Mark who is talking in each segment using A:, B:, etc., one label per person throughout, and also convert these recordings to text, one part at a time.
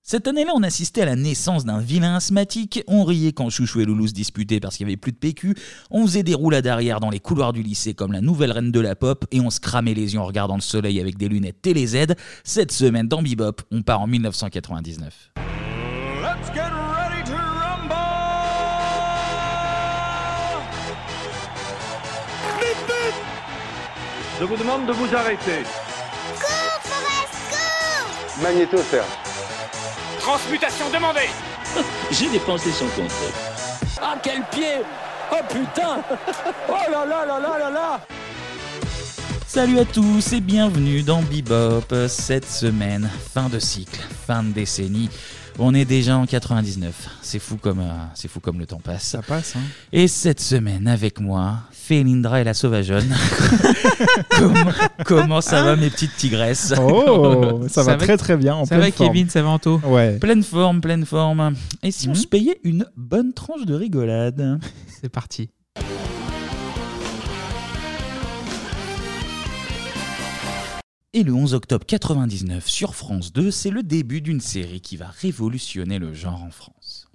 A: Cette année-là, on assistait à la naissance d'un vilain asthmatique, on riait quand Chouchou et Loulou se disputaient parce qu'il n'y avait plus de PQ, on faisait des roulades arrière dans les couloirs du lycée comme la nouvelle reine de la pop et on se cramait les yeux en regardant le soleil avec des lunettes TéléZ. Cette semaine dans Bebop, on part en 1999.
B: Let's get ready to rumble! Vite, vite! Je vous demande de vous arrêter.
C: Cours, Forrest, cours!
D: Magnéto, Serge.
B: Transmutation demandée!
E: J'ai dépensé son compte.
F: Ah, quel pied! Oh putain! Oh là là là là là là!
A: Salut à tous et bienvenue dans Bebop. Cette semaine, fin de cycle, fin de décennie. On est déjà en 99. C'est fou comme le temps passe.
G: Ça passe, hein.
A: Et cette semaine, avec moi, Félindra et la Sauvageonne. Comment ça va, mes petites tigresses?
G: Oh, ça va très très bien.
H: Ça va, Kevin, ça va, Anto?
G: Ouais.
A: Pleine forme. Et si on se payait une bonne tranche de rigolade?
H: C'est parti.
A: Et le 11 octobre 99 sur France 2, c'est le début d'une série qui va révolutionner le genre en France.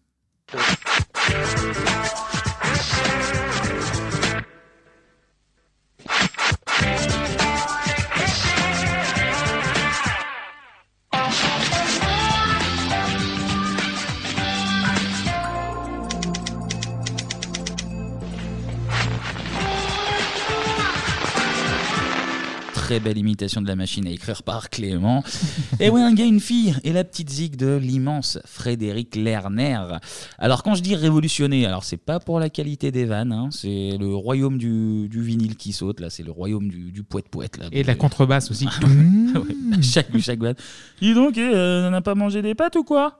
A: Très belle imitation de la machine à écrire par Clément. Et oui, un gars, une fille, et la petite zig de l'immense Frédéric Lerner. Alors quand je dis révolutionner, alors c'est pas pour la qualité des vannes, hein, c'est le royaume du vinyle qui saute, là, c'est le royaume du poète-poète. Là,
H: et de la contrebasse aussi.
A: Ouais, chaque vanne. Dis donc, on n'a pas mangé des pâtes ou quoi?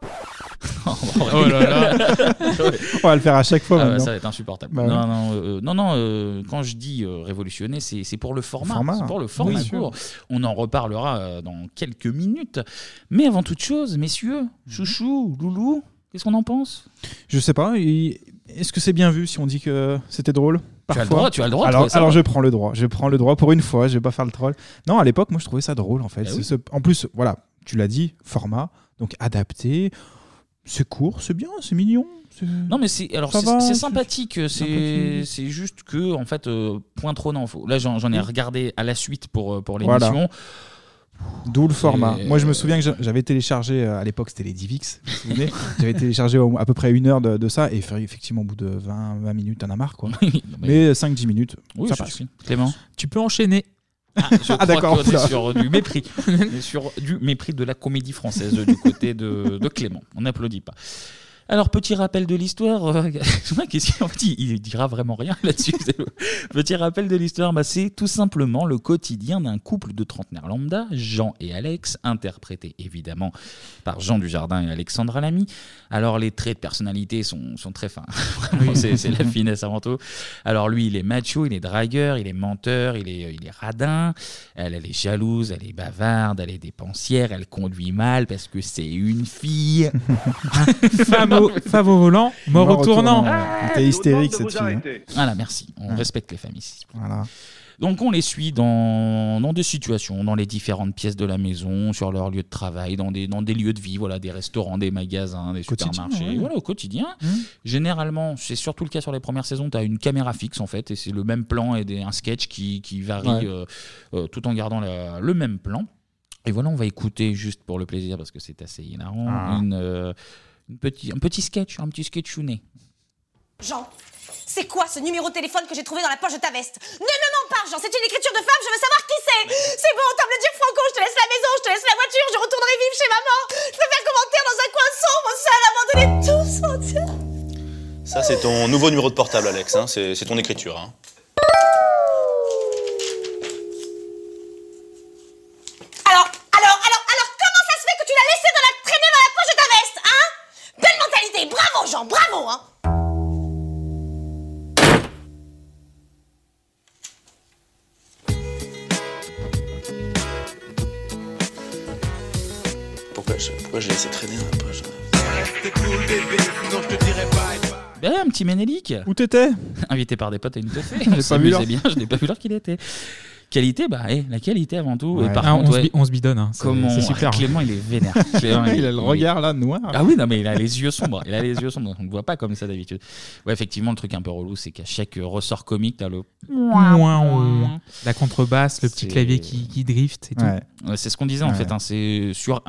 H: Oh là là.
G: On va le faire à chaque fois.
A: Ça va être insupportable. Bah, non, quand je dis révolutionner, c'est pour le format. C'est pour le format court. On en reparlera dans quelques minutes. Mais avant toute chose, messieurs, Chouchou, Loulou, qu'est-ce qu'on en pense?
G: Je sais pas. Est-ce que c'est bien vu si on dit que c'était drôle? Parfois.
A: Tu as le droit.
G: Alors je prends le droit. Je prends le droit pour une fois. Je vais pas faire le troll. Non, à l'époque, moi, je trouvais ça drôle en fait.
A: Oui.
G: En plus, voilà, tu l'as dit, format, donc adapté. C'est court, c'est bien, c'est mignon.
A: Non mais c'est sympathique, c'est juste que en fait point trop non. Là j'en ai regardé à la suite pour l'émission. Voilà.
G: D'où le format. Moi je me souviens que j'avais téléchargé à l'époque c'était les Divix, vous vous souvenez. J'avais téléchargé à peu près 1 heure de ça et effectivement au bout de 20 minutes t'en as marre quoi. Mais 5-10 minutes ça passe.
A: Clément,
H: tu peux enchaîner.
A: D'accord, on est sur du mépris. On est sur du mépris de la comédie française du côté de Clément. On n'applaudit pas. Alors, petit rappel de l'histoire. En fait, il dira vraiment rien là-dessus. Petit rappel de l'histoire, c'est tout simplement le quotidien d'un couple de trentenaires lambda, Jean et Alex, interprétés évidemment par Jean Dujardin et Alexandra Lamy. Alors, les traits de personnalité sont très fins. Vraiment, c'est la finesse avant tout. Alors, lui, il est macho, il est dragueur, il est menteur, il est radin. Elle est jalouse, elle est bavarde, elle est dépensière, elle conduit mal parce que c'est une fille.
H: Femme au volant, mort au tournant.
G: T'es hystérique cette fille.
A: Voilà, merci. On respecte les familles ici.
G: Voilà.
A: Donc on les suit dans des situations, dans les différentes pièces de la maison, sur leur lieu de travail, dans des lieux de vie, voilà, des restaurants, des magasins, des supermarchés, voilà, au quotidien. Généralement, c'est surtout le cas sur les premières saisons, tu as une caméra fixe en fait, et c'est le même plan et un sketch qui varie tout en gardant le même plan. Et voilà, on va écouter juste pour le plaisir, parce que c'est assez hilarant, un petit sketchounet.
C: Jean, c'est quoi ce numéro de téléphone que j'ai trouvé dans la poche de ta veste? Ne me mens pas, Jean, c'est une écriture de femme, je veux savoir qui c'est. C'est bon, t'as me le dire franco, je te laisse la maison, je te laisse la voiture, je retournerai vivre chez maman. Je peux faire commentaire dans un coin sombre, seul, abandonné tout son Dieu.
I: Ça, c'est ton nouveau numéro de portable, Alex, hein. C'est ton écriture. Hein.
C: Alors, comment ça se fait que tu l'as laissé traîner dans la poche de ta veste, hein? Belle mentalité, bravo, Jean, bravo, hein.
I: Pourquoi j'ai laissé traîner dans la poche?
A: Un petit Ménélique.
G: Où t'étais?
A: Invité par des potes à une café.
G: J'ai pas vu l'heure.
A: Je n'ai pas vu l'heure qu'il était. Qualité, la qualité avant tout.
G: Ouais.
A: Et par contre,
H: on se bidonne. Hein.
A: C'est
H: super.
A: Clément, il est vénère.
G: Il a le regard là noir.
A: Ah oui, non, mais il a les yeux sombres. On ne voit pas comme ça d'habitude. Ouais, effectivement, le truc un peu relou, c'est qu'à chaque ressort comique, t'as le.
H: La contrebasse, le petit clavier qui drift et tout.
A: Ouais, c'est ce qu'on disait en fait. Hein, c'est sur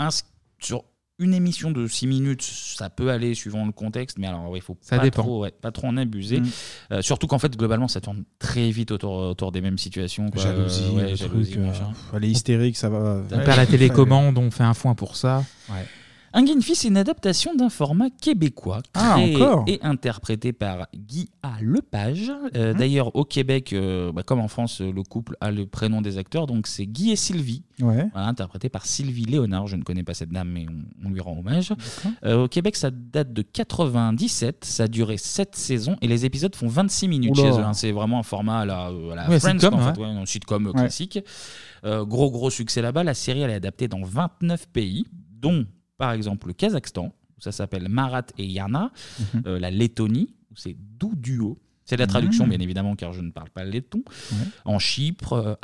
A: une émission de 6 minutes, ça peut aller suivant le contexte, mais alors il faut pas trop en abuser. Surtout qu'en fait, globalement, ça tourne très vite autour des mêmes situations. Quoi.
G: Jalousie, machin. Elle est hystérique, ça va.
H: On perd la télécommande, on fait un foin pour ça.
A: Ouais. Un Gain-Fils, c'est une adaptation d'un format québécois créé et interprété par Guy A. Lepage. D'ailleurs, au Québec, comme en France, le couple a le prénom des acteurs, donc c'est Guy et Sylvie, interprété par Sylvie Léonard. Je ne connais pas cette dame, mais on lui rend hommage. Au Québec, ça date de 97, ça a duré 7 saisons et les épisodes font 26 minutes chez eux. Hein. C'est vraiment un format à la Friends,
H: sitcom,
A: un sitcom classique. Gros succès là-bas. La série, elle est adaptée dans 29 pays, dont par exemple le Kazakhstan, où ça s'appelle Marat et Yana, la Lettonie, où c'est Douduo. C'est la traduction, bien évidemment, car je ne parle pas le letton. À Chypre,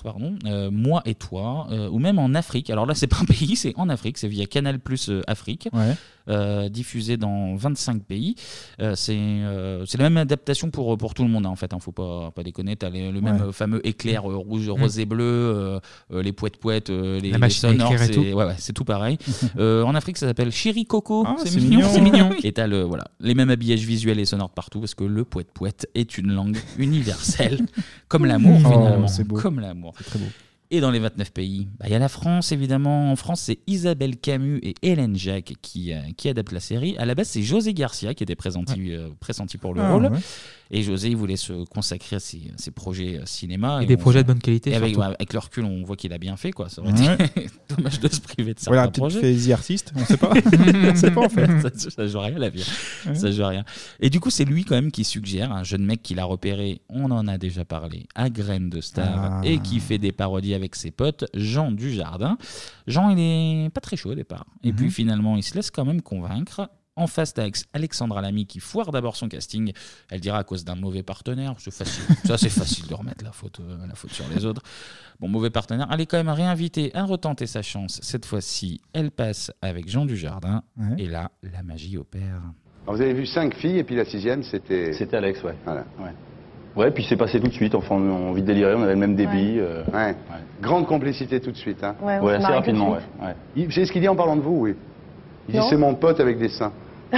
A: Moi et Toi, ou même en Afrique. Alors là, c'est pas un pays, c'est en Afrique, c'est via Canal+ Afrique, diffusé dans 25 pays. C'est la même adaptation pour tout le monde, hein, en fait. Faut pas déconner. T'as le même fameux éclair rouge, rose et bleu, les poètes, les sonores. C'est tout pareil. En Afrique, ça s'appelle Chéri Coco. C'est mignon. Et t'as les mêmes habillages visuels et sonores partout, parce que le poète est une langue universelle, comme l'amour finalement.
G: C'est beau.
A: Comme l'amour.
G: C'est très beau.
A: Et dans les 29 pays, il y a la France, évidemment. En France, c'est Isabelle Camus et Hélène Jacques qui adaptent la série. À la base, c'est José Garcia qui était pressenti pour le rôle. Et José, il voulait se consacrer à ses projets cinéma.
H: Et des projets de bonne qualité.
A: Avec le recul, on voit qu'il a bien fait. Quoi. Ça aurait été dommage de se priver de certains projets.
G: Peut-être fait The Artist, on ne sait pas. On ne sait pas en fait.
A: Ça joue rien la vie. Ça joue rien. Et du coup, c'est lui quand même qui suggère, un jeune mec qu'il a repéré, on en a déjà parlé, à Graines de Star, et qui fait des parodies avec ses potes, Jean Dujardin. Jean, il est pas très chaud au départ. Et puis finalement, il se laisse quand même convaincre. En face, t'as Alexandra Lamy qui foire d'abord son casting. Elle dira à cause d'un mauvais partenaire. C'est facile. Ça, c'est facile de remettre la faute sur les autres. Bon, mauvais partenaire. Elle est quand même réinvitée à retenter sa chance. Cette fois-ci, elle passe avec Jean Dujardin. Et là, la magie opère.
D: Alors, vous avez vu 5 filles et puis la 6e, c'était...
I: C'était Alex, ouais.
D: Voilà.
I: Ouais, puis c'est passé tout de suite. Enfin, on a envie de délirer, on avait le même débit.
D: Grande complicité tout de suite. Hein.
I: Ouais, assez rapidement,
D: Vous savez ce qu'il dit en parlant de vous, oui. Il dit c'est mon pote avec des seins.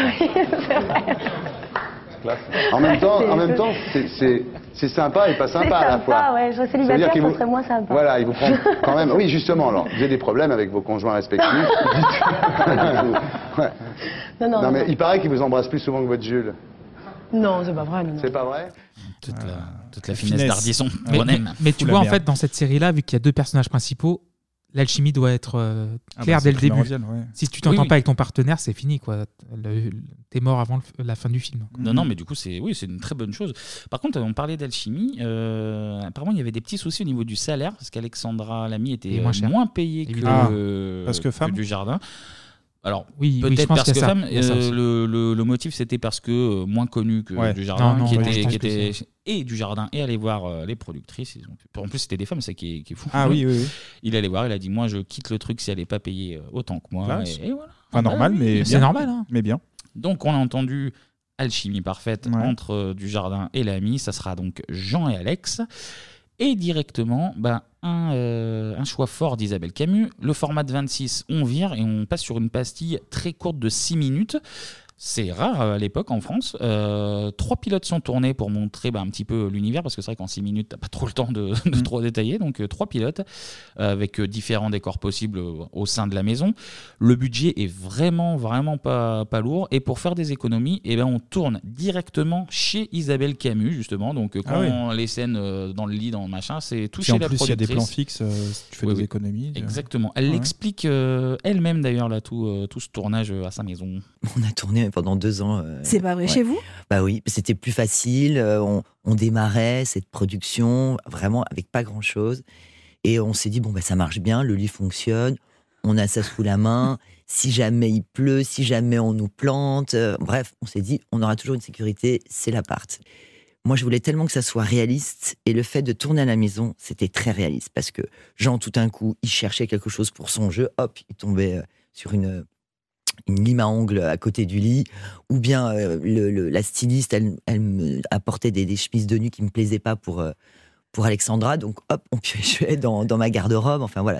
D: En même temps, c'est sympa et pas sympa à la fois.
J: Ouais, je serais célibataire, ça serait moins sympa.
D: Voilà, il vous prend quand même. Oui, justement, alors, vous avez des problèmes avec vos conjoints respectifs. Non, mais il paraît qu'il vous embrasse plus souvent que votre Jules.
J: Non, c'est pas vrai. Non.
D: C'est pas vrai.
A: Toute la finesse d'Ardisson.
H: Mais tu vois, en fait, dans cette série-là, vu qu'il y a 2 personnages principaux, l'alchimie doit être claire dès le début. Si tu t'entends pas avec ton partenaire, c'est fini, quoi. T'es mort avant la fin du film.
A: Non, mais du coup, c'est une très bonne chose. Par contre, on parlait d'alchimie. Apparemment, il y avait des petits soucis au niveau du salaire, parce qu'Alexandra Lamy était moins payée que Dujardin. Alors, peut-être parce que femme, le motif c'était parce que moins connu que Dujardin, et Dujardin est allé voir les productrices. En plus, c'était des femmes, c'est qui est fou.
G: Oui.
A: Il allait voir, il a dit moi je quitte le truc si elle n'est pas payée autant que moi. Et voilà.
G: Pas normal, mais
H: c'est normal. Hein.
G: Mais bien.
A: Donc, on a entendu alchimie parfaite entre Dujardin et Lamy. Ça sera donc Jean et Alex. Et directement, un choix fort d'Isabelle Camus. Le format de 26, on vire et on passe sur une pastille très courte de 6 minutes. C'est rare à l'époque en France. 3 pilotes sont tournés pour montrer un petit peu l'univers, parce que c'est vrai qu'en 6 minutes, t'as pas trop le temps de trop détailler. Donc 3 pilotes avec différents décors possibles au sein de la maison. Le budget est vraiment pas lourd. Et pour faire des économies, on tourne directement chez Isabelle Camus, justement. Donc quand les scènes dans le lit, dans le machin, c'est tout chez la productrice.
G: En plus, il y a des plans fixes, tu fais des économies.
A: Exactement. Elle l'explique elle-même d'ailleurs, là, tout ce tournage à sa maison.
K: On a tourné pendant 2 ans.
J: C'est pas vrai chez vous ?
K: Bah oui, c'était plus facile. On démarrait cette production vraiment avec pas grand-chose. Et on s'est dit, ça marche bien, le lit fonctionne, on a ça sous la main. Si jamais il pleut, si jamais on nous plante. Bref, on s'est dit, on aura toujours une sécurité, c'est l'appart. moi, je voulais tellement que ça soit réaliste. Et le fait de tourner à la maison, c'était très réaliste. Parce que Jean, tout d'un coup, il cherchait quelque chose pour son jeu. Hop, il tombait sur une lime à ongles à côté du lit. Ou bien la styliste, elle me apportait des chemises de nuit qui ne me plaisaient pas pour Alexandra. Donc, hop, on piochait dans ma garde-robe. Enfin, voilà,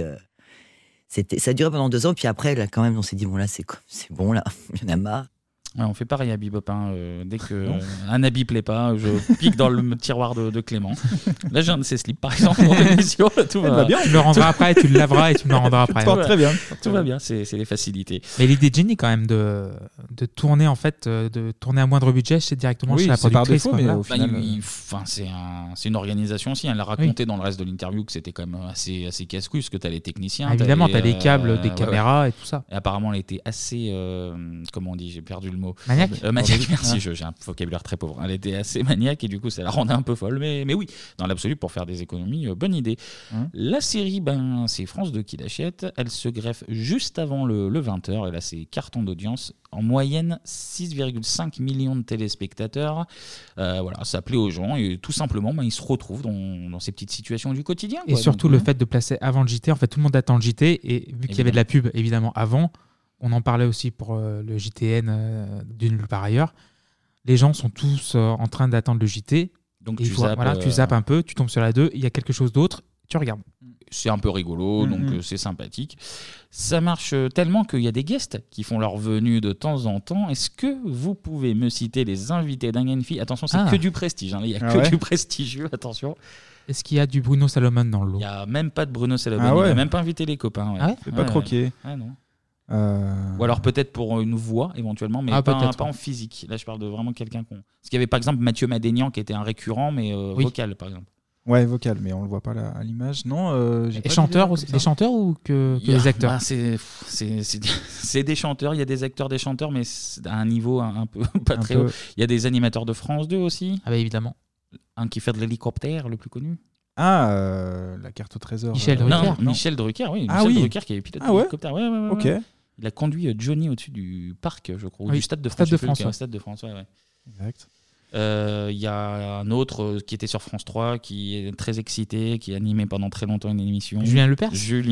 K: ça a duré pendant 2 ans. Puis après, là, quand même, on s'est dit, bon, là, c'est bon, là, il y en a marre.
A: Ouais, on fait pareil à Bebop. Dès qu'un habit plaît pas, je pique dans le tiroir de Clément. Là, j'ai un de ses slips, par exemple, dans l'émission. Tout va bien.
H: Tu le rendras après, tu le laveras et tu me le rendras après.
A: Très bien. Tout va bien, c'est les facilités.
H: Mais l'idée de Jenny, quand même, de tourner, en fait, de tourner à moindre budget, c'est directement chez la productrice.
G: Par défaut, mais au final,
A: c'est une organisation aussi. Elle a raconté dans le reste de l'interview que c'était quand même assez casse-couille, parce que tu as les techniciens.
H: Évidemment, tu as les câbles, des caméras et tout ça.
A: Et apparemment, elle était assez. Comment on dit ? J'ai perdu le mot.
H: Maniaque.
A: Maniaque, merci, j'ai un vocabulaire très pauvre. Elle était assez maniaque et du coup ça la rendait un peu folle. Mais oui, dans l'absolu, pour faire des économies, bonne idée. La série, c'est France 2 qui l'achète. Elle se greffe juste avant le 20h. Et là, c'est carton d'audience. En moyenne, 6,5 millions de téléspectateurs. Voilà, ça plaît aux gens. Et tout simplement, ils se retrouvent dans ces petites situations du quotidien.
H: Et surtout, le fait de placer avant le JT. En fait, tout le monde attend le JT. Et vu qu'il y avait de la pub, évidemment, avant... On en parlait aussi pour le JTN d'une part ailleurs. Les gens sont tous en train d'attendre le JT.
A: Donc
H: tu zappes un peu, tu tombes sur la 2, il y a quelque chose d'autre, tu regardes.
A: C'est un peu rigolo, donc c'est sympathique. Ça marche tellement qu'il y a des guests qui font leur venue de temps en temps. Est-ce que vous pouvez me citer les invités d'Angenfi ? Attention, c'est que du prestige. Il n'y a que du prestigieux, attention.
H: Est-ce qu'il y a du Bruno Salomon dans le lot ?
A: Il n'y a même pas de Bruno Salomon. Il n'a même pas invité les copains. Ouais.
H: Ah ouais ?
G: C'est pas croqué.
A: Ah non. Ou alors peut-être pour une voix éventuellement, mais pas en physique. Là je parle de vraiment quelqu'un Parce qu'il y avait par exemple Mathieu Madénian qui était un récurrent, mais vocal par exemple.
G: Ouais, vocal, mais on le voit pas là, à l'image. Non.
H: Les chanteurs aussi, des chanteurs ou que les acteurs.
A: C'est des chanteurs, il y a des acteurs, des chanteurs, mais à un niveau un peu pas très haut. Il y a des animateurs de France 2 aussi.
H: Ah bah évidemment.
A: Un qui fait de l'hélicoptère, le plus connu.
G: La carte au trésor.
H: Michel Drucker.
A: Michel Drucker, oui. Michel Drucker qui avait piloté l'hélicoptère. Ouais.
G: Ok.
A: Il a conduit Johnny au-dessus du parc, je crois, ou du Stade de France. Stade de France, ouais.
G: Exact.
A: Il y a un autre qui était sur France 3, qui est très excité, qui a animé pendant très longtemps une émission.
H: Julien Lepers.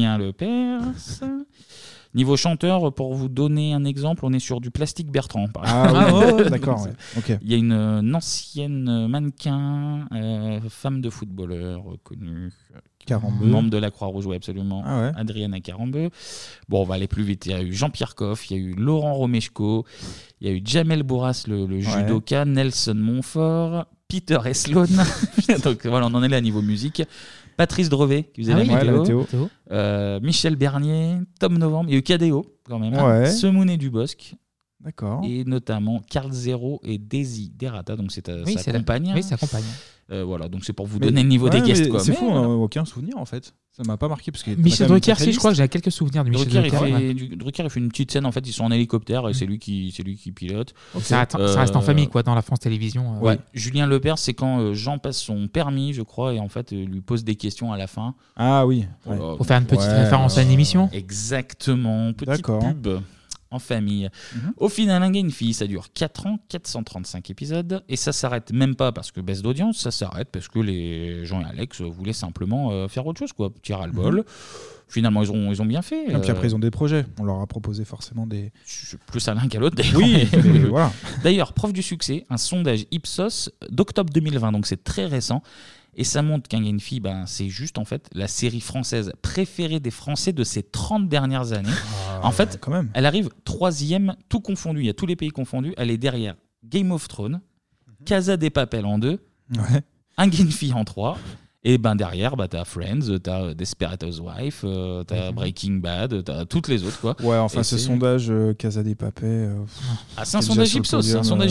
A: Niveau chanteur, pour vous donner un exemple, on est sur du Plastique Bertrand. Par
G: exemple. D'accord. Ouais. Okay.
A: Il y a une ancienne mannequin, femme de footballeur connue.
G: Carambeu.
A: Membre de la Croix-Rouge, oui, absolument.
G: Ah ouais.
A: Adriana Carambeu. Bon, on va aller plus vite. Il y a eu Jean-Pierre Coff, il y a eu Laurent Romeshko, il y a eu Jamel Bourras, le judoka, Nelson Montfort, Peter Eslon. Donc voilà, on en est là à niveau musique. Patrice Drevet, qui faisait la météo. Michel Bernier, Tom Novembre. Il y a eu Cadéo, quand même. Semoun Dubosc.
G: D'accord.
A: Et notamment Carl Zero et Daisy Derrata. Donc c'est sa compagne.
H: Oui, sa compagne.
A: Voilà, donc c'est pour vous donner le niveau des guests.
G: C'est fou, aucun souvenir en fait. Ça m'a pas marqué parce que
H: Michel Drucker, si je crois que j'ai quelques souvenirs de Michel Drucker.
A: Drucker, il fait une petite scène en fait, ils sont en hélicoptère et c'est lui qui pilote.
H: Okay. Ça reste en famille quoi, dans la France Télévisions.
A: Ouais. Julien Lepers, c'est quand Jean passe son permis, je crois, et en fait lui pose des questions à la fin.
G: Ah oui.
H: Pour faire une petite référence à une émission.
A: Exactement, petite pub. En famille. Au final, Angenfi, ça dure 4 ans, 435 épisodes, et ça s'arrête même pas parce que baisse d'audience, ça s'arrête parce que les Jean et Alex voulaient simplement faire autre chose, quoi. Petit ras-le-bol. Finalement, ils ont bien fait.
G: Et puis après, ils ont des projets. On leur a proposé forcément des...
A: Plus à l'un qu'à l'autre, d'ailleurs.
G: Oui, voilà.
A: D'ailleurs, preuve du succès, un sondage Ipsos d'octobre 2020, donc c'est très récent. Et ça montre qu'Angenfi, c'est juste en fait la série française préférée des Français de ces 30 dernières années. En fait,
G: quand même.
A: Elle arrive 3e, tout confondu, il y a tous les pays confondus. Elle est derrière Game of Thrones, Casa de Papel en 2, Angenfi en 3. Et derrière, t'as Friends, t'as Desperate Housewives, t'as Breaking Bad, t'as toutes les autres, quoi.
G: Ouais, enfin, ce sondage Casa de Papel.
A: C'est un sondage Ipsos,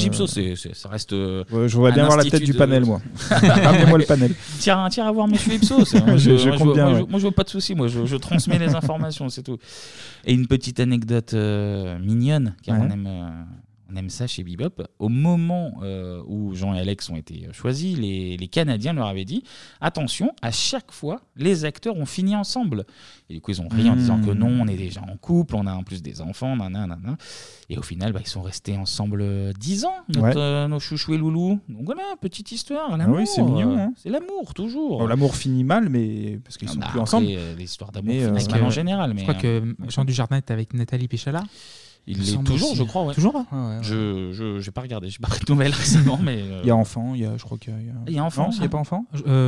A: ça reste.
G: Je voudrais bien voir la tête du panel, moi. Ramenez-moi le panel.
A: Tiens à voir Monsieur Ipsos.
G: Je compte bien.
A: Moi, je veux pas de soucis, moi, je transmets les informations, c'est tout. Et une petite anecdote mignonne, car on On aime ça chez Bebop. Au moment où Jean et Alex ont été choisis, les Canadiens leur avaient dit attention, à chaque fois, les acteurs ont fini ensemble. Et du coup, ils ont ri en disant que non, on est déjà en couple, on a en plus des enfants, nanana. Et au final, ils sont restés ensemble 10 ans, nos chouchous et loulous. Donc voilà, petite histoire. L'amour,
G: oui, c'est mignon. Hein.
A: C'est l'amour, toujours.
G: L'amour finit mal, mais parce qu'ils sont plus ensemble.
A: L'histoire d'amour finit mal en général.
H: Je crois que Jean Dujardin était avec Nathalie Péchala.
A: Il l'est toujours, aussi. Je crois. Ouais.
H: Toujours
A: Je n'ai pas regardé, je n'ai pas pris de nouvelles récemment. Mais
G: il y a enfant, je crois qu'il y a.
A: Il y a enfant.
G: Non, il n'y a pas enfant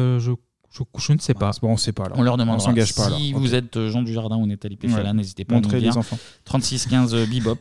H: je ne sais pas.
G: Bon, on ne sait pas. Alors.
A: On leur demandera.
G: On s'engage pas.
A: Si vous êtes Jean Dujardin ou Nathalie Péchala, n'hésitez pas à nous dire.
G: Les enfants.
A: 36 15 Bebop.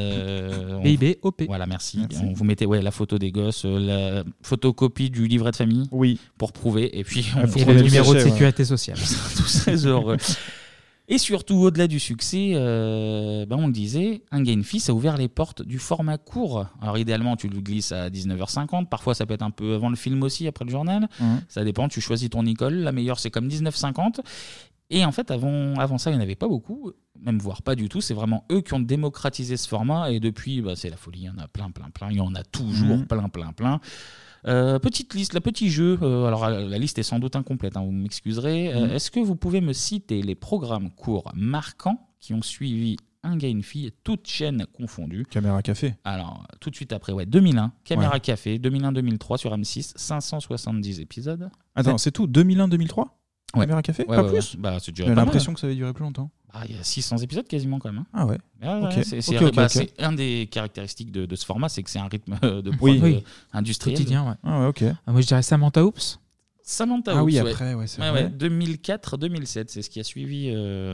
H: BIB-OP.
A: Voilà, merci. On vous mettez la photo des gosses, la photocopie du livret de famille.
G: Oui.
A: Pour prouver. Et puis
H: et le numéro de sécurité sociale.
A: On sera tous très heureux. Et surtout, au-delà du succès, on le disait, Un gars, une fille, ça a ouvert les portes du format court. Alors idéalement, tu le glisses à 19h50. Parfois, ça peut être un peu avant le film aussi, après le journal. Ça dépend, tu choisis ton Nicole. La meilleure, c'est comme 19h50. Et en fait, avant ça, il n'y en avait pas beaucoup, même voire pas du tout. C'est vraiment eux qui ont démocratisé ce format. Et depuis, c'est la folie. Il y en a plein. Il y en a toujours plein. Petite liste, petit jeu. Alors la liste est sans doute incomplète, vous m'excuserez. Est-ce que vous pouvez me citer les programmes courts marquants qui ont suivi Un gars, une fille, toutes chaînes confondues?
G: Caméra Café.
A: Alors tout de suite après, 2001, Caméra Café, 2001-2003 sur M6, 570 épisodes.
G: Attends, c'est tout 2001-2003 Caméra Café pas plus
A: J'ai
G: l'impression que ça avait duré plus longtemps.
A: Il y a 600 épisodes quasiment quand même.
G: Ah ouais.
A: C'est un des caractéristiques de ce format, c'est que c'est un rythme de prod industriel.
H: Quotidien,
G: Ah ouais,
H: moi je dirais Samantha Oops.
A: Samantha Oops,
G: oui, après, c'est vrai.
A: 2004-2007, c'est ce qui a suivi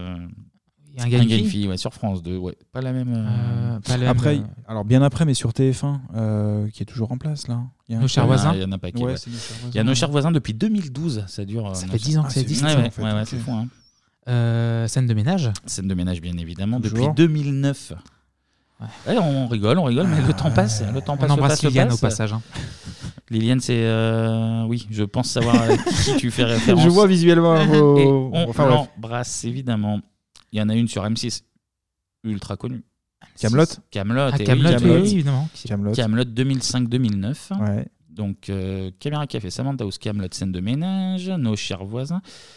H: Un gars, une
A: fille sur France 2. Pas la même.
G: Après, alors bien après, mais sur TF1, qui est toujours en place là.
H: Nos chers voisins.
A: Il y en a pas qui. Il y a Nos chers voisins depuis 2020, ça dure.
H: Ça fait 10 ans que ça existe.
A: C'est fou.
H: Scène de ménage.
A: Scène de ménage, bien évidemment,
G: toujours.
A: depuis 2009. On rigole, mais le temps passe.
H: On embrasse Liliane au passage.
A: Liliane, c'est. Oui, je pense savoir à qui tu fais référence.
G: Je vois visuellement.
A: Et on l'embrasse, évidemment. Il y en a une sur M6, ultra connue.
G: Kaamelott.
H: Oui, évidemment.
A: Kaamelott 2005-2009.
G: Ouais.
A: Donc, Caméra Café, Samantha House, Kaamelott, Scène de ménage, Nos chers voisins.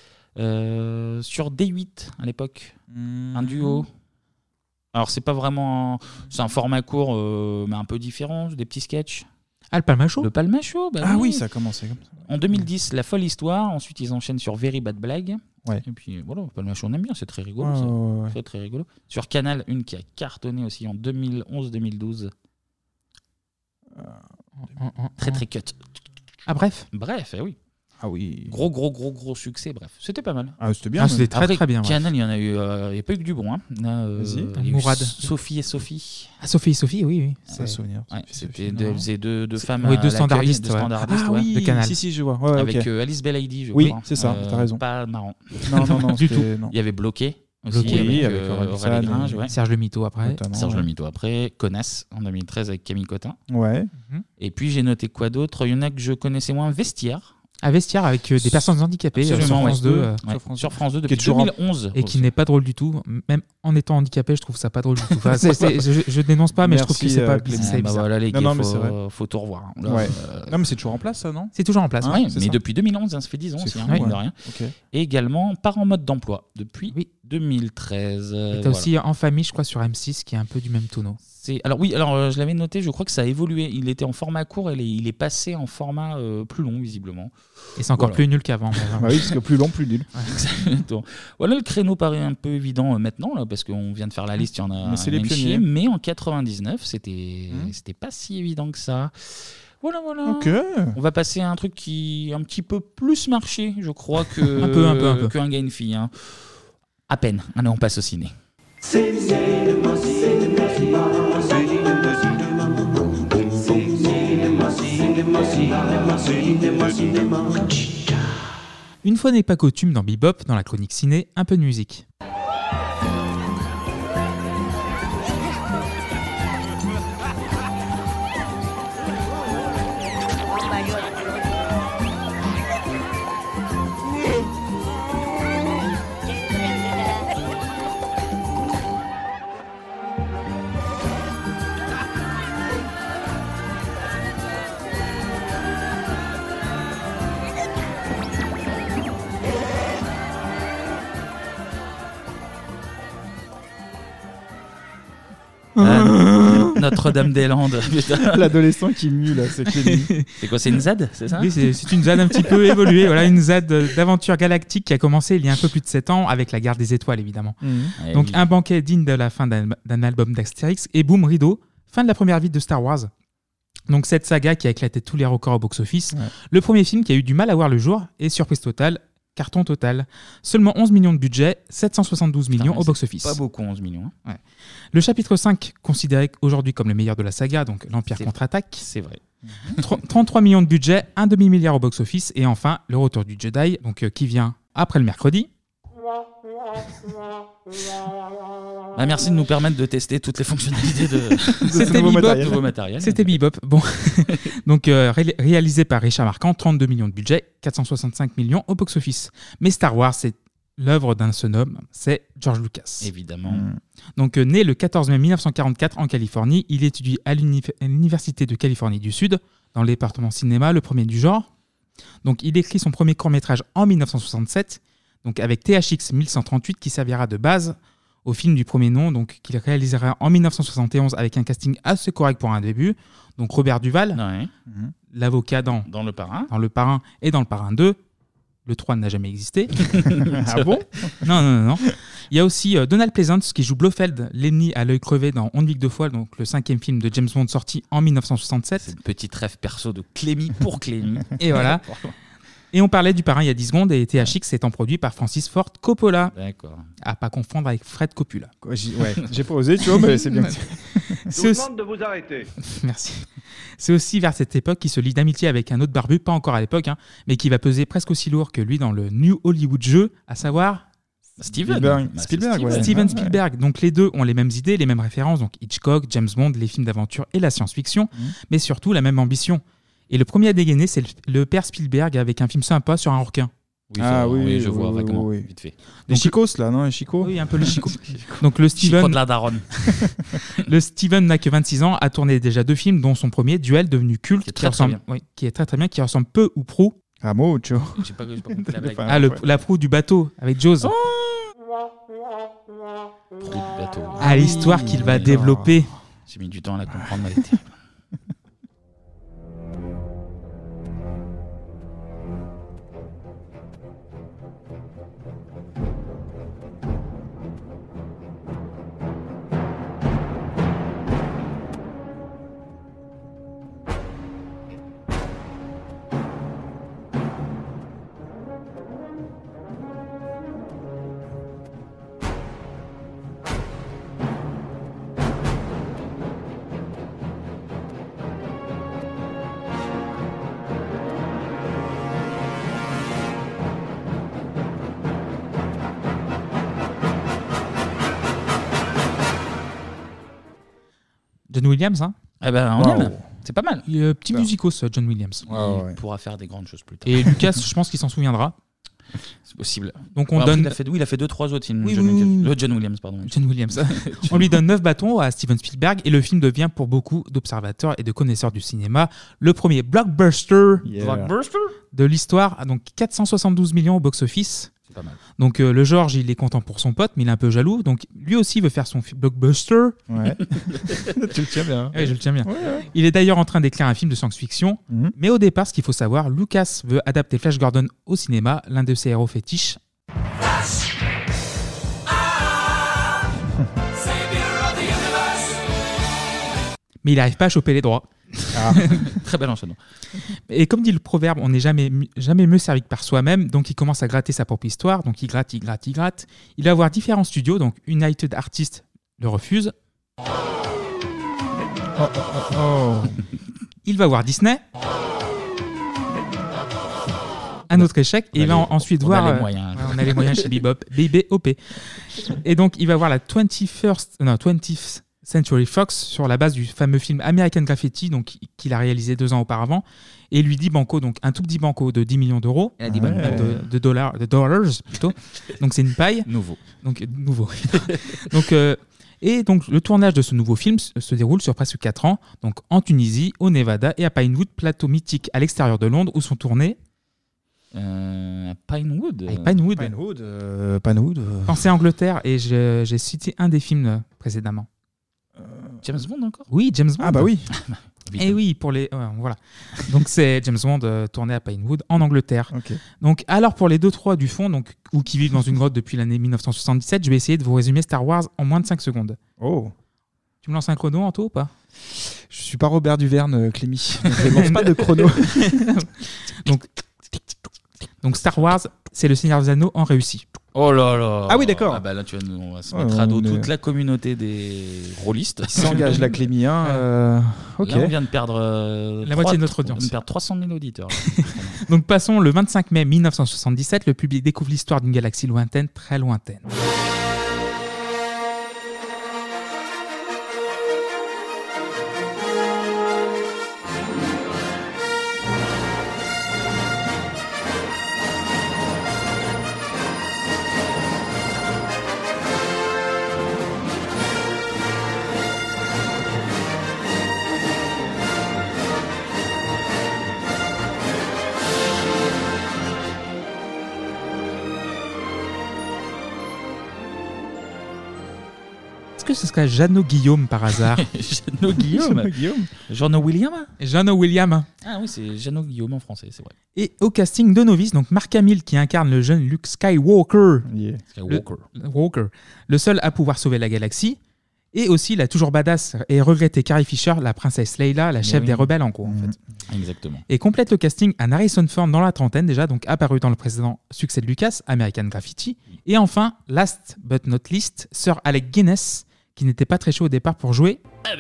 A: Sur D8 à l'époque, un duo. Alors, c'est pas vraiment. C'est un format court, mais un peu différent, des petits sketchs.
H: Le Palma Show.
A: Le Palma Show,
G: oui, ça a commencé comme ça.
A: En 2010, La folle histoire. Ensuite, ils enchaînent sur Very Bad Blague.
G: Ouais.
A: Et puis voilà, Palma Show, on aime bien, c'est très rigolo.
G: Ouais.
A: Très rigolo. Sur Canal, une qui a cartonné aussi en 2011-2012. Très cut.
H: Ah, bref.
A: Oui.
G: Ah oui.
A: Gros succès, bref. C'était pas mal.
G: Ah, c'était bien.
H: C'était très bien.
A: Canal, il y en a eu. Il n'y a pas eu que du bon.
G: Vas-y.
H: Mourad.
A: Sophie et Sophie.
H: Ah, Sophie et Sophie, oui.
G: C'est un souvenir.
A: C'était deux femmes.
H: Oui, deux standardistes.
G: De
H: Canal.
G: Si, je vois.
A: Avec Alice Belaïdi, je
G: crois.
A: crois.
G: Oui, c'est ça, t'as raison.
A: Pas marrant.
G: Non,
A: du tout. Il y avait Bloqué. Aussi, avec Aurélie Gringe,
H: Serge Le Mito après.
A: Serge Le Mito après. Connasse en 2013 avec Camille Cotin.
G: Ouais.
A: Et puis j'ai noté quoi d'autre? Il y en a que je connaissais moins. Vestiaire.
H: À Vestiaire avec des personnes handicapées sur France 2.
A: Sur France 2 depuis 2011.
H: Et qui n'est pas drôle du tout. Même en étant handicapé, je trouve ça pas drôle du tout. Enfin, je dénonce pas, mais je trouve que c'est pas bizarre.
A: Voilà, les gars, faut tout revoir.
G: Non, mais c'est toujours en place, ça, non?
H: C'est toujours en place.
A: Mais depuis 2011, ça fait 10 ans aussi, mine de rien. Et également, part en mode d'emploi depuis 2013.
H: Et t'as aussi En famille, je crois, sur M6, qui est un peu du même tonneau.
A: Alors je l'avais noté, je crois que ça a évolué. Il était en format court et il est passé en format plus long, visiblement.
H: Et c'est encore plus nul qu'avant.
G: Oui, parce que plus long, plus nul.
A: Voilà, le créneau paraît un peu évident maintenant, là, parce qu'on vient de faire la liste, il y en a
G: mais c'est les pionniers.
A: Mais en 99, c'était pas si évident que ça. Voilà.
G: Okay.
A: On va passer à un truc qui a un petit peu plus marché, je crois, que
H: un peu.
A: qu'un gars, une fille. À peine. Allez, on passe au ciné.
H: Une fois n'est pas coutume dans Bebop, dans la chronique ciné, un peu de musique.
A: Notre-Dame-des-Landes. Putain.
G: L'adolescent qui mue là, c'est Clémy.
A: C'est quoi, c'est une ZAD, c'est ça?
H: Oui, c'est une ZAD un petit peu évoluée. Voilà, une ZAD d'aventure galactique qui a commencé il y a un peu plus de 7 ans avec la guerre des étoiles, évidemment. Donc, un banquet digne de la fin d'un album d'Astérix, et boum, rideau, fin de la première vie de Star Wars. Donc, cette saga qui a éclaté tous les records au box-office. Ouais. Le premier film qui a eu du mal à voir le jour, et surprise totale, carton total. Seulement 11 millions de budget, 772 millions au box-office.
A: Pas beaucoup, 11 millions.
H: Ouais. Le chapitre 5, considéré aujourd'hui comme le meilleur de la saga, donc l'Empire contre-attaque.
A: C'est vrai.
H: 33 millions de budget, un demi-milliard au box-office. Et enfin, le retour du Jedi, donc, qui vient après le mercredi.
A: Merci de nous permettre de tester toutes les fonctionnalités de
H: C'était
A: nouveau matériel.
H: C'était Bebop. Bon. Donc, réalisé par Richard Marquand, 32 millions de budget, 465 millions au box-office. Mais Star Wars, c'est l'œuvre d'un seul homme, c'est George Lucas.
A: Évidemment.
H: Donc, né le 14 mai 1944 en Californie, il étudie à l'Université de Californie du Sud, dans le département cinéma, le premier du genre. Donc, il écrit son premier court-métrage en 1967, donc avec THX 1138, qui servira de base au film du premier nom, donc qu'il réalisera en 1971 avec un casting assez correct pour un début. Donc Robert Duval, l'avocat dans
A: Le Parrain.
H: Dans Le Parrain et dans Le Parrain 2. Le 3 n'a jamais existé.
G: Ah bon?
H: Non. Il y a aussi Donald Pleasance qui joue Blofeld, l'ennemi à l'œil crevé dans On ne vit que deux fois, donc le 5e film de James Bond sorti en 1967.
A: C'est une petite rêve perso de Clémy pour Clémy.
H: Et voilà. Et on parlait du Parrain il y a 10 secondes, et THX étant produit par Francis Ford Coppola.
A: D'accord.
H: À pas confondre avec Fred Coppola.
G: J'ai pas osé, tu vois, mais c'est bien.
B: Je vous demande de vous arrêter.
H: Merci. C'est aussi vers cette époque qu'il se lie d'amitié avec un autre barbu, pas encore à l'époque, mais qui va peser presque aussi lourd que lui dans le New Hollywood jeu, à savoir
A: Steven
H: Spielberg. Donc les deux ont les mêmes idées, les mêmes références, donc Hitchcock, James Bond, les films d'aventure et la science-fiction, mais surtout la même ambition. Et le premier à dégainer, c'est le père Spielberg avec un film sympa sur un requin.
A: Oui, je vois vaguement, vite fait.
G: Les chicos, là, non, les chicots?
H: Oui, un peu les chicots. Donc le Steven...
A: Chico de la daronne.
H: Le Steven n'a que 26 ans, a tourné déjà 2 films, dont son premier, Duel, devenu culte, qui est très très bien, qui ressemble peu ou prou.
G: Ah, mucho.
A: J'ai pas compris la blague.
H: La proue du bateau, avec Jaws.
A: Proue du bateau.
H: L'histoire qu'il va développer.
A: J'ai mis du temps à la comprendre, mais elle était...
H: John Williams, hein?
A: Eh ben, on aime. C'est pas mal.
H: Petit musicos, John Williams.
A: Il pourra faire des grandes choses plus tard.
H: Et Lucas, je pense qu'il s'en souviendra.
A: C'est possible.
H: Donc on donne...
A: il a fait 2-3 autres films.
H: Oui,
A: John Williams, pardon.
H: John Williams. On lui donne 9 bâtons à Steven Spielberg et le film devient pour beaucoup d'observateurs et de connaisseurs du cinéma le premier blockbuster de l'histoire. Donc 472 millions au box-office.
A: C'est pas mal.
H: Donc le George, il est content pour son pote, mais il est un peu jaloux. Donc lui aussi veut faire son blockbuster.
G: Ouais. Tu le tiens bien.
H: Oui, je le tiens bien.
G: Ouais.
H: Il est d'ailleurs en train d'écrire un film de science-fiction. Mais au départ, ce qu'il faut savoir, Lucas veut adapter Flash Gordon au cinéma, l'un de ses héros fétiches. Mais il n'arrive pas à choper les droits.
A: Très bel enchaînement.
H: Et comme dit le proverbe, on n'est jamais mieux servi que par soi-même, donc il commence à gratter sa propre histoire, donc il gratte. Il va voir différents studios, donc United Artists le refuse. Il va voir Disney. Un autre échec, et il va ensuite voir...
A: On a les moyens.
H: On a les moyens chez Bebop, BBOP. Et donc il va voir la 20th Century Fox sur la base du fameux film American Graffiti, donc qu'il a réalisé 2 ans auparavant, et lui dit banco, donc un tout petit banco de 10 millions d'euros, de dollars plutôt. Donc c'est une paille.
A: Nouveau.
H: Donc et donc le tournage de ce nouveau film se déroule sur presque 4 ans, donc en Tunisie, au Nevada et à Pinewood, plateau mythique à l'extérieur de Londres où sont tournés.
A: Pinewood.
H: Pensez Angleterre, et j'ai cité un des films précédemment.
A: James Bond encore?
H: Oui, James Bond.
G: Ah bah oui.
H: Et oui, pour les voilà. Donc c'est James Bond tourné à Pinewood en Angleterre. Donc alors pour les 2-3 du fond, donc ou qui vivent dans une grotte depuis l'année 1977, je vais essayer de vous résumer Star Wars en moins de 5 secondes.
G: Oh.
H: Tu me lances un chrono, Anto, ou pas?
G: Je suis pas Robert Duverne, Clémy. Donc je lance pas de chrono.
H: donc Star Wars, c'est le Seigneur des Anneaux en réussi.
A: Oh là là.
G: Ah oui, d'accord.
A: Ah bah là, on va se mettre à dos toute la communauté des rôlistes.
G: Il s'engage la Clémy. Ok.
A: Là, on vient de perdre
H: la moitié de notre audience.
A: On vient de perdre 300 000 auditeurs.
H: Donc passons le 25 mai 1977, le public découvre l'histoire d'une galaxie lointaine, très lointaine. Est-ce que ce serait Jeannot Guillaume par hasard?
A: Jeannot Guillaume. Jeannot William.
H: Jeannot William.
A: Ah oui, c'est Jeannot Guillaume en français, c'est vrai.
H: Et au casting de novice, donc Mark Hamill qui incarne le jeune Luke Skywalker. Le seul à pouvoir sauver la galaxie. Et aussi la toujours badass et regrettée Carrie Fisher, la princesse Leila, la chef des rebelles en gros. En fait.
A: Exactement.
H: Et complète le casting à Harrison Ford dans la trentaine déjà, donc apparu dans le précédent succès de Lucas, American Graffiti. Et enfin, last but not least, Sir Alec Guinness, qui n'était pas très chaud au départ pour jouer.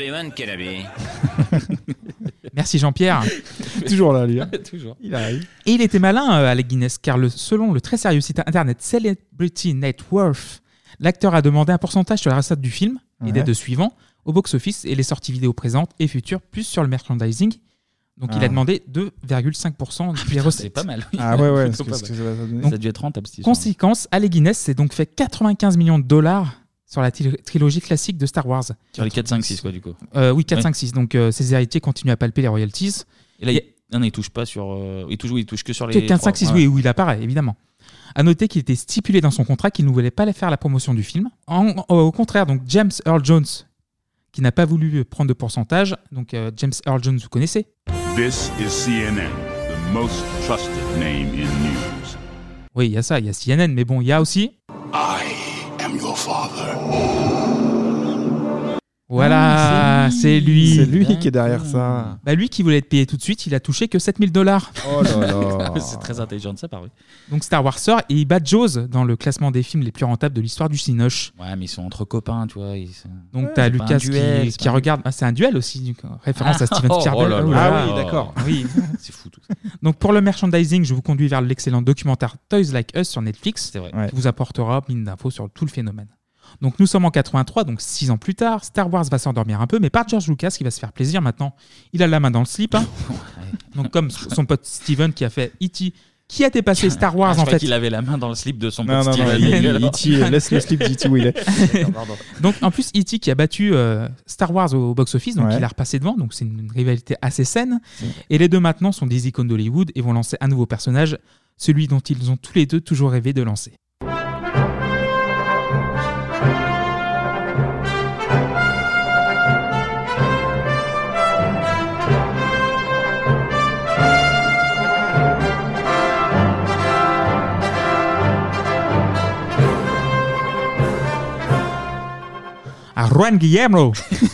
H: Merci Jean-Pierre.
G: Toujours là, lui.
A: Toujours.
G: Il arrive.
H: Et il était malin, Alec Guinness, car selon le très sérieux site internet Celebrity Net Worth, l'acteur a demandé un pourcentage sur la recette du film et des deux suivants au box-office et les sorties vidéo présentes et futures, plus sur le merchandising. Donc il a demandé 2,5% des recettes.
A: C'est pas mal. Oui.
G: Ah ouais,
A: ça a dû être rentable.
H: Conséquence, Alec Guinness s'est donc fait 95 millions de dollars sur la trilogie classique de Star Wars.
A: Sur les 4, 5, 6 quoi du coup.
H: Oui, 4, 5, 6. Donc ses héritiers continuent à palper les royalties.
A: Et là, il touche pas sur... il touche que sur les...
H: 4, 5, 6, oui, où il apparaît, évidemment. À noter qu'il était stipulé dans son contrat qu'il ne voulait pas faire la promotion du film. Au contraire, donc James Earl Jones, qui n'a pas voulu prendre de pourcentage. Donc James Earl Jones, vous connaissez?
L: This is CNN, the most trusted name in news.
H: Oui, il y a ça, il y a CNN, mais bon, il y a aussi...
L: I am your father.
H: Voilà, c'est lui.
G: C'est lui qui est derrière ça.
H: Bah lui qui voulait être payé tout de suite, il a touché que $7,000.
G: Oh là là.
A: C'est très intelligent de sa part, oui.
H: Donc Star Wars sort et il bat Jaws dans le classement des films les plus rentables de l'histoire du Cinoche.
A: Ouais, mais ils sont entre copains, tu vois.
H: Donc t'as Lucas qui regarde. Ah, c'est un duel aussi, référence à Steven Spielberg.
G: Ah oui, d'accord.
H: Oui.
A: C'est fou tout ça.
H: Donc pour le merchandising, je vous conduis vers l'excellent documentaire Toys Like Us sur Netflix.
A: C'est vrai.
H: Qui vous apportera mine d'infos sur tout le phénomène. Donc nous sommes en 83, donc 6 ans plus tard. Star Wars va s'endormir un peu, mais pas George Lucas qui va se faire plaisir maintenant. Il a la main dans le slip. Donc comme son pote Steven qui a fait E.T., qui a dépassé Star Wars en fait.
A: Il avait la main dans le slip de son pote
G: Non,
A: Steven.
G: E.T., laisse le slip d'E.T. où il est.
H: Donc en plus E.T. qui a battu Star Wars au box-office, donc il a repassé devant, donc c'est une rivalité assez saine. Et les deux maintenant sont des icônes d'Hollywood et vont lancer un nouveau personnage, celui dont ils ont tous les deux toujours rêvé de lancer. À Juan Guillermo.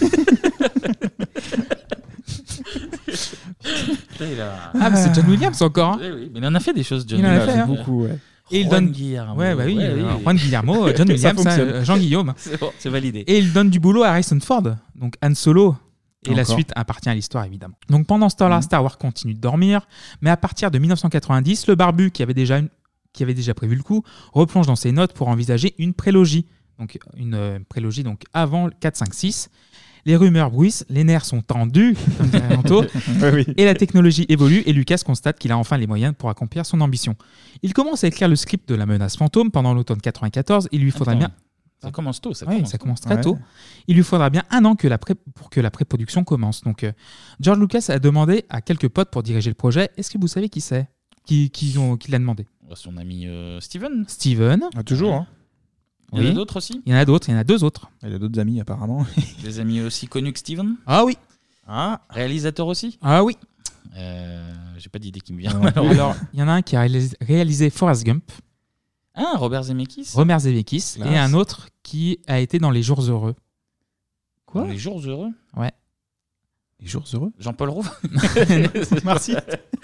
H: Ah, mais c'est John Williams encore. Hein.
A: Oui, mais il en a fait des choses, John
H: Il en a
A: Williams.
H: fait
G: beaucoup, ouais.
H: Et il
A: Juan
H: donne
A: Guillermo.
H: Ouais, bah oui,
A: Ouais, oui.
H: Juan Guillermo, John Williams, Jean Guillaume.
A: C'est bon, c'est validé.
H: Et il donne du boulot à Harrison Ford, donc Han Solo. Et la
G: Encore.
H: suite appartient à l'histoire, évidemment. Donc pendant ce temps-là, Star Wars continue de dormir, mais à partir de 1990, le barbu, qui avait déjà prévu le coup, replonge dans ses notes pour envisager une prélogie. Donc une prélogie donc avant 4, 5, 6. Les rumeurs bruissent, les nerfs sont tendus, comme dirait Anto, et la technologie évolue et Lucas constate qu'il a enfin les moyens pour accomplir son ambition. Il commence à écrire le script de La Menace Fantôme pendant l'automne 94. Il lui faudra bien...
A: Ça commence tôt, ça
H: commence très tôt. Il lui faudra bien un an pour que la pré-production commence. Donc, George Lucas a demandé à quelques potes pour diriger le projet. Est-ce que vous savez qui c'est qui l'a demandé?
A: Son ami Steven.
H: Steven.
G: Ah, toujours, hein.
A: Il y en a
H: Oui.
A: d'autres aussi
H: Il y en a d'autres, il y en a 2 autres.
G: Il y a d'autres amis apparemment.
A: Des amis aussi connus que Steven.
H: Ah oui.
A: Réalisateur aussi.
H: Ah oui.
A: J'ai pas d'idée qui me vient.
H: Alors, il y en a un qui a réalisé Forrest Gump.
A: Ah, Robert Zemeckis.
H: Robert Zemeckis. Et un autre qui a été dans Les Jours Heureux.
A: Dans Les Jours Heureux.
H: Ouais.
G: Les Jours Heureux.
A: Jean-Paul Rouve.
H: Merci.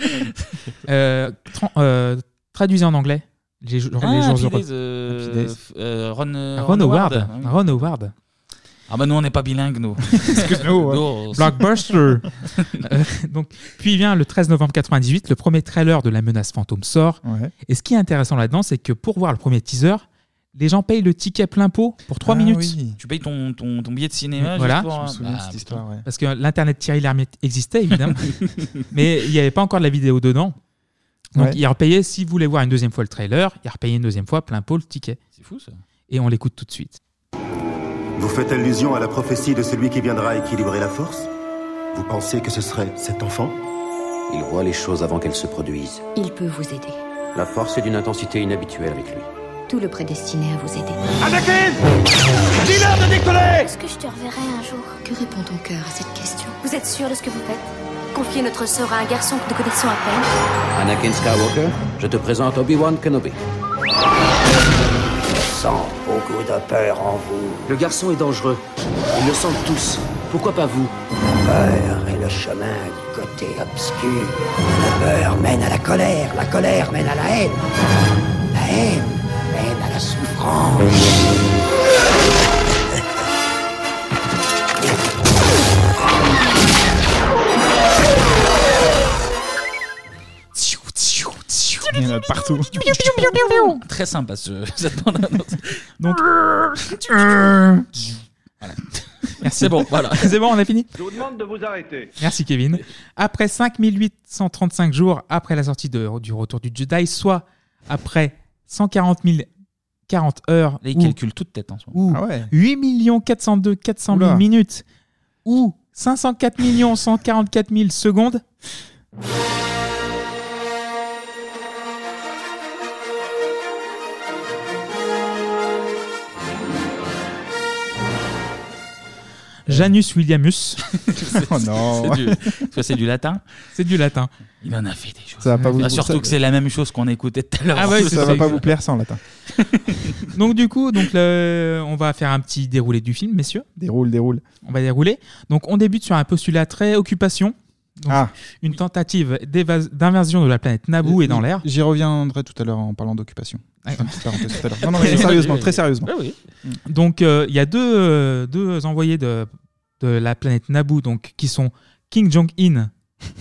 H: Traduisez en anglais. Les Jours Heureux. Ron Howard. Ron Howard.
A: Ah bah nous on n'est pas bilingues nous.
H: Excuse-nous.
A: Nous,
H: Blockbuster. Donc, puis vient le 13 novembre 98, le premier trailer de La Menace Fantôme sort.
G: Ouais.
H: Et ce qui est intéressant là-dedans, c'est que pour voir le premier teaser, les gens payent le ticket plein pot pour 3 minutes.
G: Oui.
A: Tu payes ton billet de cinéma.
H: Voilà.
A: juste pour-
G: Je me souviens de cette
A: putain.
G: histoire. Ouais.
H: Parce que l'internet Thierry Lhermitte existait évidemment, mais il n'y avait pas encore de la vidéo dedans. Donc
G: Ouais.
H: il a repayé, si vous voulez voir une deuxième fois le trailer, il a repayé une deuxième fois plein pot le ticket.
A: C'est fou ça.
H: Et on l'écoute tout de suite.
M: Vous faites allusion à la prophétie de celui qui viendra équilibrer la force? Vous pensez que ce serait cet enfant?
N: Il voit les choses avant qu'elles se produisent.
O: Il peut vous aider.
N: La force est d'une intensité inhabituelle avec lui.
O: Tout le prédestiné à vous aider.
F: Anakin! Dis-leur de décoller!
O: Est-ce que je te reverrai un jour? Que répond ton cœur à cette question? Vous êtes sûr de ce que vous faites? Confier notre sœur à un garçon que nous connaissons à peine?
N: Anakin Skywalker, je te présente Obi-Wan Kenobi.
P: Je sens beaucoup de peur en vous.
N: Le garçon est dangereux. Ils le sentent tous. Pourquoi pas vous?
P: La peur est le chemin du côté obscur. La peur mène à la colère mène à la haine mène à la souffrance.
G: Il y en a partout.
A: Très sympa cette bande-annonce.
H: Donc,
A: Voilà.
H: Merci.
A: C'est bon, voilà.
H: C'est bon, on a fini.
B: Je vous demande de vous arrêter.
H: Merci Kevin. Après 5835 jours après la sortie du Retour du Jedi, soit après 140 040 heures,
A: Là, il calcule toute tête en ce moment.
H: ou
G: Ah ouais.
H: 8 402 400 000
G: Oula.
H: minutes, ou 504 144 000 secondes. Janus Williamus.
G: Oh non.
A: C'est du latin.
H: C'est du latin.
A: Il en a fait des choses.
G: Ça va pas vous-
A: Bah, surtout
G: ça-
A: que c'est la même chose qu'on écoutait tout à l'heure.
H: Ah ouais,
G: Ça va pas vous plaire ça en latin.
H: Donc du coup, on va faire un petit déroulé du film, messieurs.
G: Déroule.
H: On va dérouler. Donc on débute sur un postulat très occupation. Donc, une tentative d'invasion de la planète Naboo est dans l'air.
G: J'y reviendrai tout à l'heure en parlant d'occupation.
H: Ouais.
G: Une petite parenthèse tout à l'heure. Non, mais sérieusement, très sérieusement.
H: Donc il y a deux envoyés de la planète Naboo, donc qui sont King Jong-un,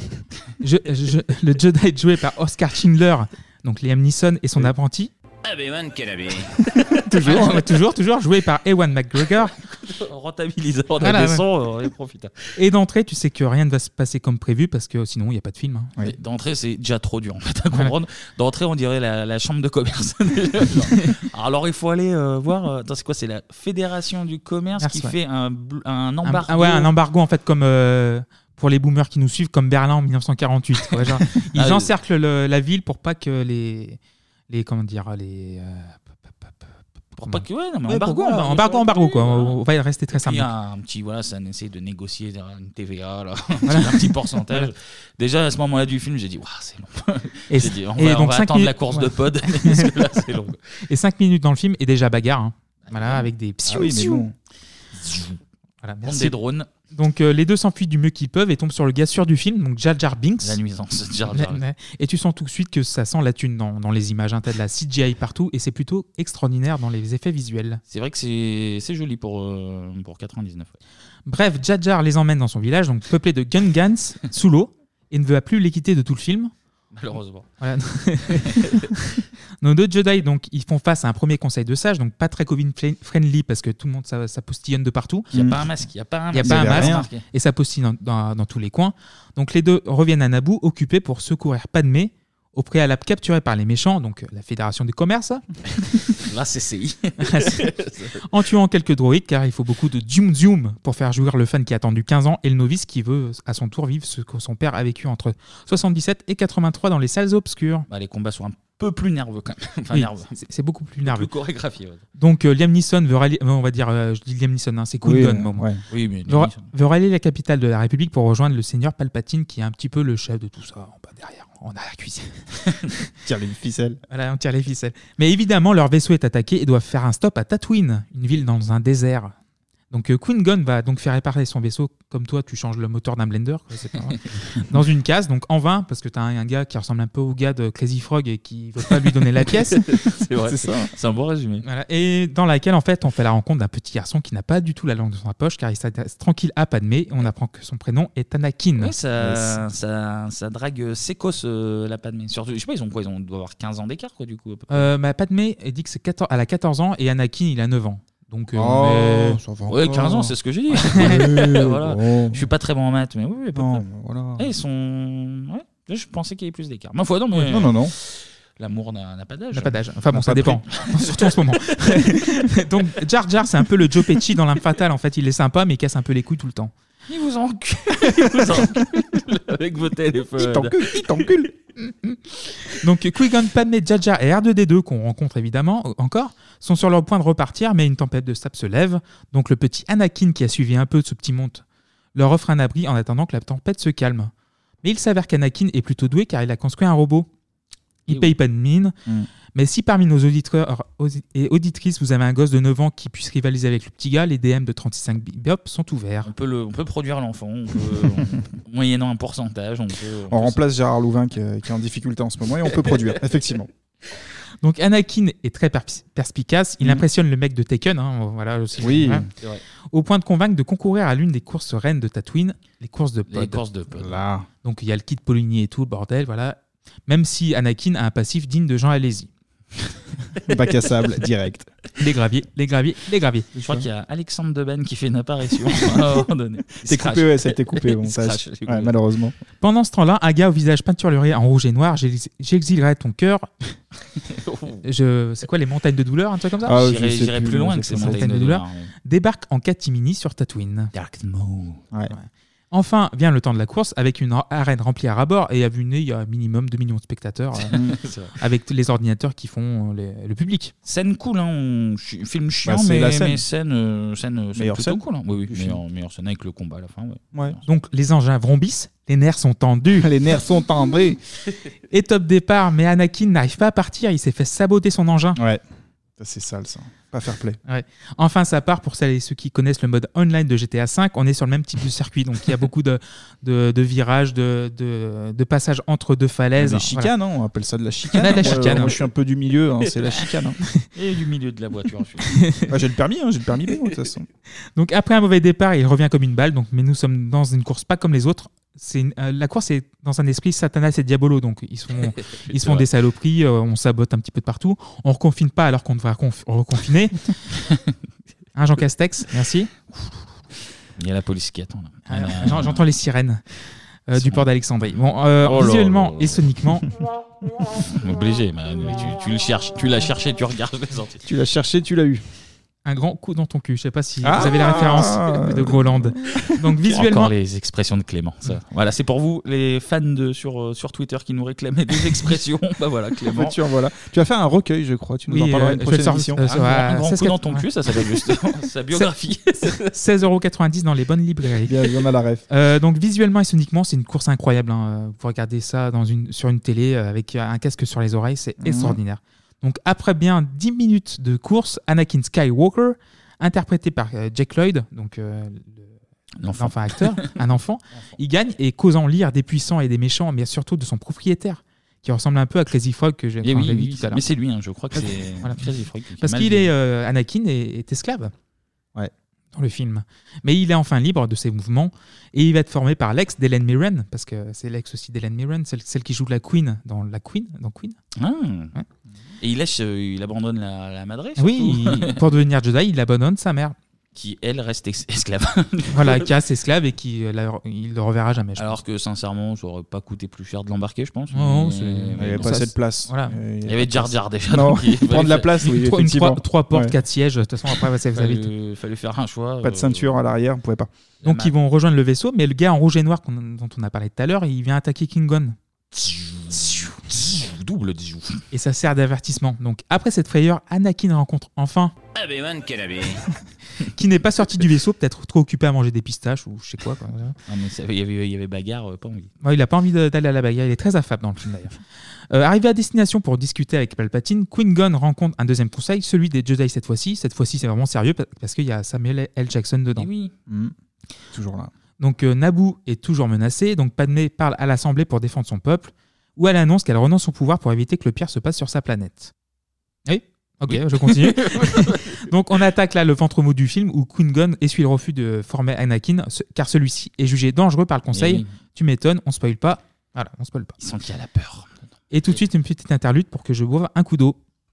H: le Jedi joué par Oscar Schindler, donc Liam Neeson et son apprenti.
E: Obi-Wan Kenobi.
H: toujours joué par Ewan McGregor.
A: Rentabilisant, on a
H: Voilà,
A: des
H: ouais.
A: sons, on les profite.
H: Et d'entrée, tu sais que rien ne va se passer comme prévu parce que sinon il n'y a pas de film. hein.
A: Et d'entrée, c'est déjà trop dur en fait à comprendre. D'entrée, on dirait la chambre de commerce. Alors, il faut aller voir. Attends, c'est quoi? C'est la Fédération du commerce qui
H: Ouais.
A: fait un embargo.
H: Un embargo en fait comme pour les boomers qui nous suivent, comme Berlin en 1948. quoi. Genre, ils
A: Ah,
H: encerclent la ville pour pas que les comment dire les
A: Pour pas que, ouais, non, mais
H: Ouais,
A: embargo,
H: pour- embargo, quoi. On va y rester très simple.
A: Il y a un petit, voilà, ça essaie de négocier une TVA, là,
H: Voilà.
A: un petit pourcentage.
H: Voilà.
A: Déjà, à ce moment-là du film, j'ai dit, waouh, c'est long.
H: Et
A: J'ai dit, on
H: et
A: va,
H: donc
A: on va
H: 5
A: attendre
H: minutes-
A: la course de
H: ouais.
A: pod, parce que là, c'est long.
H: Et 5 minutes dans le film et déjà bagarre. hein. Voilà, avec des
A: Ah oui, mais bon.
H: Voilà,
A: Contre
H: merci.
A: des drones.
H: Donc les deux s'enfuient du mieux qu'ils peuvent et tombent sur le gars sûr du film, donc Jar Jar Binks.
A: La nuisance, Jar Jar.
H: Ouais. Et tu sens tout de suite que ça sent la thune dans les images. Hein. T'as de la CGI partout et c'est plutôt extraordinaire dans les effets visuels.
A: C'est vrai que c'est joli pour 99. Ouais.
H: Bref, Jar Jar les emmène dans son village, donc peuplé de Gungans sous l'eau, et ne veut plus les quitter de tout le film.
A: Malheureusement.
H: Voilà. Nos deux Jedi, donc, ils font face à un premier conseil de sage, donc pas très Covid-friendly parce que tout le monde ça postillonne de partout.
A: Il n'y a pas un masque. Il n'y a pas un masque.
H: masque et ça postille dans tous les coins. Donc les deux reviennent à Naboo, occupés pour secourir Padmé, au préalable capturé par les méchants, donc la Fédération du Commerce.
A: Là, c'est CI.
H: En tuant quelques droïdes, car il faut beaucoup de zoom pour faire jouir le fan qui a attendu 15 ans et le novice qui veut à son tour vivre ce que son père a vécu entre 77 et 83 dans les salles obscures.
A: Bah, les combats sont un peu plus nerveux quand même. Enfin,
H: Oui,
A: nerveux.
H: c'est beaucoup plus nerveux.
A: Plus chorégraphié. Ouais.
H: Donc Liam Neeson veut rallier, on va dire, je dis Liam Neeson, hein, c'est Qui-Gon.
G: Oui,
H: Bon.
G: ouais.
A: Oui, mais
H: veut rallier la capitale de la République pour rejoindre le seigneur Palpatine, qui est un petit peu le chef de tout ça, en bas derrière, en arrière-cuisine.
G: Tire les ficelles.
H: Voilà, on tire les ficelles. Mais évidemment, leur vaisseau est attaqué et doivent faire un stop à Tatooine, une ville dans un désert. Donc Qui-Gon va donc faire réparer son vaisseau, comme toi tu changes le moteur d'un blender, quoi, c'est pas grave, dans une case, donc en vain, parce que tu as un gars qui ressemble un peu au gars de Crazy Frog et qui veut pas lui donner la pièce.
A: C'est vrai, c'est ça. C'est un bon résumé.
H: Voilà. Et dans laquelle en fait on fait la rencontre d'un petit garçon qui n'a pas du tout la langue dans sa poche, car il s'adresse tranquille à Padmé, et on apprend que son prénom est Anakin.
A: Oui, ça drague sécos la Padmé. Surtout, je sais pas, ils doivent avoir 15 ans d'écart, quoi, du coup.
H: Padmé, elle dit que elle a 14 ans et Anakin il a 9 ans. Donc,
G: ça va
A: ouais,
G: encore.
A: 15 ans, c'est ce que j'ai dit.
G: Ouais,
A: voilà.
G: bon.
A: Je suis pas très bon en maths, mais oui, à peu
G: Non,
A: près.
G: voilà.
A: Et ils sont. Ouais, là, je pensais qu'il y avait plus d'écart. Ma foi, non, mais.
G: Non.
A: L'amour n'a pas d'âge.
H: N'a pas d'âge. Enfin bon,
A: N'a
H: ça
A: pas
H: dépend. Surtout en ce moment. Donc Jar Jar, c'est un peu le Joe Pesci dans L'Arme Fatale. En fait, il est sympa, mais il casse un peu les couilles tout le temps.
A: Il vous encule. Il vous encule avec vos téléphones.
G: Il t'encule.
H: Donc Qui-Gon, Padmé, Jar Jar et R2D2, qu'on rencontre évidemment encore, sont sur leur point de repartir, mais une tempête de sable se lève. Donc le petit Anakin, qui a suivi un peu ce petit monte, leur offre un abri en attendant que la tempête se calme. Mais il s'avère qu'Anakin est plutôt doué car il a construit un robot. Il paye pas de mine. Mais si parmi nos auditeurs et auditrices, vous avez un gosse de 9 ans qui puisse rivaliser avec le petit gars, les DM de 35 bip sont ouverts.
A: On peut produire l'enfant, moyennant un pourcentage.
G: On remplace Gérard Louvain qui est en difficulté en ce moment et on peut produire, effectivement.
H: Donc Anakin est très perspicace, il impressionne le mec de Taken, hein, voilà, aussi,
G: Oui,
H: hein,
G: c'est vrai.
H: au point de convaincre de concourir à l'une des courses reines de Tatooine, les courses de pod.
A: Les courses de pod.
G: Là.
H: Donc il y a le kit Poligny et tout, le bordel, voilà. Même si Anakin a un passif digne de Jean Alési.
G: Bac à sable, direct.
H: Les graviers.
A: Je crois qu'il y a Alexandre Debennes qui fait une apparition à un moment donné.
G: C'est coupé, ouais, ça a été coupé au montage. Ouais, malheureusement.
H: Pendant ce temps-là, un gars au visage peinturluré en rouge et noir, j'exilerai ton cœur. C'est quoi, les montagnes de douleur, un truc comme ça?
A: J'irai plus loin que ces montagnes de douleur.
H: Débarque en catimini sur Tatooine.
A: Dark Maul.
G: Ouais.
H: Enfin vient le temps de la course avec une arène remplie à ras-bord et à vue nez, il y a un minimum 2 millions de spectateurs avec les ordinateurs qui font le public.
A: Scène cool, hein. Film chiant,
G: Bah,
A: mais,
G: la scène.
A: mais scène
G: Meilleure
A: plutôt
G: scène.
A: cool. Hein. Oui, meilleure scène avec le combat à la fin.
G: Ouais.
H: Donc les engins vrombissent, les nerfs sont tendus.
G: Les nerfs sont tendus.
H: Et top départ, mais Anakin n'arrive pas à partir, il s'est fait saboter son engin.
G: Ouais, ça, c'est sale ça. Pas fair play.
H: Ouais. Enfin, ça part pour celles et ceux qui connaissent le mode online de GTA V. On est sur le même type de circuit, donc il y a beaucoup de virages, de passages entre deux falaises.
G: Des chicanes, hein, on appelle ça de la chicane.
H: Ouais, de la chicane.
G: Moi, je suis un peu du milieu, hein, c'est la chicane. Hein.
A: Et du milieu de la voiture.
G: J'ai le permis, B, moi, de toute façon.
H: Donc après un mauvais départ, il revient comme une balle. Donc, mais nous sommes dans une course pas comme les autres. La course est dans un esprit Satanas et Diabolo, donc ils se font des saloperies, on sabote un petit peu de partout, on reconfine pas alors qu'on devrait reconfiner. Jean Castex, merci.
A: Il y a la police qui attend. Là.
H: J'entends les sirènes du port d'Alexandrie. Bon, visuellement et soniquement.
A: Obligé, tu le cherches, tu l'as cherché, tu regardes les sorties.
G: Tu l'as cherché, tu l'as eu.
H: Un grand coup dans ton cul. Je sais pas si vous avez la référence de Groland. Donc visuellement,
A: encore les expressions de Clément. Ça. Voilà, c'est pour vous les fans sur Twitter qui nous réclamaient des expressions. Bah voilà, Clément.
G: Voilà. Tu vas faire un recueil, je crois. Tu nous en parleras une prochaine émission.
A: Un grand coup dans ton cul, ça s'appelle justement sa biographie.
H: 16,90 € dans les bonnes librairies.
G: Bien, on a la ref.
H: Donc visuellement et soniquement, c'est une course incroyable. Hein. Vous regardez ça sur une télé avec un casque sur les oreilles, c'est extraordinaire. Donc après bien 10 minutes de course, Anakin Skywalker, interprété par Jake Lloyd, donc l'enfant acteur, un enfant, il gagne et causant l'ire des puissants et des méchants, mais surtout de son propriétaire, qui ressemble un peu à Crazy Frog que j'ai vu tout à l'heure.
A: Mais c'est lui, hein, je crois que c'est Crazy Frog.
H: Parce qu'il est Anakin est esclave.
G: Ouais.
H: Dans le film. Mais il est enfin libre de ses mouvements et il va être formé par l'ex d'Helen Mirren, parce que c'est l'ex aussi d'Helen Mirren, celle qui joue la Queen dans Queen.
A: Ah. Ouais. Et il abandonne la madré.
H: Oui, pour devenir Jedi, il abandonne sa mère.
A: Qui, elle, reste esclave.
H: Voilà, qui reste esclave et qui il le reverra jamais.
A: Alors que, sincèrement, ça aurait pas coûté plus cher de l'embarquer, je pense.
H: Non,
G: il n'y avait pas assez de place.
H: Voilà.
A: Il y avait Jar Jar déjà.
G: Non,
A: donc
G: prendre la place, oui, effectivement.
H: 3 portes, 4 sièges. De toute façon, après, ça va vite.
A: Il fallait faire un choix.
G: Pas de ceinture à l'arrière, on pouvait pas.
H: Donc, ils vont rejoindre le vaisseau, mais le gars en rouge et noir dont on a parlé tout à l'heure, il vient attaquer Qui-Gon.
A: double Dijou.
H: Et ça sert d'avertissement. Donc après cette frayeur, Anakin rencontre enfin
E: Obi-Wan Kenobi.
H: qui n'est pas sorti du vaisseau, peut-être trop occupé à manger des pistaches ou je sais quoi.
A: Ah, mais il y avait bagarre, pas envie.
H: Ouais, il n'a pas envie d'aller à la bagarre, il est très affable dans le film d'ailleurs. Arrivé à destination pour discuter avec Palpatine, Qui-Gon rencontre un deuxième conseil, celui des Jedi cette fois-ci. Cette fois-ci, c'est vraiment sérieux parce qu'il y a Samuel L. Jackson dedans.
A: Et oui.
G: Toujours là.
H: Donc Naboo est toujours menacé, donc Padmé parle à l'Assemblée pour défendre son peuple, où elle annonce qu'elle renonce son pouvoir pour éviter que le pire se passe sur sa planète. Oui. Ok,
A: Oui.
H: je continue. Donc on attaque là le ventre mou du film où Qui-Gon essuie le refus de former Anakin car celui-ci est jugé dangereux par le conseil.
A: oui.
H: Tu m'étonnes, on spoil pas. Voilà, on spoil pas.
A: Il sent qu'il y a la peur.
H: Et tout de suite une petite interlude pour que je boive un coup d'eau.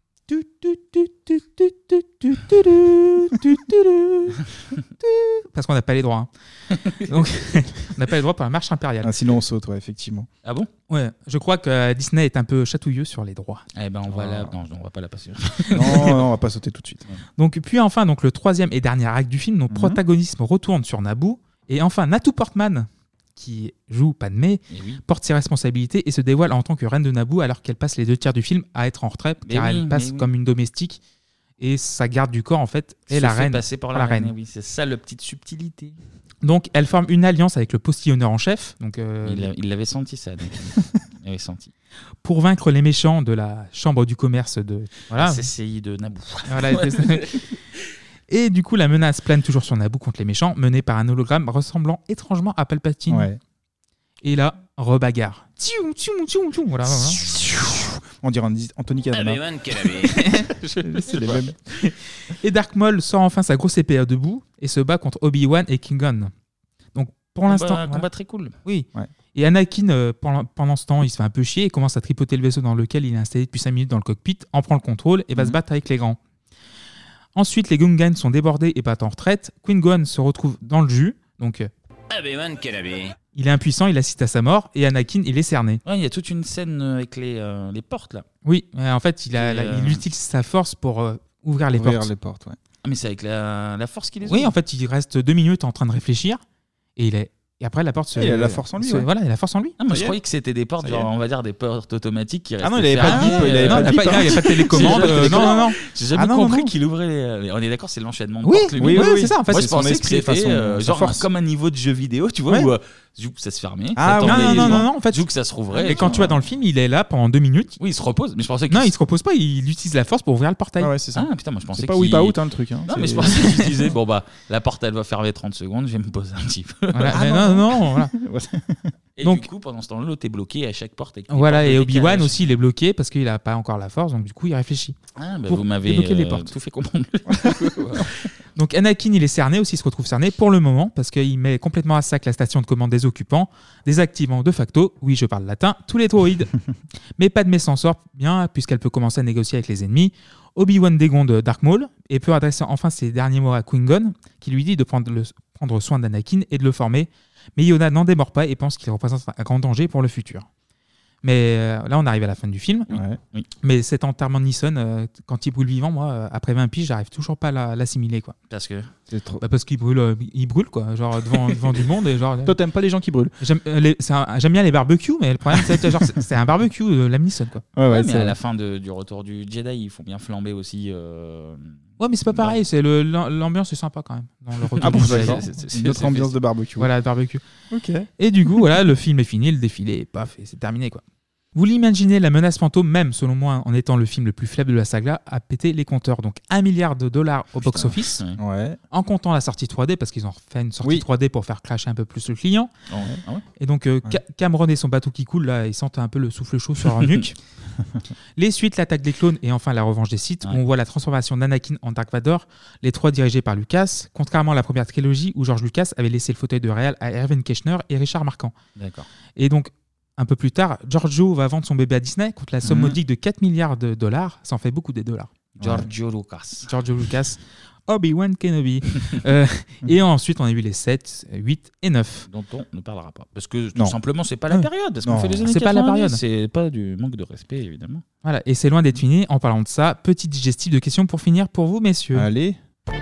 H: Parce qu'on n'a pas les droits. Hein. Donc on n'a pas les droits pour la marche impériale.
G: Ah, sinon on saute, ouais, effectivement.
A: Ah bon?
H: Ouais, je crois que Disney est un peu chatouilleux sur les droits.
A: Eh ben on va non, on va pas la passer.
G: non, on va pas sauter tout de suite.
H: Donc puis enfin donc le troisième et dernier acte du film, notre protagonisme retourne sur Naboo et enfin Natu Portman qui joue Padmé porte ses responsabilités et se dévoile en tant que reine de Naboo alors qu'elle passe les 2 tiers du film à être en retrait car elle passe comme une domestique et sa garde du corps en fait est la reine.
A: Passer par la reine. Oui, c'est ça la petite subtilité.
H: Donc elle forme une alliance avec le postillonneur en chef. Donc
A: il l'avait senti ça. Donc, il avait senti.
H: Pour vaincre les méchants de la chambre du commerce de
A: La CCI de Naboo.
H: Voilà. Et du coup, la menace plane toujours sur Naboo contre les méchants, menée par un hologramme ressemblant étrangement à Palpatine.
G: Ouais.
H: Et là, rebagarre. Voilà.
G: On dirait Anthony Cavana.
E: Obi-Wan Kenobi.
G: C'est les mêmes.
H: Et Dark Maul sort enfin sa grosse épée à 2 bouts et se bat contre Obi-Wan et Qui-Gon. Donc pour l'instant,
A: Un combat très cool.
H: Oui. Ouais. Et Anakin, pendant ce temps, il se fait un peu chier et commence à tripoter le vaisseau dans lequel il est installé depuis 5 minutes dans le cockpit, en prend le contrôle et va se battre avec les grands. Ensuite, les Gungans sont débordés et partent en retraite. Qui-Gon se retrouve dans le jus. Donc,
E: Obi-Wan Kenobi.
H: il est impuissant, il assiste à sa mort. Et Anakin, il est cerné.
A: Ouais, il y a toute une scène avec les portes là.
H: Oui, en fait, il utilise sa force pour ouvrir les portes.
G: les portes, ouais.
A: Ah, mais c'est avec la force qu'il les ouvre.
H: Oui, en fait, il reste 2 minutes en train de réfléchir. Et après, la porte se.
G: Il a la force en lui.
H: Voilà, il a la force en lui.
A: Ah, moi, je croyais que c'était des portes, genre, on va dire des portes automatiques qui restaient.
G: Ah non, il avait pas de bip. Il avait
H: pas de télécommande. Non.
A: J'ai jamais compris qu'il ouvrait les. On est d'accord, c'est l'enchaînement de
H: oui,
A: portes.
H: Oui, c'est ça. En fait,
A: moi, je pensais que c'était genre comme un niveau de jeu vidéo, tu vois, où ça se fermait.
H: Ah non, en fait,
A: que ça se rouvrait.
H: Et quand tu vas dans le film, il est là pendant 2 minutes.
A: Oui, il se repose. Mais je pensais
H: non, il se repose pas. Il utilise la force pour ouvrir le portail.
G: Ah ouais, c'est ça.
A: Ah putain, moi je pensais
G: c'est pas whip out le truc.
A: Non, mais je pensais qu'il disait bon bah la porte elle va fermer 30 secondes, je vais me poser un petit peu.
H: Non, voilà.
A: Et donc, du coup, pendant ce temps-là, l'autre est bloqué à chaque porte.
H: Voilà, et Obi-Wan aussi, il est bloqué parce qu'il n'a pas encore la force, donc du coup, il réfléchit.
A: Ah, bah vous m'avez tout fait comprendre.
H: Donc Anakin, il est cerné aussi, il se retrouve cerné pour le moment parce qu'il met complètement à sac la station de commande des occupants, désactivant de facto, oui, je parle latin, tous les droïdes. Mais Padmé s'en sort bien puisqu'elle peut commencer à négocier avec les ennemis. Obi-Wan dégonde Dark Maul et peut adresser enfin ses derniers mots à Qui-Gon, qui lui dit de prendre soin d'Anakin et de le former. Mais Yoda n'en démord pas et pense qu'il représente un grand danger pour le futur. Mais là, on arrive à la fin du film.
A: Oui.
H: Mais cet enterrement de Nissan, quand il brûle vivant, moi, après 20 piges, j'arrive toujours pas à l'assimiler. Quoi.
A: Parce que
H: parce qu'il brûle, quoi, genre devant du monde. Et genre,
G: toi, t'aimes pas les gens qui brûlent?
H: J'aime bien les barbecues, mais le problème, c'est un barbecue, la Nissan. Quoi.
A: Ouais, mais à la fin du retour du Jedi, ils font bien flamber aussi.
H: Ouais, mais c'est pas pareil. C'est l'ambiance est sympa quand même. Dans le retour
G: c'est une autre ambiance de barbecue.
H: Voilà, barbecue.
G: Ok.
H: Et du coup, voilà, le film est fini, le défilé est paf, et c'est terminé, quoi. Vous l'imaginez, La Menace Fantôme, même selon moi, en étant le film le plus faible de la saga, a pété les compteurs. Donc $1 milliard au box-office, en comptant la sortie 3D, parce qu'ils ont fait une sortie 3D pour faire clasher un peu plus le client. Et donc Cameron et son bateau qui coule, là, ils sentent un peu le souffle chaud sur leur nuque. Les suites, L'attaque des clones et enfin La revanche des Sith, où on voit la transformation d'Anakin en Dark Vador, les 3 dirigés par Lucas, contrairement à la première trilogie où George Lucas avait laissé le fauteuil de réal à Irvin Kershner et Richard Marquand.
A: D'accord.
H: Et donc, un peu plus tard, Giorgio va vendre son bébé à Disney contre la somme modique de $4 milliards. Ça en fait beaucoup des dollars.
A: Giorgio
H: Lucas. Obi-Wan Kenobi. Et ensuite, on a eu les 7, 8 et 9.
A: Dont on ne parlera pas. Parce que tout simplement, c'est pas la période. Parce qu'on fait les années 90.
H: C'est pas la période.
A: C'est pas du manque de respect, évidemment.
H: Voilà. Et c'est loin d'être fini. En parlant de ça, petit digestif de questions pour finir pour vous, messieurs.
G: Allez.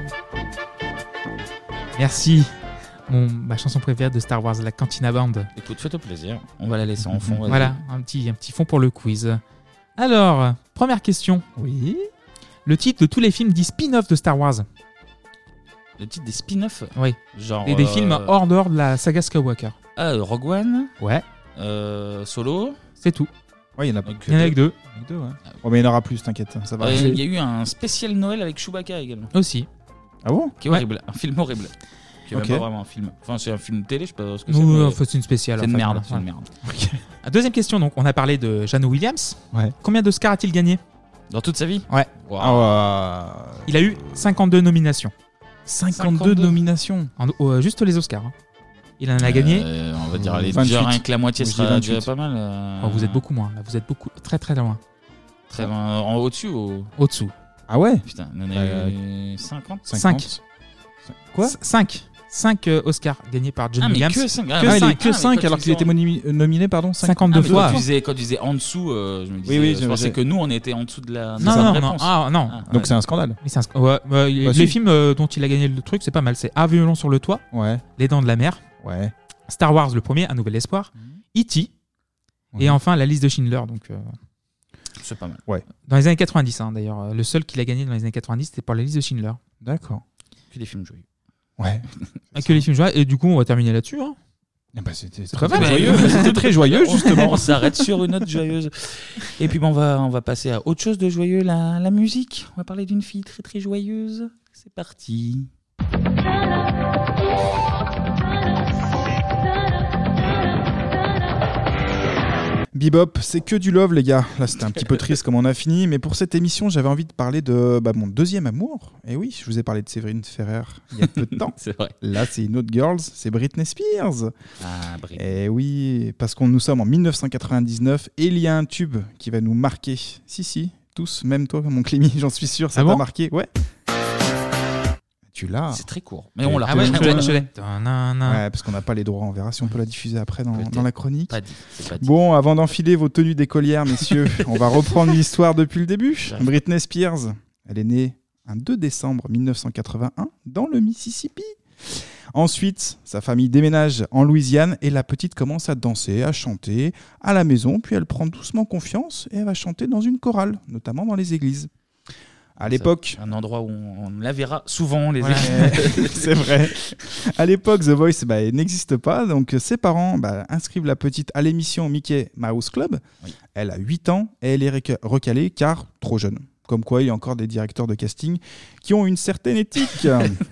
H: Merci. Ma chanson préférée de Star Wars, la Cantina Band.
A: Écoute, fais-toi plaisir. On va la laisser en fond.
H: Voilà, un petit fond pour le quiz. Alors, première question.
G: Oui.
H: Le titre de tous les films dits spin-off de Star Wars.
A: Le titre des spin-offs.
H: Oui.
A: Genre.
H: Et des films hors dehors de la saga Skywalker.
A: Ah, Rogue One.
H: Ouais.
A: Solo.
H: C'est tout.
G: Ouais, il y en a
H: Il y en a que deux.
G: Ouais. Oh, mais il y en aura plus, t'inquiète. Ça va.
A: Il y a eu un spécial Noël avec Chewbacca également.
H: Aussi.
G: Ah bon?
A: Qui est horrible. Un film horrible. Qui est
G: Ok.
A: même pas vraiment un film. Enfin, c'est un film télé, je sais pas ce que
H: Oui,
A: c'est. mais
H: enfin, c'est une spéciale.
A: C'est
H: en
A: une
H: fait.
A: merde.
H: Ouais.
A: C'est une merde.
H: Deuxième question, donc, on a parlé de Jano Williams.
G: Ouais.
H: Combien d'Oscars a-t-il gagné?
A: Dans toute sa vie?
H: Ouais. Il a eu 52 nominations.
G: 52 nominations.
H: Juste les Oscars. Hein. Il en a gagné.
A: On va dire, allez,
G: 28.
A: déjà rien que la moitié
G: Moi, je
A: sera
G: dis
A: déjà
G: 28.
A: pas mal.
H: Oh, vous êtes beaucoup moins. Là, vous êtes beaucoup, très très loin.
A: Très loin. En au-dessus ou
H: Au-dessous.
G: Ah ouais?
A: Putain, on en a eu 50.
H: 5.
G: Quoi?
H: 5 Oscars gagnés par John
A: Ah, mais
H: Williams.
A: que 5.
G: Que 5 alors qu'il était nominé, pardon,
H: 52 fois.
A: Quand tu disais en dessous, je me disais,
G: Oui,
A: je pensais que nous, on était en dessous de la réponse.
H: Non.
G: Donc c'est un scandale.
H: Oui, les
G: si.
H: films dont il a gagné le truc, c'est pas mal. C'est Un violon sur le toit,
G: Ouais.
H: Les Dents de la Mer,
G: Ouais.
H: Star Wars le premier, Un nouvel espoir, E.T. et enfin La liste de Schindler. Donc,
A: c'est pas mal.
G: Ouais.
H: Dans les années 90, hein, d'ailleurs. Le seul qu'il a gagné dans les années 90, c'était pour La liste de Schindler.
G: D'accord.
A: Que des films joyeux.
G: Ouais.
H: Que les films joyeux. Et du coup, on va terminer là-dessus. Hein.
G: C'était
H: pas
G: très
H: mal.
G: joyeux. C'était très joyeux, justement.
A: On s'arrête sur une note joyeuse. Et puis on va passer à autre chose de joyeux, la musique. On va parler d'une fille très très joyeuse. C'est parti.
G: Bebop, c'est que du love, les gars. Là, c'était un petit peu triste comme on a fini, mais pour cette émission, j'avais envie de parler de mon deuxième amour. Et oui, je vous ai parlé de Séverine Ferrer il y a peu de temps.
A: C'est vrai.
G: Là, c'est une autre girls, c'est Britney Spears.
A: Ah, Britney.
G: Et oui, parce qu'on nous sommes en 1999 et il y a un tube qui va nous marquer. Si, tous, même toi, mon Clémy, j'en suis sûr, ça
H: Ah
G: t'a
H: bon
G: marqué. Ouais. Tu l'as.
A: C'est très court. Mais on l'a.
H: Ah ouais, je l'ai.
G: Ouais, parce qu'on n'a pas les droits, on verra si on peut la diffuser après dans la chronique.
A: Pas dit, c'est pas dit.
G: Bon, avant d'enfiler vos tenues d'écolière, messieurs, on va reprendre l'histoire depuis le début. Britney Spears, elle est née un 2 décembre 1981 dans le Mississippi. Ensuite, sa famille déménage en Louisiane et la petite commence à danser, à chanter à la maison, puis elle prend doucement confiance et elle va chanter dans une chorale, notamment dans les églises. À l'époque,
A: un endroit où on la verra souvent, les
G: c'est vrai. À l'époque, The Voice n'existe pas, donc ses parents inscrivent la petite à l'émission Mickey Mouse Club. Oui. Elle a 8 ans et elle est recalée car trop jeune. Comme quoi, il y a encore des directeurs de casting qui ont une certaine éthique.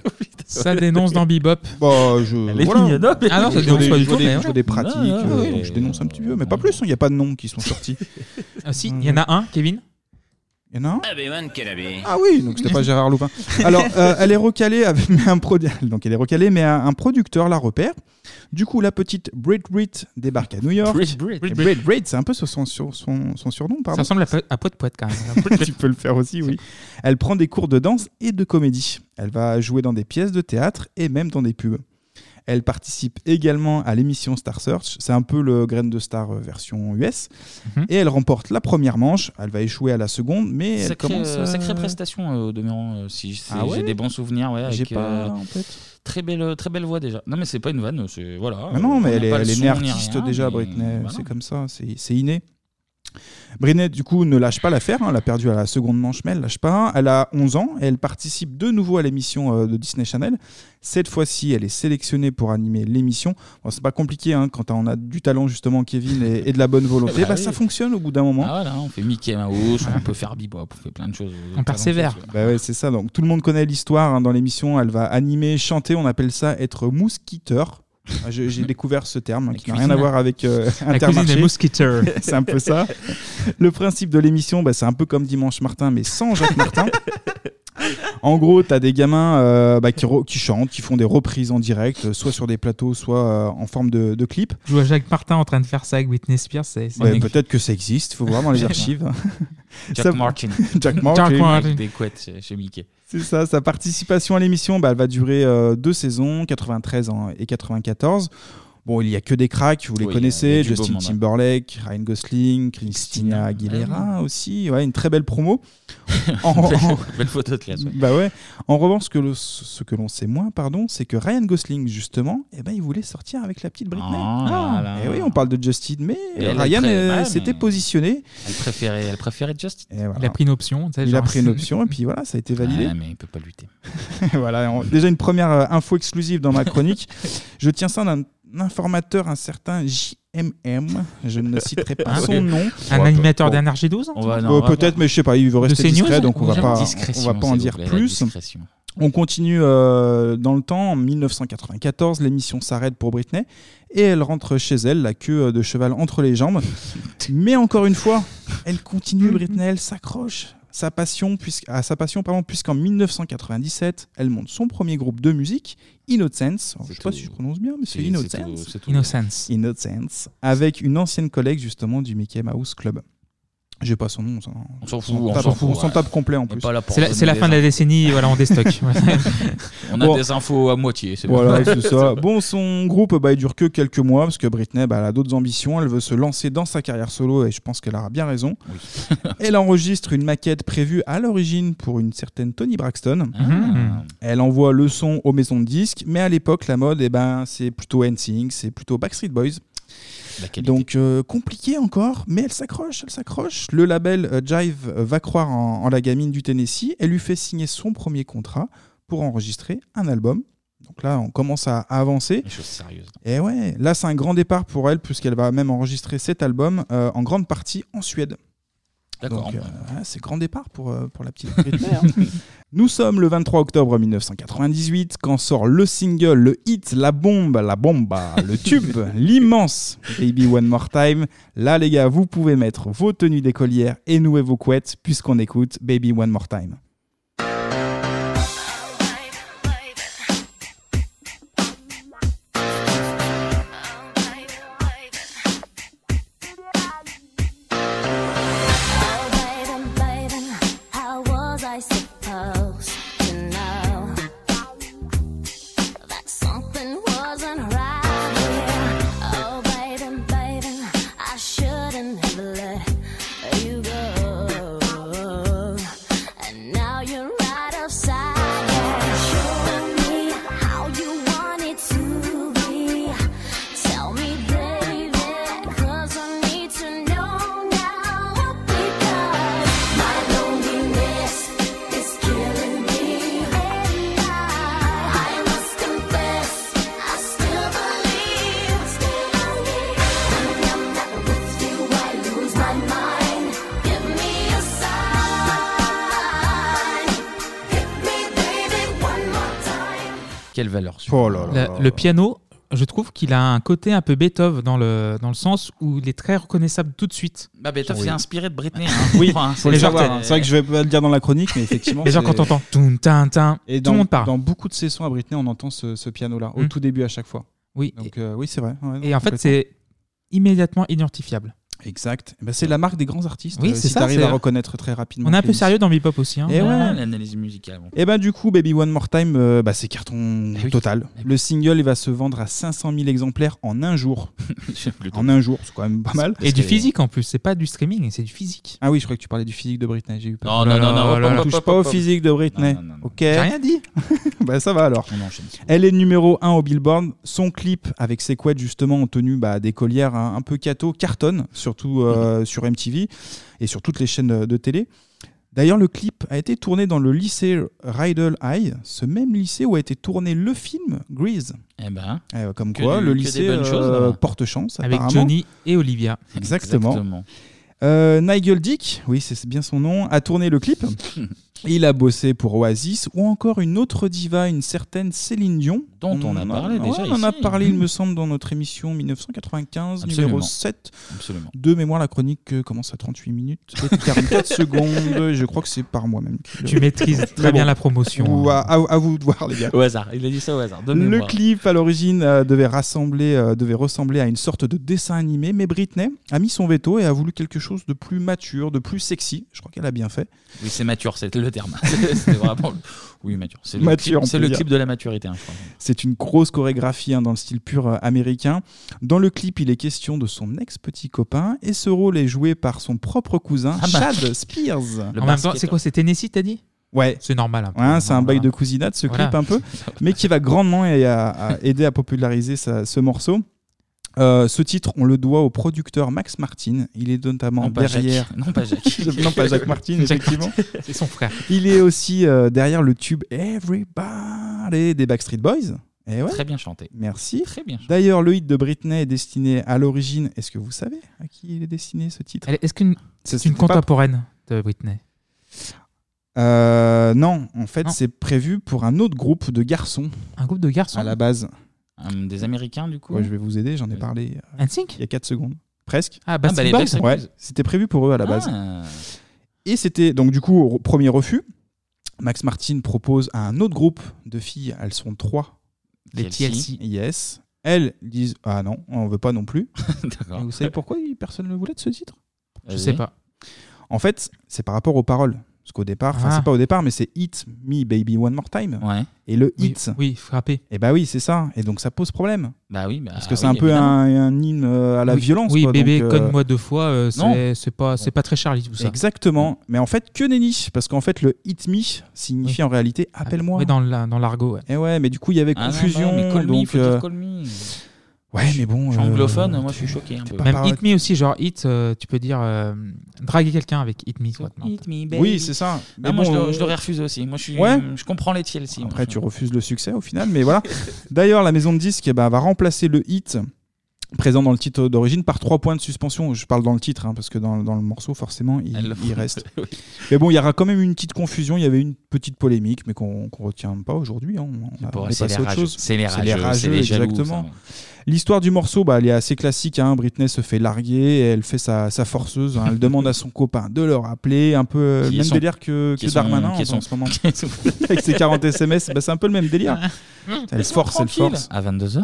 H: Ça dénonce dans Bebop.
G: Elle est mignonne.
H: Ah non, ça dénonce pas du tout.
G: Je vois des pratiques, je dénonce un petit peu, mais pas plus, il n'y a pas de noms qui sont sortis.
H: Ah si, il y en a un, Kevin.
G: Il y en a un?
E: Kelabi.
G: Ah oui, donc c'était pas Gérard Loupin. Alors, elle est recalée avec donc elle est recalée, mais un producteur la repère. Du coup, la petite Brit débarque à New York. Brit, c'est un peu son surnom, pardon.
H: Ça ressemble à Poète quand même.
G: Tu peux le faire aussi, oui. Elle prend des cours de danse et de comédie. Elle va jouer dans des pièces de théâtre et même dans des pubs. Elle participe également à l'émission Star Search. C'est un peu le Grain de Star version US. Et elle remporte la première manche. Elle va échouer à la seconde, mais elle commence...
A: Sacrée prestation au demeurant, si j'ai des bons souvenirs. Ouais,
G: j'ai
A: avec,
G: pas en tête.
A: Très belle voix déjà. Non mais c'est pas une vanne, c'est voilà.
G: Mais non, mais elle est née
A: rien,
G: artiste déjà,
A: mais
G: Britney.
A: voilà.
G: C'est comme ça, c'est inné. Britney, du coup, ne lâche pas l'affaire. Elle a perdu à la seconde manche, mais elle lâche pas. Elle a 11 ans et elle participe de nouveau à l'émission de Disney Channel. Cette fois-ci, elle est sélectionnée pour animer l'émission. Bon, c'est pas compliqué quand on a du talent, justement, Kevin, et de la bonne volonté. Ça fonctionne au bout d'un moment.
A: Ah voilà, on fait Mickey Mouse, on peut faire Bebop, on fait plein de choses.
H: On persévère.
G: Ouais, c'est ça. Donc, tout le monde connaît l'histoire. Dans l'émission, elle va animer, chanter. On appelle ça être mousquiteur. J'ai découvert ce terme qui n'a rien à voir avec Intermarché. C'est un peu ça. Le principe de l'émission, c'est un peu comme Dimanche Martin, mais sans Jacques Martin. En gros, tu as des gamins qui chantent, qui font des reprises en direct, soit sur des plateaux, soit en forme de clip.
H: Je vois Jacques Martin en train de faire ça avec Britney Spears.
G: Peut-être que ça existe, il faut voir dans les archives.
A: Jack Martin.
G: Jack Martin.
A: Avec des couettes chez Mickey.
G: C'est ça, sa participation à l'émission, elle va durer 2 saisons, 93 et 94. Bon, il y a que des cracks, vous les
A: Oui, il y
G: connaissez,
A: a du
G: Justin
A: beau monde, hein.
G: Timberlake, Ryan Gosling, Christina Aguilera aussi, ouais, une très belle promo.
A: Belle photo de classe. Ouais.
G: Bah ouais. En revanche, ce que l'on sait moins, c'est que Ryan Gosling, justement, il voulait sortir avec la petite Britney. Et oui, on parle de Justin, mais Ryan s'était positionné.
A: Elle préférait Justin.
G: Voilà.
H: Il a pris une option.
G: Il a pris une option, et puis voilà, ça a été validé.
A: Ouais, mais il peut pas lutter.
G: Voilà, déjà une première info exclusive dans ma chronique. Je tiens ça d'un informateur, un certain JMM, je ne citerai pas son nom.
H: Un animateur d'Énergie 12
G: peut-être, mais je sais pas, il veut rester discret, donc on va pas en dire plus. On continue dans le temps. En 1994, l'émission s'arrête pour Britney et elle rentre chez elle, la queue de cheval entre les jambes. Mais encore une fois, elle continue, Britney, elle s'accroche à sa passion, puisqu'en 1997, elle monte son premier groupe de musique, Innocence. Je ne sais pas si je prononce bien, mais c'est Innocence. Innocence, avec une ancienne collègue justement du Mickey Mouse Club. J'ai pas son nom,
A: on s'en fout.
G: On s'en tape complet en plus.
H: C'est la fin de la décennie, voilà, on déstocke.
A: On a des infos à moitié.
G: Voilà, c'est ça. Bon, son groupe, il dure que quelques mois parce que Britney, elle a d'autres ambitions. Elle veut se lancer dans sa carrière solo et je pense qu'elle aura bien raison. Oui. Elle enregistre une maquette prévue à l'origine pour une certaine Toni Braxton. Elle envoie le son aux maisons de disques, mais à l'époque, la mode, c'est plutôt NSYNC, c'est plutôt Backstreet Boys. Donc compliqué encore, mais elle s'accroche. Le label Jive va croire en la gamine du Tennessee et lui fait signer son premier contrat pour enregistrer un album. Donc là, on commence à avancer.
A: Des choses sérieuses.
G: Et ouais, là c'est un grand départ pour elle puisqu'elle va même enregistrer cet album en grande partie en Suède.
A: D'accord.
G: Donc, c'est grand départ pour la petite Britney. Nous sommes le 23 octobre 1998 quand sort le single, le hit, la bomba, le tube, l'immense Baby One More Time. Là, les gars, vous pouvez mettre vos tenues d'écolière et nouer vos couettes puisqu'on écoute Baby One More Time.
A: Quelle valeur.
H: Le piano, je trouve qu'il a un côté un peu Beethoven dans le sens où il est très reconnaissable tout de suite.
A: Beethoven, c'est inspiré de Britney.
G: Oui, faut le savoir. C'est vrai que je vais pas le dire dans la chronique, mais effectivement.
H: Les gens, quand on entend tout le monde part.
G: Dans beaucoup de ses sons à Britney, on entend ce piano-là, au tout début à chaque fois.
H: Oui.
G: Donc, oui, c'est vrai. Ouais,
H: et en fait, c'est immédiatement identifiable.
G: Exact. C'est la marque des grands artistes.
H: Oui, c'est
G: si
H: ça.
G: Tu arrives à reconnaître très rapidement.
H: On est un peu sérieux dans Bebop aussi. Hein.
G: Et ouais.
A: L'analyse musicale.
G: Et du coup, Baby One More Time, c'est carton total. Le single, il va se vendre à 500 000 exemplaires en un jour. En un jour, c'est quand même pas mal.
H: Et du physique en plus, c'est pas du streaming, c'est du physique.
G: Ah oui, je croyais que tu parlais du physique de Britney. J'ai eu peur.
A: Non,
G: on touche pas au physique de Britney. Ok.
H: J'ai rien dit.
G: Ça va alors. Elle est numéro 1 au Billboard. Son clip avec ses couettes justement en tenue d'écolière un peu cato cartonne, surtout sur MTV et sur toutes les chaînes de télé. D'ailleurs, le clip a été tourné dans le lycée Rydell High, ce même lycée où a été tourné le film Grease. Comme quoi, le lycée porte chance.
H: Avec Johnny et Olivia.
G: Exactement. Nigel Dick, oui, c'est bien son nom, a tourné le clip. Il a bossé pour Oasis ou encore une autre diva, une certaine Céline Dion.
A: Dont on a parlé déjà
G: ici. On en a parlé, il me semble, dans notre émission 1995, numéro 7.
A: Absolument.
G: De mémoire, la chronique commence à 38 minutes et 44 secondes. Je crois que c'est par moi même.
H: Tu maîtrises très bien la promotion.
G: À vous de voir, les gars.
A: Au hasard, il a dit ça au hasard.
G: Le clip, à l'origine, devait ressembler à une sorte de dessin animé, mais Britney a mis son veto et a voulu quelque chose de plus mature, de plus sexy. Je crois qu'elle a bien fait.
A: Oui, c'est mature. le terme. C'était vraiment. Oui, mature. C'est
G: Mature,
A: le clip de la maturité, hein, je crois.
G: C'est une grosse chorégraphie dans le style pur américain. Dans le clip, il est question de son ex-petit copain et ce rôle est joué par son propre cousin, Chad Spears.
H: En même temps, c'est quoi, c'est Tennessee, t'as dit?
G: Ouais.
H: C'est normal. Un peu.
G: Ouais, c'est un bail de cousinade, ce clip un peu, mais qui va grandement aider à populariser ce morceau. Ce titre, on le doit au producteur Max Martin. Il est notamment derrière.
A: Non, pas Jacques.
G: Non, pas Jacques Martin, effectivement.
H: C'est son frère.
G: Il est aussi derrière le tube Everybody des Backstreet Boys. Et ouais.
A: Très bien chanté.
G: Merci.
A: Très bien chanté.
G: D'ailleurs, le hit de Britney est destiné à l'origine. Est-ce que vous savez à qui il est destiné ce titre?
H: Est-ce qu'une c'est une contemporaine de Britney?
G: Non, en fait, c'est prévu pour un autre groupe de garçons.
H: Un groupe de garçons
G: à la base.
A: Des Américains, du coup.
G: Ouais, je vais vous aider, j'en ai parlé il y a 4 secondes. Presque.
H: Ah, les Backstreet
G: ouais,
H: Boys.
G: c'était prévu pour eux à la base. Et c'était, donc du coup, premier refus. Max Martin propose à un autre groupe de filles, elles sont 3.
H: Les TLC.
G: Yes. Elles disent, ah non, on veut pas non plus.
A: D'accord.
G: Et vous savez pourquoi personne ne voulait de ce titre?
H: Je sais pas.
G: En fait, c'est par rapport aux paroles. Parce qu'au départ, enfin c'est pas au départ, mais c'est Hit Me Baby One More Time.
A: Ouais.
G: Et le hit.
H: Oui, frapper.
G: Et bah oui, c'est ça. Et donc ça pose problème.
A: Bah oui,
G: parce que c'est un peu un hymne à la violence.
H: Oui,
G: quoi,
H: bébé,
G: donc,
H: conne-moi 2 fois, c'est pas très Charlie tout ça.
G: Exactement. Mais en fait, que nenni. Parce qu'en fait, le Hit Me signifie en réalité appelle-moi.
H: Oui, dans l'argot. Ouais.
G: Et ouais, mais du coup, il y avait confusion.
A: Non, mais call me,
G: donc,
A: faut dire call me.
G: Ouais, mais bon.
A: Je suis anglophone, moi je suis choqué un peu.
H: Même hit me aussi, genre hit, tu peux dire draguer quelqu'un avec hit me.
A: Hit me, baby.
G: Oui, c'est ça.
A: Mais moi je l'aurais refusé aussi. Moi je comprends les TLC.
G: Après, tu refuses le succès au final, mais voilà. D'ailleurs, la maison de disques va remplacer le hit présent dans le titre d'origine par 3 points de suspension. Je parle dans le titre, parce que dans le morceau, forcément, il reste. Oui. Mais bon, il y aura quand même une petite confusion. Il y avait une petite polémique, mais qu'on ne retient pas aujourd'hui. On est passé à autre chose.
A: C'est les rageux,
G: exactement. L'histoire du morceau, elle est assez classique. Britney se fait larguer, et elle fait sa forceuse. Elle demande à son copain de le rappeler. Un peu le même délire que Darmanin en ce moment. Avec ses 40 SMS, c'est un peu le même délire. Elle se force,
A: À 22h.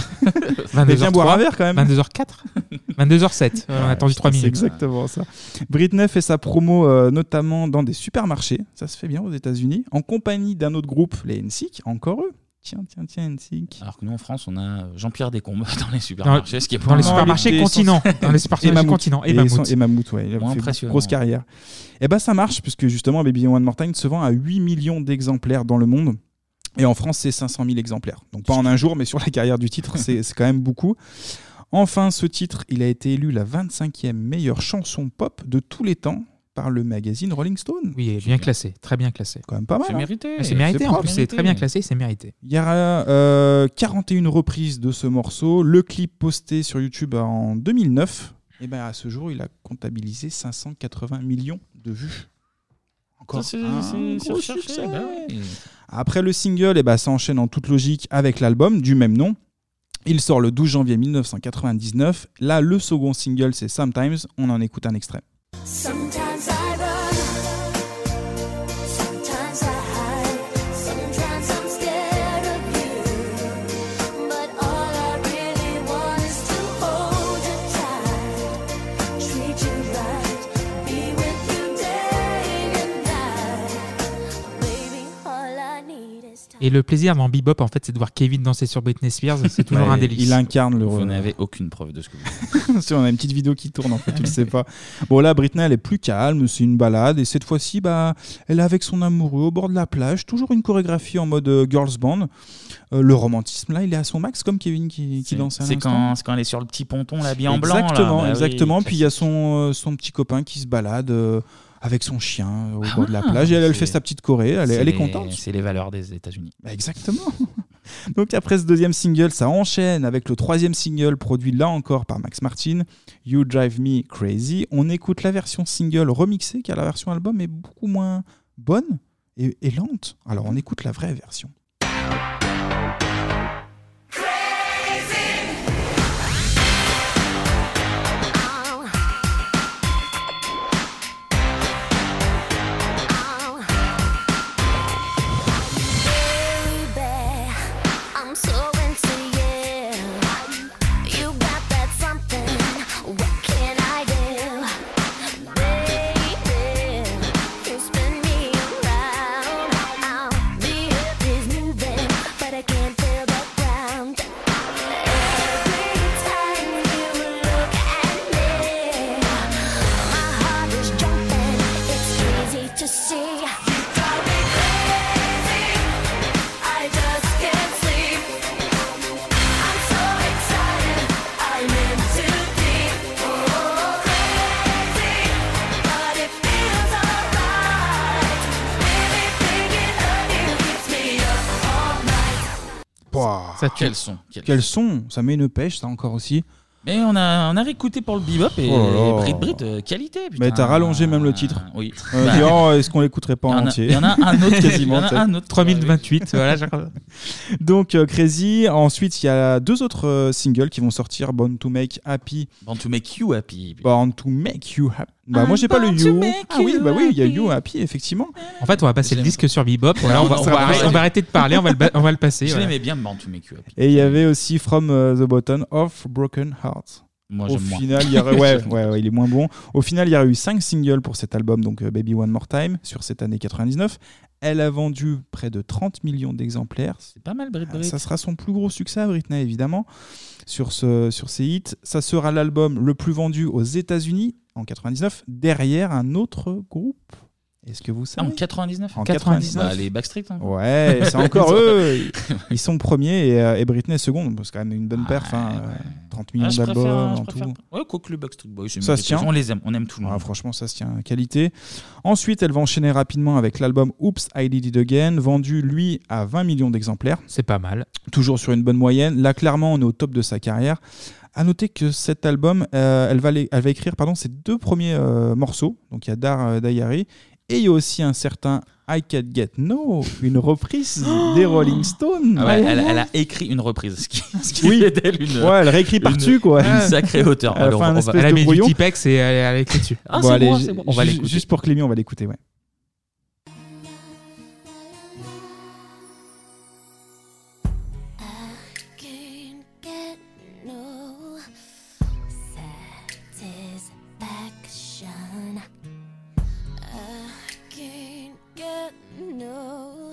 G: 22h viens boire un verre quand même.
H: 22h04 22h07. On a attendu 3 minutes.
G: C'est exactement ça. Britney fait sa promo notamment dans des supermarchés. Ça se fait bien aux États-Unis. En compagnie d'un autre groupe, les NSYNC, encore eux. Tiens, NSYNC.
A: Alors que nous en France, on a Jean-Pierre Descombes dans les supermarchés.
H: Dans les supermarchés continents. Dans les supermarchés continents. Et Mammouth.
G: Et Mammouth, ouais. Il a fait une grosse carrière. Et ça marche, puisque justement, Baby One More Time se vend à 8 millions d'exemplaires dans le monde. Et en France, c'est 500 000 exemplaires. Donc pas en un jour, mais sur la carrière du titre, c'est quand même beaucoup. Enfin, ce titre, il a été élu la 25e meilleure chanson pop de tous les temps par le magazine Rolling Stone.
H: Oui, bien classé, très bien classé.
G: Quand même pas mal.
A: C'est mérité.
H: C'est mérité, en plus, c'est très bien classé, c'est mérité.
G: Il y aura 41 reprises de ce morceau. Le clip posté sur YouTube en 2009, et à ce jour, il a comptabilisé 580 millions de vues. Encore
A: c'est
G: gros
A: recherché.
G: succès.
A: Oui.
G: Après le single, ça enchaîne en toute logique avec l'album du même nom. Il sort le 12 janvier 1999. Là, le second single, c'est Sometimes. On en écoute un extrait.
O: Sometimes I run, sometimes I hide, sometimes I'm scared of you. But all I really want is to hold you tight, treat you right, be with you day and night. Baby, all I need is time.
H: Et le plaisir dans Bebop, en fait, c'est de voir Kevin danser sur Britney Spears. C'est toujours un délice.
G: Il incarne le rôle.
A: Vous n'avez aucune preuve de ce que vous dites.
G: On a une petite vidéo qui tourne, en fait, tu le sais pas. Bon, là, Britney, elle est plus calme, c'est une balade. Et cette fois-ci, elle est avec son amoureux au bord de la plage. Toujours une chorégraphie en mode girls band. Le romantisme, là, il est à son max, comme Kevin qui danse à l'instant.
A: C'est quand elle est sur le petit ponton, là, bien en blanc.
G: Exactement. Puis il y a son petit copain qui se balade avec son chien au bord de la plage. Et elle fait sa petite choré. Elle est contente.
A: C'est les valeurs des États-Unis.
G: Exactement. Donc après ce deuxième single, ça enchaîne avec le troisième single produit là encore par Max Martin, You Drive Me Crazy. On écoute la version single remixée car la version album est beaucoup moins bonne et lente. Alors on écoute la vraie version.
O: Spin me around.
H: Ça tue.
A: Quel
G: son. Ça met une pêche, ça encore aussi.
A: Mais on a réécouté pour le bebop et
G: Oh là là.
A: Brit, qualité. Putain.
G: Mais t'as rallongé même le titre.
A: Oui.
G: On a dit, oh, est-ce qu'on l'écouterait pas en entier
A: Il y en a un autre
G: quasiment.
A: Il y en a un autre.
H: 3028, voilà.
G: Donc Crazy. Ensuite, il y a 2 autres singles qui vont sortir. Born to Make Happy.
A: Born to Make You Happy.
G: Born to Make You Happy. Bah, moi, j'ai pas le You. Ah oui, bah oui, il y a You Happy, effectivement.
H: En fait, on va passer le disque sur Bebop. Voilà, on va arrêter de parler, on va le passer.
A: Je
H: voilà.
A: l'aimais bien, Born to Make You Happy.
G: Et il y avait aussi From the Bottom of Broken Hearts.
A: Moi,
G: Au
A: j'aime moins.
G: final, il y aurait, ouais, il est moins bon. Au final, il y a eu 5 singles pour cet album, donc Baby One More Time, sur cette année 99. Elle a vendu près de 30 millions d'exemplaires.
A: C'est pas mal, Brit.
G: Ça sera son plus gros succès à Britney, évidemment, sur ses hits. Ça sera l'album le plus vendu aux États-Unis en 99, derrière un autre groupe. Est-ce que vous savez
A: En 99
G: En 99.
A: Bah, les Backstreet. Hein.
G: Ouais, c'est encore eux. Ils sont premiers et Britney seconde. C'est quand même une bonne perf. 30 millions d'albums en tout.
A: Ouais, quoique le Backstreet Boys.
G: Ça se tient.
A: On les aime, on aime tout le monde.
G: Franchement, ça se tient. Qualité. Ensuite, elle va enchaîner rapidement avec l'album Oops, I Did It Again, vendu lui à 20 millions d'exemplaires.
H: C'est pas mal.
G: Toujours sur une bonne moyenne. Là, clairement, on est au top de sa carrière. À noter que cet album, elle va écrire ses 2 premiers morceaux. Donc il y a Dar Diary. Et il y a aussi un certain I Can't Get No, une reprise des Rolling Stones.
A: Ah ouais, elle a écrit une reprise, ce qui fait d'elle une.
G: Ouais, elle réécrit par-dessus, quoi.
A: Une sacrée hauteur.
G: Elle
H: a mis du Tipex et elle a écrit dessus.
A: Ah,
G: bon,
A: c'est bon, c'est bon.
G: On va l'écouter. Juste pour Clémy, on va l'écouter, ouais.
O: No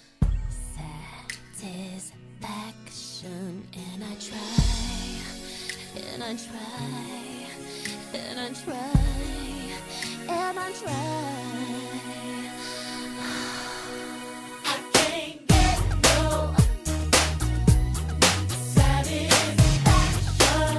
O: satisfaction, and I try, and I try, and I try, and I try. I can't get no satisfaction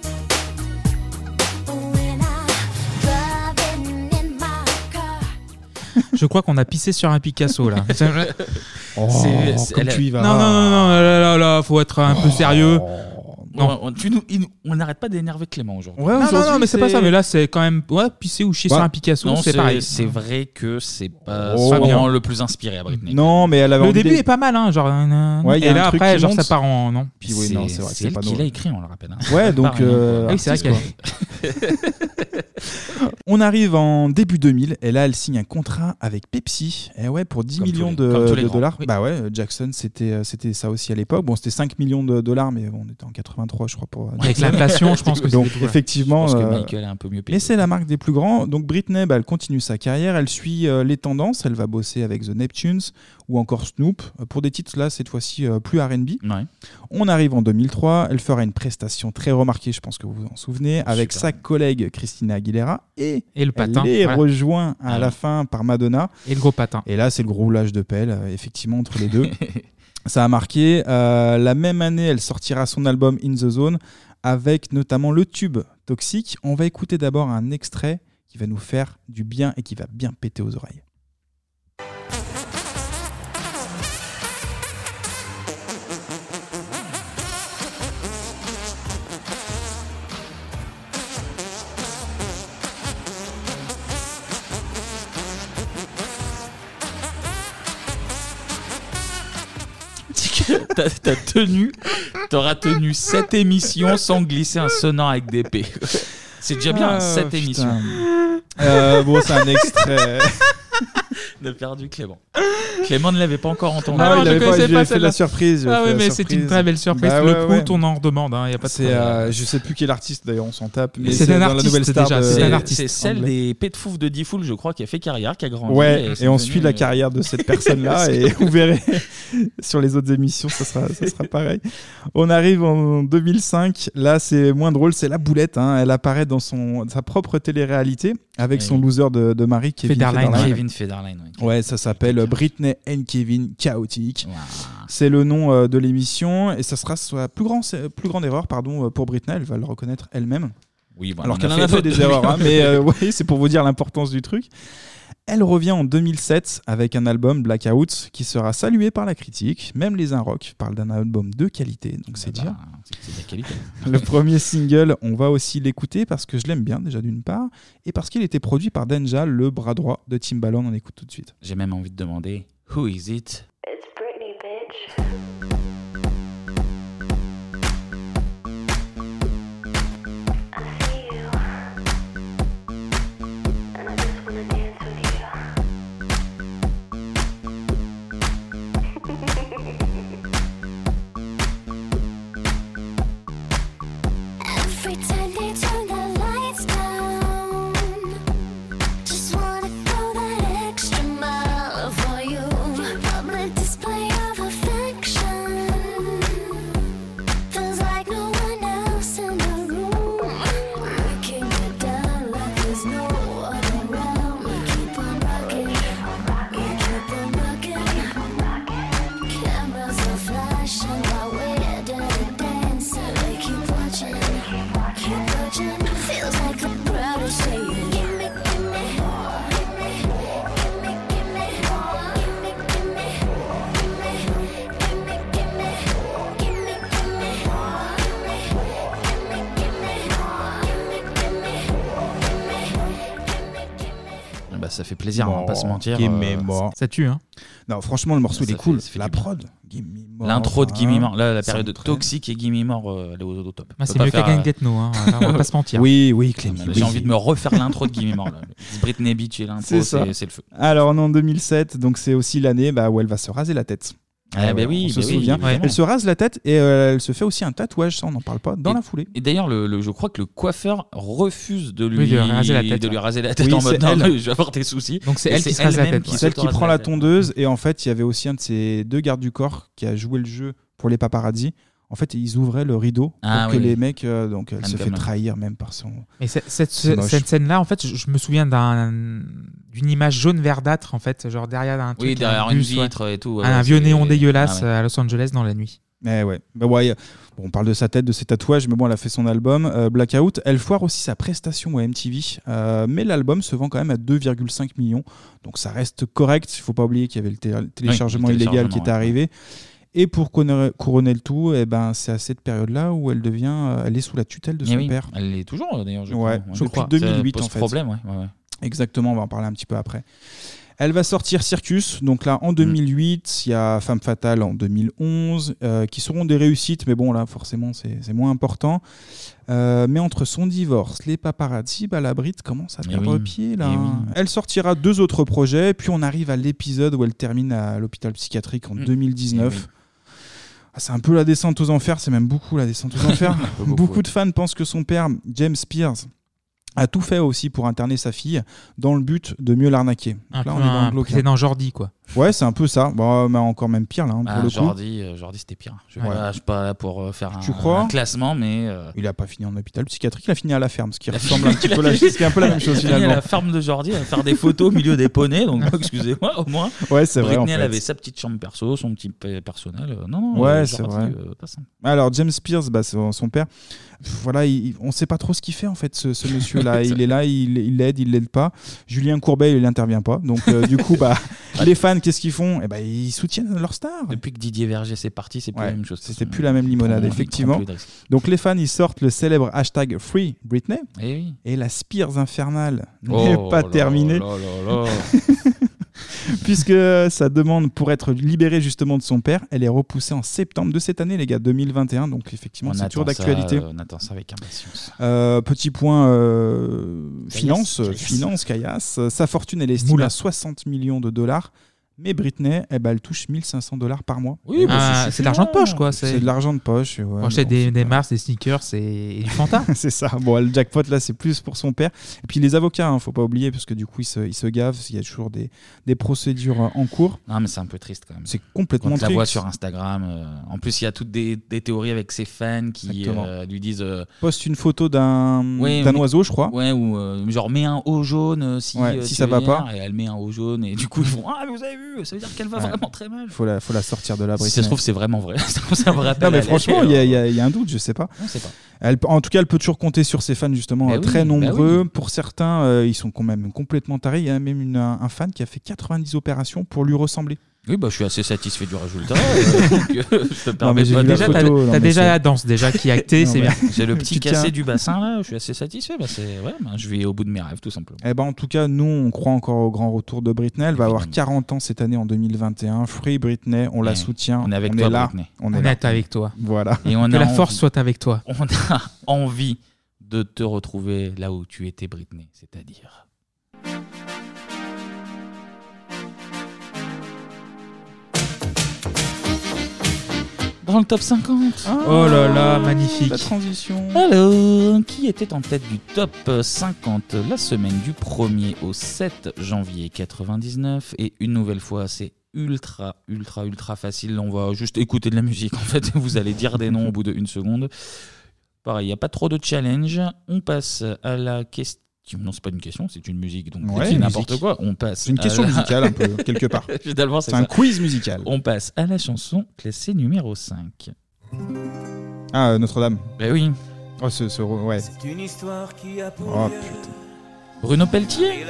O: when I'm driving in my car.
H: Je crois qu'on a pissé sur un Picasso là.
G: Comme tu y vas.
H: Non, là, faut être un peu sérieux.
A: Non. On n'arrête pas d'énerver Clément aujourd'hui.
H: Ouais, non, mais c'est pas ça. Mais là, c'est quand même pisser ou chier sur un Picasso,
A: non,
H: c'est pareil.
A: C'est vrai que c'est pas vraiment le plus inspiré à Britney.
G: Non, mais elle avait
H: le début est pas mal, hein, genre.
G: Ouais,
H: et là après, genre ça part en non.
G: Puis oui, non, c'est vrai.
A: C'est elle qui l'a écrit, on le rappelle. Hein.
G: Ouais, donc.
H: Oui, c'est vrai
G: On arrive en début 2000 et là elle signe un contrat avec Pepsi. Et ouais, pour 10 millions de dollars.
A: Oui.
G: Bah ouais, Jackson c'était ça aussi à l'époque. Bon, c'était 5 millions de dollars, mais bon, on était en 83, je crois, pour
H: avec l'inflation, je pense que
G: donc
H: c'était
G: effectivement.
A: Je pense que Michael est un peu mieux payé.
G: Mais c'est la marque des plus grands. Donc Britney, elle continue sa carrière, elle suit les tendances, elle va bosser avec The Neptunes ou encore Snoop pour des titres là cette fois-ci plus R&B.
A: Ouais.
G: On arrive en 2003, elle fera une prestation très remarquée, je pense que vous vous en souvenez, avec sa collègue Christina Aguilera et
H: le patin.
G: Elle est
H: voilà.
G: rejoint à la fin par Madonna.
H: Et le gros patin.
G: Et là, c'est le gros roulage de pelle, effectivement, entre les deux. Ça a marqué. La même année, elle sortira son album In the Zone avec notamment le tube Toxique. On va écouter d'abord un extrait qui va nous faire du bien et qui va bien péter aux oreilles.
A: T'auras tenu 7 émissions sans glisser un sonnant avec des P. C'est déjà bien, 7 émissions.
G: Bon, c'est un extrait.
A: On a perdu Clément. Clément ne l'avait pas encore entendu.
G: Ah, il
H: je
G: avait pas,
H: connaissais
G: j'ai
H: pas
G: fait de la surprise.
H: Ah oui, mais c'est une très belle surprise.
G: Bah,
H: le
G: ouais,
H: prout, on en redemande. Il y a pas de problème.
G: Je sais plus quel artiste d'ailleurs, on s'en tape. Mais
H: c'est un
G: dans
H: artiste,
G: la nouvelle star.
H: déjà, c'est un artiste.
A: C'est celle des Pétfouf de Diffoul, je crois, qui a fait carrière, qui a grandi.
G: Ouais, et on suit la carrière de cette personne-là et vous verrez sur les autres émissions, ça sera pareil. On arrive en 2005. Là, c'est moins drôle, c'est la boulette. Hein. Elle apparaît dans sa propre télé-réalité avec son loser de mari, Kevin
A: Federline.
G: Ouais, ça s'appelle Britney and Kevin Chaotic. Wow. C'est le nom de l'émission et ça sera sa plus grande erreur pour Britney. Elle va le reconnaître elle-même.
A: Oui, bon,
G: alors qu'elle en a fait des erreurs, hein, mais ouais, c'est pour vous dire l'importance du truc. Elle revient en 2007 avec un album Blackout qui sera salué par la critique. Même les Inrock parlent d'un album de qualité, donc c'est dire.
A: C'est de la qualité.
G: Le premier single, on va aussi l'écouter parce que je l'aime bien déjà d'une part et parce qu'il était produit par Denja, le bras droit de Timbaland. On écoute tout de suite.
A: J'ai même envie de demander Who is it?
O: It's Britney, bitch. Every time they turn the lights down, just wanna go that extra mile for you. Public display of affection, feels like no one else in the room. Breaking it down like there's no one around. We keep on rocking, we keep on rocking. Cameras are flashing while we're dirty dancing. We keep watching. Keep watching. Feels like the crowd is saying, "Give me, give me, give me, give me, give me, give me, give me, give me, give me, give me,
A: Bah, ça fait plaisir, on va pas se mentir.
G: Gimme More.
H: Ça tue, hein.
G: Non, franchement, le morceau il est cool.
A: ça fait
G: La
A: du bien.
G: prod. Gimme More.
A: L'intro de Gimme More, là, la
G: Ça
A: période
G: me traîne.
A: toxique et Gimme More, elle est au top.
H: Ah, c'est mieux qu'à Gang Get No, hein. On va pas se mentir.
G: Oui, oui, Clémy.
A: J'ai envie de me refaire l'intro de Gimme More. Là. Britney Beach et l'intro,
G: C'est ça.
A: c'est le feu.
G: Alors, on est en 2007, donc c'est aussi l'année où elle va se raser la tête.
A: Ah, bah oui,
G: on se
A: bah oui,
G: souvient.
A: évidemment.
G: Elle se rase la tête et elle se fait aussi un tatouage, ça on n'en parle pas, dans la foulée.
A: Et d'ailleurs, je crois que le coiffeur refuse de lui,
H: Oui, de lui raser la tête,
A: de lui
H: ouais.
A: raser la tête
G: Oui,
A: en mode
G: c'est elle.
A: non, je vais avoir des soucis.
H: Donc c'est
A: Et
H: elle qui se rase la
A: elle-même
H: tête,
A: qui
G: Celle qui
A: s'autorase
G: prend la
A: tête.
G: tondeuse et en fait il y avait aussi un de ces deux gardes du corps qui a joué le jeu pour les paparazzis. En fait ils ouvraient le rideau pour
A: Ah,
G: que
A: oui,
G: les
A: oui.
G: mecs donc elle se fait
A: Uncommon.
G: trahir même par son.
H: Mais
G: C'est moche.
H: cette scène-là, en fait, je me souviens d'une image jaune verdâtre, en fait, genre derrière un truc,
A: Oui, derrière
H: un
A: une
H: bus, ouais.
A: vitre et tout. ouais,
H: un
A: ouais,
H: vieux
A: c'est-
H: néon dégueulasse
A: Ah ouais.
H: à Los Angeles dans la nuit.
G: Ouais. Bon, on parle de sa tête, de ses tatouages, mais bon, elle a fait son album Blackout. Elle foire aussi sa prestation à MTV, mais l'album se vend quand même à 2,5 millions, donc ça reste correct. Il faut pas oublier qu'il y avait le téléchargement
A: le
G: illégal qui
A: téléchargement,
G: était arrivé. Et pour couronner le tout, c'est à cette période-là où elle est sous la tutelle de
A: Eh
G: son
A: oui,
G: père.
A: Elle l'est toujours d'ailleurs, je
G: Ouais,
A: crois.
G: depuis
A: crois.
G: 2008
A: Ça pose
G: en fait.
A: problème, ouais.
G: Exactement, on va en parler un petit peu après. Elle va sortir Circus, donc là en 2008, il y a Femme Fatale en 2011, qui seront des réussites, mais bon là forcément c'est moins important. Mais entre son divorce, les paparazzi, la Brit commence à perdre pied là. Elle sortira 2 autres projets, puis on arrive à l'épisode où elle termine à l'hôpital psychiatrique en 2019. Ah, c'est un peu la descente aux enfers, c'est même beaucoup la descente aux enfers. Beaucoup de fans pensent que son père, James Spears, a tout fait aussi pour interner sa fille dans le but de mieux l'arnaquer.
H: Un
G: Donc là,
H: peu
G: on est dans
H: un
G: le glauque,
H: précédent Jordi, quoi.
G: Ouais, c'est un peu ça. Bon, mais encore même pire là, pour le coup.
A: Jordi, c'était pire. Je suis pas là pour faire
G: Tu crois
A: un classement, mais.
G: Il a pas fini en hôpital psychiatrique, il a fini à la ferme, ce qui ressemble un petit peu ce qui est un peu la même chose
A: Il a fini
G: finalement.
A: à la ferme de Jordi à faire des photos au milieu des poneys, donc excusez-moi au moins.
G: Ouais, c'est vrai,
A: Britney,
G: en
A: elle
G: fait.
A: avait sa petite chambre perso, son petit personnel. Non,
G: Ouais,
A: Jordi,
G: c'est vrai.
A: pas simple.
G: Alors James Spears, son père, voilà, on sait pas trop ce qu'il fait en fait, ce monsieur-là. Il est là, il l'aide, il l'aide pas. Julien Courbet, il n'intervient pas. Donc du coup, les fans, qu'est-ce qu'ils font ? Ils soutiennent leur star.
A: Depuis que Didier Verger s'est parti, c'est plus la même chose.
G: C'était plus la même limonade, effectivement. Donc les fans, ils sortent le célèbre hashtag Free Britney. Et la Spears infernale n'est pas terminée. Puisque sa demande pour être libérée justement de son père, elle est repoussée en septembre de cette année, les gars, 2021. Donc effectivement, c'est toujours d'actualité.
A: On attend ça avec impatience.
G: Petit point finance, caillasse. Sa fortune, elle est estimée à 60 millions de dollars. Mais Britney, elle touche 1 500 $ par mois.
H: Oui, c'est de l'argent de poche, quoi.
G: C'est de l'argent de poche. Ouais,
H: on achète des Mars, des sneakers et du Fanta.
G: C'est ça. Bon, le jackpot, là, c'est plus pour son père. Et puis les avocats, faut pas oublier, parce que du coup, ils se gavent. Il y a toujours des procédures en cours.
A: Non, mais c'est un peu triste quand même.
G: C'est complètement
A: Quand
G: triste.
A: la voit sur Instagram. En plus, il y a toutes des théories avec ses fans qui lui disent.
G: Poste une photo d'un oiseau, je crois.
A: Ouais, ou genre mets un haut jaune si
G: ça va pas.
A: Et elle met un haut jaune. Et du coup, ils font Ah, mais vous avez vu Ça veut dire qu'elle va
G: Ouais.
A: vraiment très mal.
G: Faut la sortir de la Britney.
A: Si ça se trouve, c'est vraiment vrai. C'est un vrai appel
G: Non, mais
A: à
G: franchement, il y a un doute, je sais pas.
A: On sait pas.
G: En tout cas, elle peut toujours compter sur ses fans, justement,
A: Bah oui,
G: très
A: bah
G: nombreux.
A: oui.
G: Pour certains, ils sont quand même complètement tarés. Il y a même un fan qui a fait 90 opérations pour lui ressembler.
A: Oui, bah, je suis assez satisfait du résultat. Donc, je te permets
G: mais j'ai
A: pas
G: vu
A: de-
G: la
H: Déjà,
G: photo, non,
H: t'as
G: mais
H: déjà
G: c'est-
H: la danse déjà qui est actée,
G: Non,
H: c'est
G: mais-
H: bien.
A: J'ai le petit
G: Tu
A: cassé
G: tiens.
A: du bassin là, je suis assez satisfait. Bah, je vais au bout de mes rêves tout simplement.
G: Eh ben, en tout cas, nous, on croit encore au grand retour de Britney. Elle va avoir 40 ans cette année en 2021. Free Britney, on la
A: Ouais.
G: soutient.
A: On est avec
G: on
A: toi,
G: est là.
A: Britney.
G: On
H: On
G: est
H: est
G: là.
H: avec toi.
G: Voilà.
A: Et on
H: Que
A: a
H: la
A: envie-
H: force soit avec toi.
A: On a envie de te retrouver là où tu étais, Britney, c'est-à-dire. Dans le top 50.
H: Oh là là, magnifique.
G: La transition.
A: Alors, qui était en tête du top 50 la semaine du 1er au 7 janvier 99? Et une nouvelle fois, c'est ultra facile. On va juste écouter de la musique en fait. Vous allez dire des noms au bout d'une seconde. Pareil, il n'y a pas trop de challenge. On passe à la question. Non, c'est pas une question, c'est une musique. Donc,
G: Ouais,
A: c'est n'importe
G: musique.
A: quoi. On passe.
G: C'est une question
A: à la-
G: musicale, un peu, quelque part.
A: Finalement,
G: C'est un quiz musical.
A: On passe à la chanson classée numéro 5.
G: Ah, Notre-Dame.
A: Ben oui.
G: Oh, ouais.
F: C'est une histoire qui a pour
G: Oh,
F: lieu
G: putain.
A: Bruno Pelletier.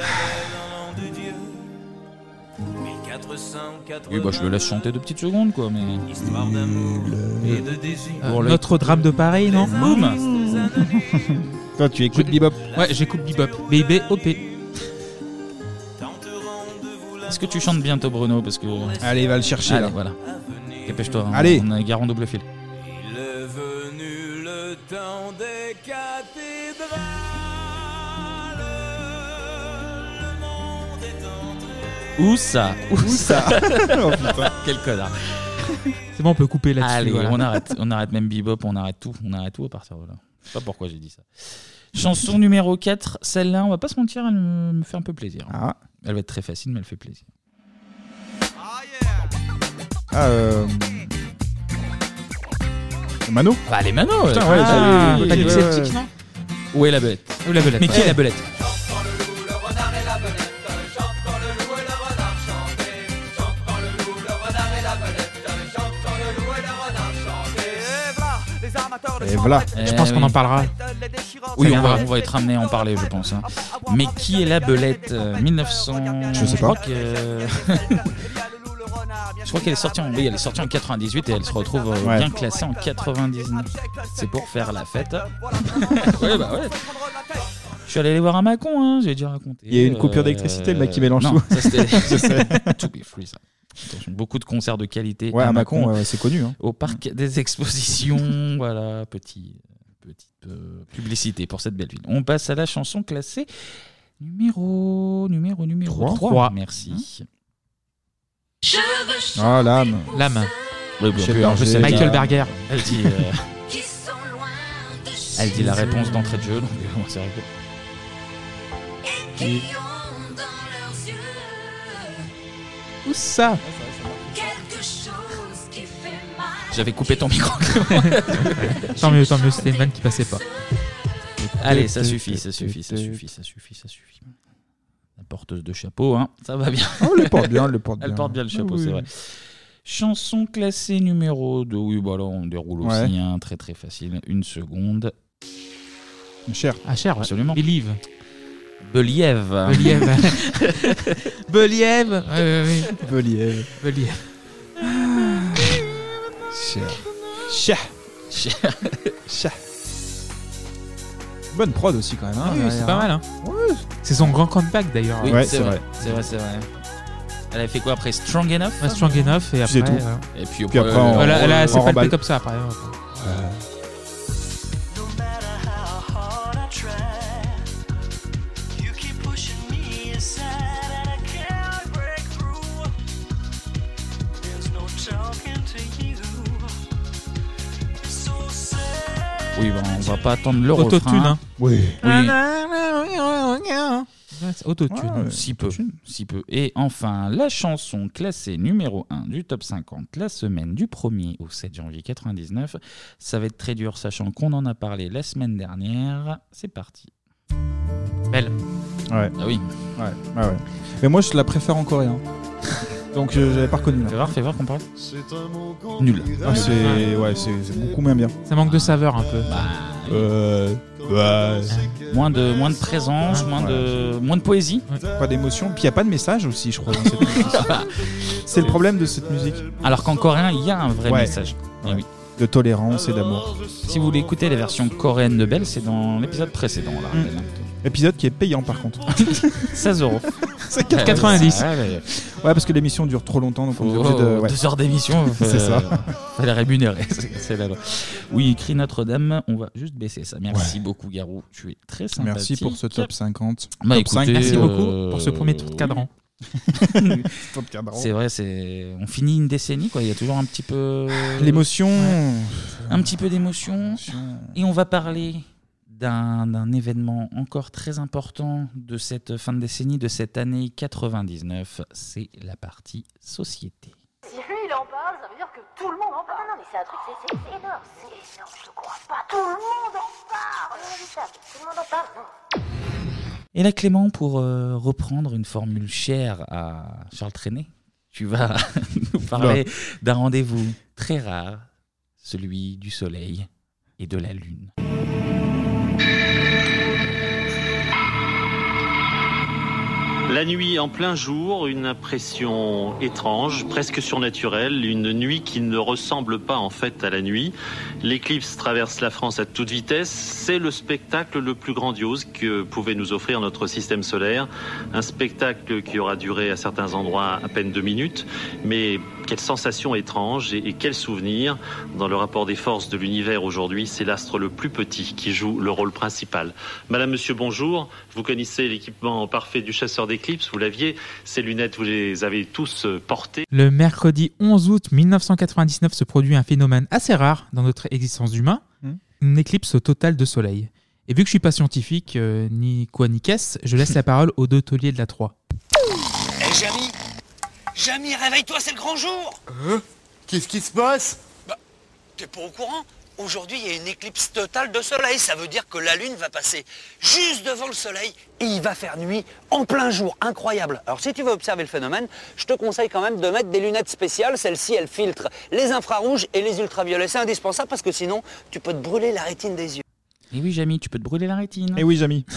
F: 1480.
A: Oui, bah, je le laisse chanter 2 petites secondes, quoi. Mais...
F: Histoire d'amour et de désir.
H: Notre drame de Paris, non
A: Boum.
G: Toi, tu écoutes Bebop.
H: Ouais, j'écoute Bebop. B-I-B-O-P.
A: Est-ce que tu chantes bientôt, Bruno? Parce que...
G: Allez, va le chercher,
A: Allez,
G: là.
A: voilà. Dépêche-toi. hein.
G: Allez.
A: On a gare en double fil.
F: Il est venu le temps des cathédrales. Le monde est entré.
A: Où ça?
G: Où ça? Oh, putain.
A: Quel connard.
H: C'est bon, on peut couper là-dessus.
A: Allez,
H: voilà.
A: on arrête même Bebop, on arrête tout à partir de là. Je sais pas pourquoi j'ai dit ça. Chanson numéro 4, celle-là, on va pas se mentir, elle me fait un peu plaisir.
G: Ah.
A: Elle va être très facile, mais elle fait plaisir.
G: Mano.
A: Bah, les Mano.
G: Putain, ouais,
H: Ah,
G: j'avais-
H: Panic
G: ouais,
H: Celtic,
G: ouais.
H: non
A: Où est la belette?
H: Où est la belette?
A: Mais qui est la belette?
G: Et voilà.
H: Je pense qu'on en parlera.
A: Oui,
H: Ça viendra.
A: on va être amené à en parler, je pense. hein. Mais qui est la belette 1900.
G: Je sais pas.
A: Je crois qu'elle est sortie oui, elle est sortie en 98 et elle se retrouve
G: Ouais.
A: bien classée en 99. C'est pour faire la fête. Ouais, bah ouais. Je suis allé les voir à Mâcon, hein, j'ai déjà raconté.
G: Il y a une coupure d'électricité, le mec qui mélange
A: non,
G: tout.
A: Ça, c'était
G: Je sais.
A: To be free, ça. Attention, beaucoup de concerts de qualité.
G: Ouais, à Mâcon, ouais, c'est connu. Hein.
A: Au parc des expositions. Voilà, petite publicité pour cette belle ville. On passe à la chanson classée numéro 3. Merci.
G: Ah, l'âme.
H: L'âme.
A: Oui,
G: Michel
A: bien,
G: Berger.
A: elle dit-
H: Michael Berger.
A: Elle dit, elle dit la réponse d'entrée de jeu, donc c'est vrai que-
H: Où ça?
A: J'avais coupé ton micro.
H: Tant mieux, c'était une vanne qui passait pas.
A: Allez, ça suffit. La porteuse de chapeau, hein, ça va bien.
G: Oh, elle le porte bien,
A: Elle porte bien le chapeau,
G: Oui.
A: c'est vrai. Chanson classée numéro 2. Oui, bah là, on déroule
G: Ouais.
A: aussi, hein, très très facile. Une seconde.
G: Cher.
H: Ah, cher, ouais.
A: Absolument.
H: Believe.
A: Believ.
H: Believ. Oui.
G: Believ. Cher. Bonne prod aussi quand même. Hein,
H: Ah oui, c'est
G: derrière.
H: pas mal. Hein. C'est son grand comeback d'ailleurs.
A: Oui,
G: Ouais,
A: c'est
G: c'est
A: vrai.
G: vrai.
A: C'est vrai. Elle a fait quoi après? Strong Enough?
H: Ouais, Strong Enough et
G: Puis c'est
H: après.
G: tout.
A: Et puis,
G: Puis après, on-
H: Elle a
G: on
H: s'est palpé
G: remballe.
H: comme ça après.
A: Oui, bah, on va pas attendre le
H: Autotune,
A: refrain.
H: hein.
G: Oui.
H: Autotune.
G: Ouais,
A: Si peu. Et enfin, la chanson classée numéro 1 du top 50 la semaine du 1er au 7 janvier 99. Ça va être très dur, sachant qu'on en a parlé la semaine dernière. C'est parti.
H: Belle.
G: Ouais.
A: Ah oui.
G: Ouais. Mais moi, je la préfère en coréen. Donc j'avais pas reconnu.
A: Fais voir, compare. Nul.
G: Ah, c'est beaucoup moins bien.
H: Ça manque de saveur un peu.
A: Moins de présence, moins de poésie.
G: Pas d'émotion. Puis il n'y a pas de message aussi, je crois, dans cette musique. C'est le problème de cette musique.
A: Alors qu'en coréen, il y a un vrai message.
G: Ouais.
A: Eh oui.
G: De tolérance et d'amour.
A: Si vous voulez écouter la version coréenne de Belle, c'est dans l'épisode précédent. Là.
G: Épisode qui est payant par contre.
A: 16 €.
G: C'est
A: 90.
G: Ouais, parce que l'émission dure trop longtemps, donc on est obligé de.
A: 2 heures d'émission,
G: c'est ça.
A: Fallait rémunérer, c'est la loi. Oui, écrit Notre-Dame, on va juste baisser ça. Merci beaucoup, Garou, tu es très sympathique.
G: Merci pour ce top 50.
A: Bah,
G: Top
A: écoutez,
G: 5.
H: Merci beaucoup pour ce premier tour de cadran.
A: C'est vrai, on finit une décennie, quoi. Il y a toujours un petit peu
G: l'émotion,
A: un petit peu d'émotion, et on va parler d'un événement encore très important de cette fin de décennie, de cette année 99. C'est la partie société.
O: Si lui il en parle, ça veut dire que tout le monde en parle. Non mais c'est un truc, c'est énorme, je te crois pas. Tout le monde en parle. Tout le monde en parle.
A: Et là, Clément, pour reprendre une formule chère à Charles Trenet, tu vas nous parler d'un rendez-vous très rare, celui du soleil et de la lune.
Q: La nuit en plein jour, une impression étrange, presque surnaturelle, une nuit qui ne ressemble pas en fait à la nuit. L'éclipse traverse la France à toute vitesse, c'est le spectacle le plus grandiose que pouvait nous offrir notre système solaire. Un spectacle qui aura duré à certains endroits à peine 2 minutes, mais quelle sensation étrange et quel souvenir. Dans le rapport des forces de l'univers aujourd'hui, c'est l'astre le plus petit qui joue le rôle principal. Madame, monsieur, bonjour. Vous connaissez l'équipement parfait du chasseur d'éclipse, vous l'aviez. Ces lunettes, vous les avez tous portées.
H: Le mercredi 11 août 1999 se produit un phénomène assez rare dans notre existence d'humain, une éclipse totale de soleil. Et vu que je suis pas scientifique, ni quoi ni qu'est-ce, je laisse la parole aux deux tauliers de la 3.
R: Hé, Jamy, réveille-toi, c'est le grand jour.
S: Qu'est-ce qui se passe?
R: Bah, t'es pas au courant? Aujourd'hui, il y a une éclipse totale de soleil. Ça veut dire que la lune va passer juste devant le soleil et il va faire nuit en plein jour. Incroyable. Alors, si tu veux observer le phénomène, je te conseille quand même de mettre des lunettes spéciales. Celles-ci, elles filtrent les infrarouges et les ultraviolets. C'est indispensable parce que sinon, tu peux te brûler la rétine des yeux.
A: Et oui, Jamy, tu peux te brûler la rétine.
G: Et oui, Jamy.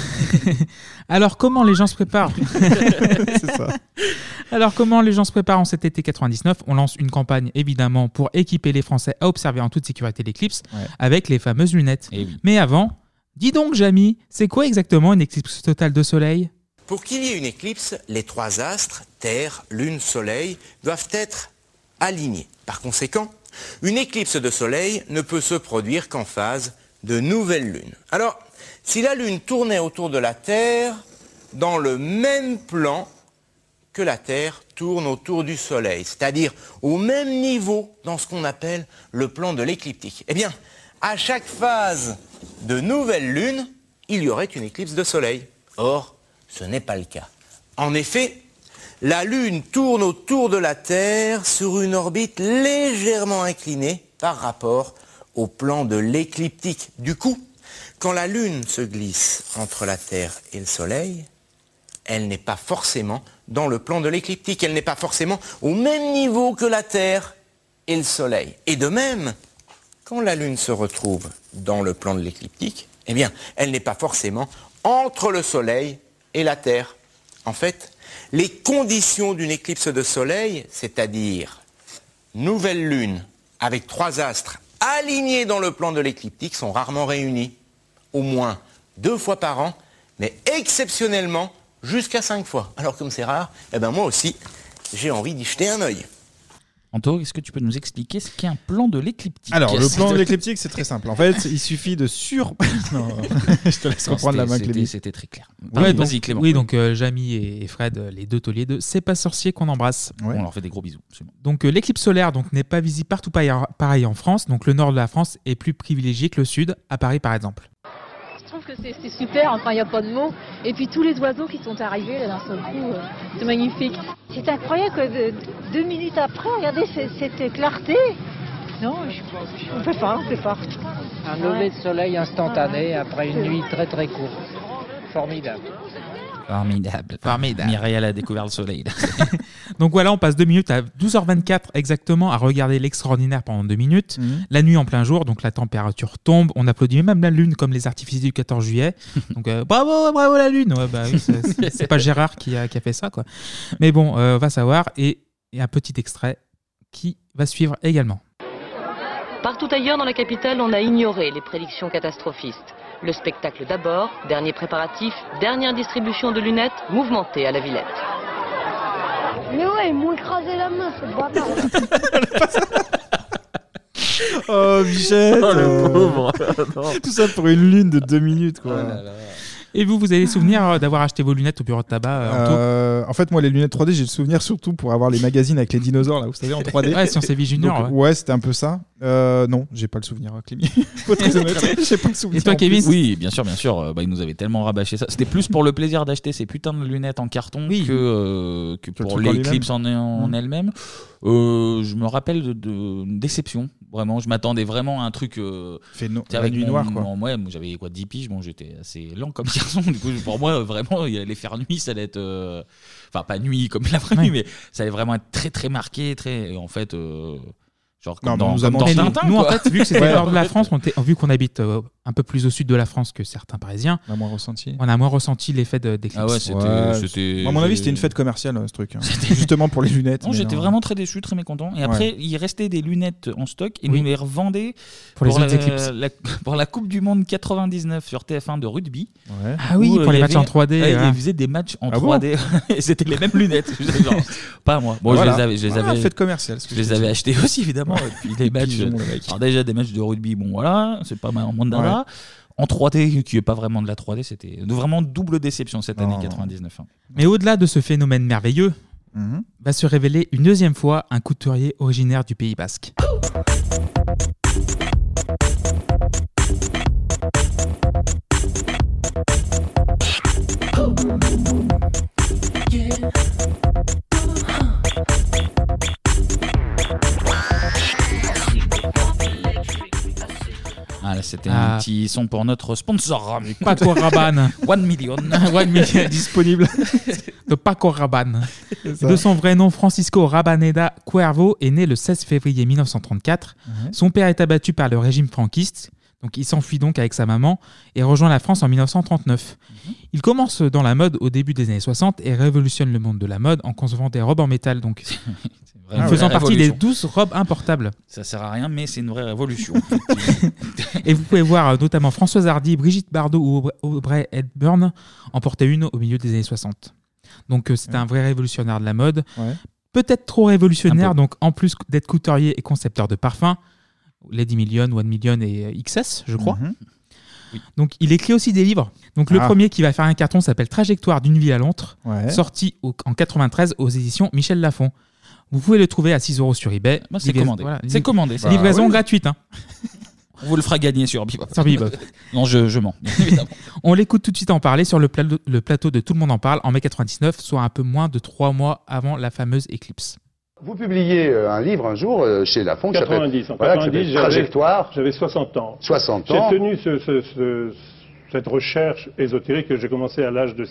H: Alors, comment les gens se préparent?
G: C'est ça.
H: Alors, comment les gens se préparent en cet été 99? On lance une campagne, évidemment, pour équiper les Français à observer en toute sécurité l'éclipse avec les fameuses lunettes.
A: Et oui.
H: Mais avant, dis donc, Jamy, c'est quoi exactement une éclipse totale de soleil?
S: Pour qu'il y ait une éclipse, les 3 astres, Terre, Lune, Soleil, doivent être alignés. Par conséquent, une éclipse de soleil ne peut se produire qu'en phase de nouvelle lune. Alors, si la lune tournait autour de la Terre dans le même plan que la Terre tourne autour du soleil, c'est-à-dire au même niveau dans ce qu'on appelle le plan de l'écliptique, eh bien, à chaque phase de nouvelle lune, il y aurait une éclipse de soleil. Or, ce n'est pas le cas. En effet, la lune tourne autour de la Terre sur une orbite légèrement inclinée par rapport au plan de l'écliptique. Du coup, quand la Lune se glisse entre la Terre et le Soleil, elle n'est pas forcément dans le plan de l'écliptique, elle n'est pas forcément au même niveau que la Terre et le Soleil. Et de même, quand la Lune se retrouve dans le plan de l'écliptique, eh bien, elle n'est pas forcément entre le Soleil et la Terre. En fait, les conditions d'une éclipse de Soleil, c'est-à-dire nouvelle Lune avec 3 astres alignés dans le plan de l'écliptique, sont rarement réunis. Au moins 2 fois par an, mais exceptionnellement jusqu'à 5 fois. Alors comme c'est rare, eh ben moi aussi, j'ai envie d'y jeter un œil.
A: Anto, est-ce que tu peux nous expliquer ce qu'est un plan de l'écliptique?
G: Alors, le plan de l'écliptique, c'est très simple. En fait, il suffit de Non, je te laisse reprendre la main, Clémy.
A: C'était très clair.
H: Ouais,
A: Vas-y, Clément.
H: Oui, donc Jamy et Fred, les deux tauliers de C'est pas sorcier qu'on embrasse.
A: Ouais. On leur fait des gros bisous.
H: Donc l'éclipse solaire n'est pas visible partout pareil en France. Donc le nord de la France est plus privilégié que le sud, à Paris par exemple.
T: Je trouve que c'est super, enfin il n'y a pas de mots. Et puis tous les oiseaux qui sont arrivés là d'un seul coup, c'est magnifique.
J: C'est incroyable que 2 minutes après, regardez cette clarté. Non, on peut pas.
U: Un lever de soleil instantané après une nuit très très courte. Formidable.
A: Formidable. Mireille a découvert le soleil. là.
H: Donc voilà, on passe 2 minutes à 12h24 exactement à regarder l'extraordinaire pendant 2 minutes. La nuit en plein jour, donc la température tombe. On applaudit même la lune comme les artifices du 14 juillet. Donc bravo la lune. Ouais, bah, oui, c'est pas Gérard qui a fait ça, quoi. Mais bon, on va savoir. Et un petit extrait qui va suivre également.
V: Partout ailleurs dans la capitale, on a ignoré les prédictions catastrophistes. Le spectacle d'abord, dernier préparatif, dernière distribution de lunettes, mouvementée à la Villette.
J: Mais ouais, ils m'ont écrasé la main, ce bâtard.
G: Oh, Bichette.
A: Oh, le pauvre.
G: Tout ça pour une lune de 2 minutes, quoi.
H: Et vous avez souvenir d'avoir acheté vos lunettes au bureau de tabac
G: En fait, moi, les lunettes 3D, j'ai le souvenir surtout pour avoir les magazines avec les dinosaures, là, vous savez, en 3D.
H: Ouais, Science et Vie Junior.
G: Donc, ouais, c'était un peu ça. Non, j'ai pas le souvenir, Clémy. Faut être très honnête, j'ai pas le souvenir.
H: Et toi, Kevin?
A: Oui, bien sûr. Ils nous avaient tellement rabâché ça. C'était plus pour le plaisir d'acheter ces putains de lunettes en carton que pour l'Eclipse en elle-même. Je me rappelle de déception. Vraiment, je m'attendais vraiment à un truc.
G: La nuit noire, quoi.
A: Moi, j'avais 10 piges. Bon, j'étais assez lent comme garçon. Du coup, pour moi, vraiment, il allait faire nuit. Ça allait être. Enfin, pas nuit comme la vraie nuit, mais ça allait vraiment être très, très marqué. Et en fait. Genre comme dans Tintin,
H: nous, en
A: quoi.
H: fait, vu que c'était hors de la France, vu qu'on habite un peu plus au sud de la France que certains Parisiens,
G: on a moins ressenti.
H: On a moins ressenti l'effet d'Eclipse.
A: Ah ouais, c'était.
G: À mon avis, c'était une fête commerciale, ce truc. Hein. Justement pour les lunettes.
A: Non, j'étais vraiment très déçu, très mécontent. Et après, il restait des lunettes en stock et nous les revendaient
H: pour les autres Eclipses.
A: Pour la Coupe du Monde 99 sur TF1 de rugby.
G: Ouais.
H: Ah oui, pour les matchs en 3D.
A: Ils faisaient des matchs en 3D et c'était les mêmes lunettes. Genre, pas moi. Bon,
G: voilà.
A: je les avais.
G: Fête commerciale.
A: Je les avais achetées aussi, évidemment. Et puis les matchs. Alors déjà des matchs de rugby, bon voilà, c'est pas mal en mandala. En 3D, qui est pas vraiment de la 3D, c'était vraiment double déception cette année 99.
H: Mais au-delà de ce phénomène merveilleux, va se révéler une deuxième fois un couturier originaire du Pays Basque.
A: Ah, là, c'était un petit son pour notre sponsor.
H: Paco Rabanne.
A: 1 million.
H: 1 million disponible. De Paco Rabanne. De son vrai nom, Francisco Rabaneda Cuervo est né le 16 février 1934. Son père est abattu par le régime franquiste. Donc il s'enfuit donc avec sa maman et rejoint la France en 1939. Il commence dans la mode au début des années 60 et révolutionne le monde de la mode en concevant des robes en métal, donc faisant partie des 12 robes importables.
A: Ça sert à rien, mais c'est une vraie révolution.
H: Et vous pouvez voir notamment Françoise Hardy, Brigitte Bardot ou Audrey Hepburn en porter une au milieu des années 60. Donc c'est un vrai révolutionnaire de la mode. Peut-être trop révolutionnaire, donc en plus d'être couturier et concepteur de parfums, Lady Million, 1 Million et XS, je crois. Oui. Donc il écrit aussi des livres. Donc le premier qui va faire un carton s'appelle Trajectoire d'une vie à Londres, sorti en 93 aux éditions Michel Lafon. Vous pouvez le trouver à 6 € sur eBay.
A: Moi, c'est commandé. Voilà, c'est commandé. Ça.
H: Livraison gratuite. Hein.
A: On vous le fera gagner sur Bebop.
H: Sur Bebop.
A: Non, je mens, évidemment.
H: On l'écoute tout de suite en parler sur le plateau de Tout le monde en parle en mai 99, soit un peu moins de 3 mois avant la fameuse Eclipse.
D: Vous publiez un livre un jour chez Lafon.
W: 90, en 90,
D: Trajectoire.
W: J'avais 60 ans.
D: 60 ans.
W: J'ai tenu cette recherche ésotérique que j'ai commencé à l'âge de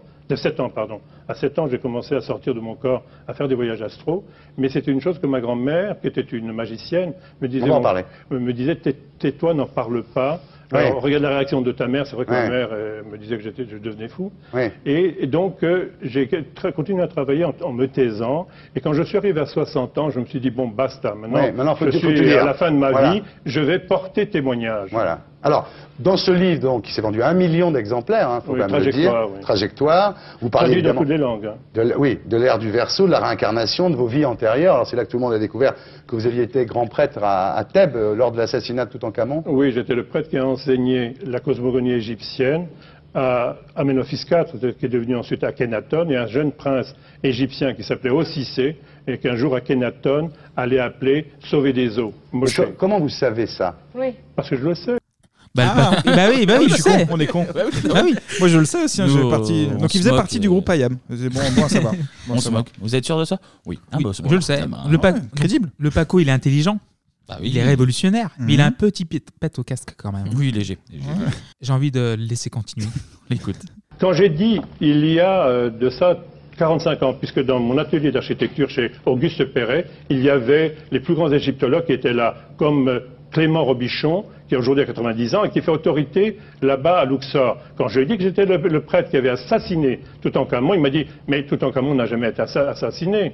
W: 7 ans, pardon. À 7 ans, j'ai commencé à sortir de mon corps, à faire des voyages astro. Mais c'était une chose que ma grand-mère, qui était une magicienne, me disait tais-toi, n'en parle pas. Alors, regarde la réaction de ta mère, c'est vrai que ma mère me disait que je devenais fou. Et donc, j'ai continué à travailler en me taisant. Et quand je suis arrivé à 60 ans, je me suis dit, bon, basta, maintenant je suis à la fin de ma vie, je vais porter témoignage.
D: Voilà. Alors, dans ce livre, donc, qui s'est vendu 1 million d'exemplaires, faut quand même le dire, Trajectoire, vous parlez évidemment
W: de langues.
D: De l'ère du Verseau, de la réincarnation, de vos vies antérieures. Alors c'est là que tout le monde a découvert que vous aviez été grand prêtre à Thèbes lors de l'assassinat de Toutankhamon.
W: Oui, j'étais le prêtre qui a enseigné la cosmogonie égyptienne à Amenophis IV, qui est devenu ensuite Akhenaton, et un jeune prince égyptien qui s'appelait Ossissé, et qu'un jour Akhenaton allait appeler sauver des eaux.
D: Comment vous savez ça?
W: Oui. Parce que je le sais.
H: Oui, je suis con.
G: On est con. Oui. Moi je le sais aussi. Donc il faisait partie du groupe IAM. C'est bon à savoir.
A: On se moque. Vous êtes sûr de ça? Oui.
H: Je le sais. Crédible. Le Paco, il est intelligent. Il est révolutionnaire, mais il a un petit pet au casque quand même.
A: Oui, léger.
H: J'ai envie de le laisser continuer.
A: Écoute.
W: Quand j'ai dit, il y a de ça 45 ans, puisque dans mon atelier d'architecture chez Auguste Perret, il y avait les plus grands égyptologues qui étaient là, comme Clément Robichon, qui aujourd'hui a 90 ans et qui fait autorité là-bas à Luxor. Quand je lui ai dit que j'étais le prêtre qui avait assassiné Toutankhamon, il m'a dit « Mais Toutankhamon n'a jamais été assassiné.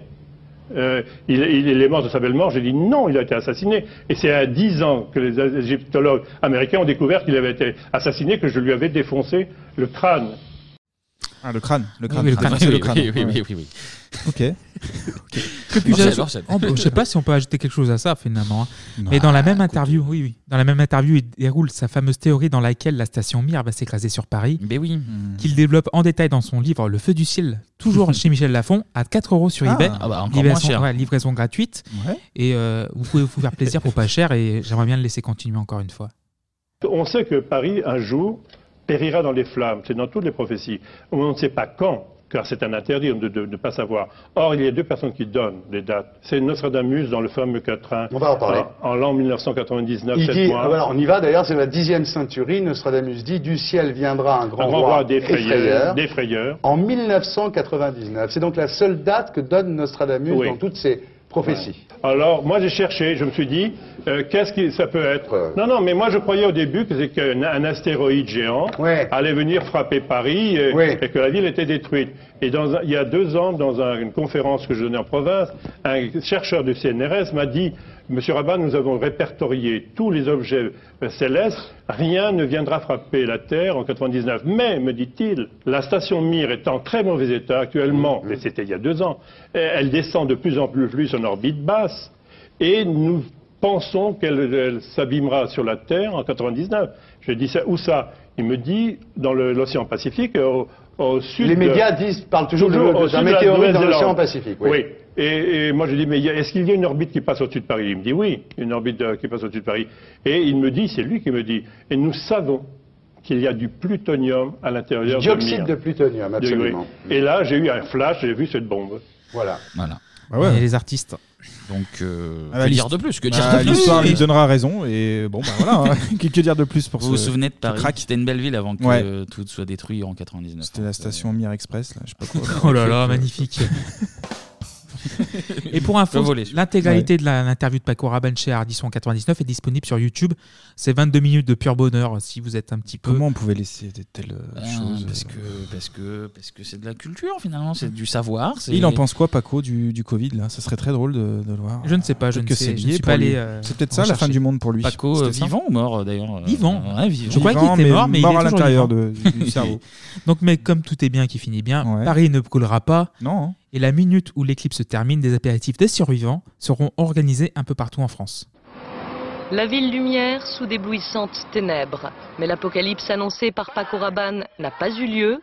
W: Il est mort de sa belle mort. » J'ai dit « Non, il a été assassiné. » Et c'est à 10 ans que les égyptologues américains ont découvert qu'il avait été assassiné, que je lui avais défoncé le crâne.
G: Ah, le crâne.
H: Oui, le crâne.
A: Oui,
H: le crâne.
A: oui.
G: Ok.
H: Et puis, je sais pas si on peut ajouter quelque chose à ça finalement. Hein. Mais dans la même interview, dans la même interview, il déroule sa fameuse théorie dans laquelle la station Mir va s'écraser sur Paris.
A: Mais oui.
H: Qu'il développe en détail dans son livre Le Feu du ciel, toujours chez Michel Lafon, à 4 € sur eBay.
A: Ah bah encore moins cher.
H: Livraison gratuite.
G: Ouais.
H: Et vous pouvez vous faire plaisir pour pas cher. Et j'aimerais bien le laisser continuer encore une fois.
W: On sait que Paris, un jour, périra dans les flammes. C'est dans toutes les prophéties. On ne sait pas quand, car c'est un interdit de ne pas savoir. Or, il y a 2 personnes qui donnent les dates. C'est Nostradamus dans le fameux quatrain.
D: On va en parler.
W: En l'an 1999,
D: Il
W: 7
D: dit,
W: mois.
D: alors on y va d'ailleurs, c'est la 10e centurie, Nostradamus dit, du ciel viendra un grand roi
W: des frayeurs.
D: En 1999. C'est donc la seule date que donne Nostradamus dans toutes ses prophéties.
W: Ouais. Alors, moi j'ai cherché, je me suis dit, qu'est-ce que ça peut être Non, mais moi je croyais au début que c'est qu'un astéroïde géant allait venir frapper Paris et que la ville était détruite. Et il y a 2 ans, dans une conférence que je donnais en province, un chercheur du CNRS m'a dit, Monsieur Rabat, nous avons répertorié tous les objets célestes, rien ne viendra frapper la Terre en 99. Mais, me dit-il, la station Mir est en très mauvais état actuellement, et c'était il y a 2 ans, elle descend de plus en plus en orbite basse, et nous pensons qu'elle s'abîmera sur la Terre en 99. Je dis ça, où ça? Il me dit, dans l'océan Pacifique, au sud.
D: Les médias parlent toujours d'un météorite dans l'océan Pacifique.
W: Oui. Et moi je dis, mais est-ce qu'il y a une orbite qui passe au-dessus de Paris? Il me dit oui, une orbite qui passe au-dessus de Paris. Et il me dit, c'est lui qui me dit, et nous savons qu'il y a du plutonium à l'intérieur de Mir.
D: Dioxyde de plutonium, absolument.
W: Et là, j'ai eu un flash, j'ai vu cette bombe.
D: Voilà.
G: Ah ouais.
H: Et les artistes.
A: Donc, que dire de plus?
G: L'histoire lui donnera raison. Et bon, bah voilà. Que dire de plus pour
A: Vous vous souvenez de Paris? C'était une belle ville avant que tout soit détruit en 99.
G: C'était la station Mir Express, là, je sais pas quoi.
H: Oh là là, magnifique. Et pour info, l'intégralité de l'interview de Paco Rabanne chez Ardisson 99 est disponible sur YouTube. C'est 22 minutes de pur bonheur si vous êtes un petit peu.
G: Comment on pouvait laisser de telles choses
A: Parce que c'est de la culture finalement, c'est du savoir.
G: Il en pense quoi, Paco, du Covid là? Ça serait très drôle de le voir.
H: Je ne sais pas, je ne sais. Je ne suis pas allé.
G: C'est peut-être ça la fin du monde pour lui.
A: Paco, vivant ou mort d'ailleurs?
H: Vivant.
A: Vivant.
H: Je crois qu'il était mort, mais il est
G: à
H: toujours
G: l'intérieur
H: vivant.
G: du cerveau.
H: Donc, mais comme tout est bien qui finit bien, Paris ne coulera pas.
G: Non.
H: Et la minute où l'éclipse se termine, des apéritifs des survivants seront organisés un peu partout en France.
V: La ville lumière sous d'éblouissantes ténèbres. Mais l'apocalypse annoncée par Paco Rabanne n'a pas eu lieu.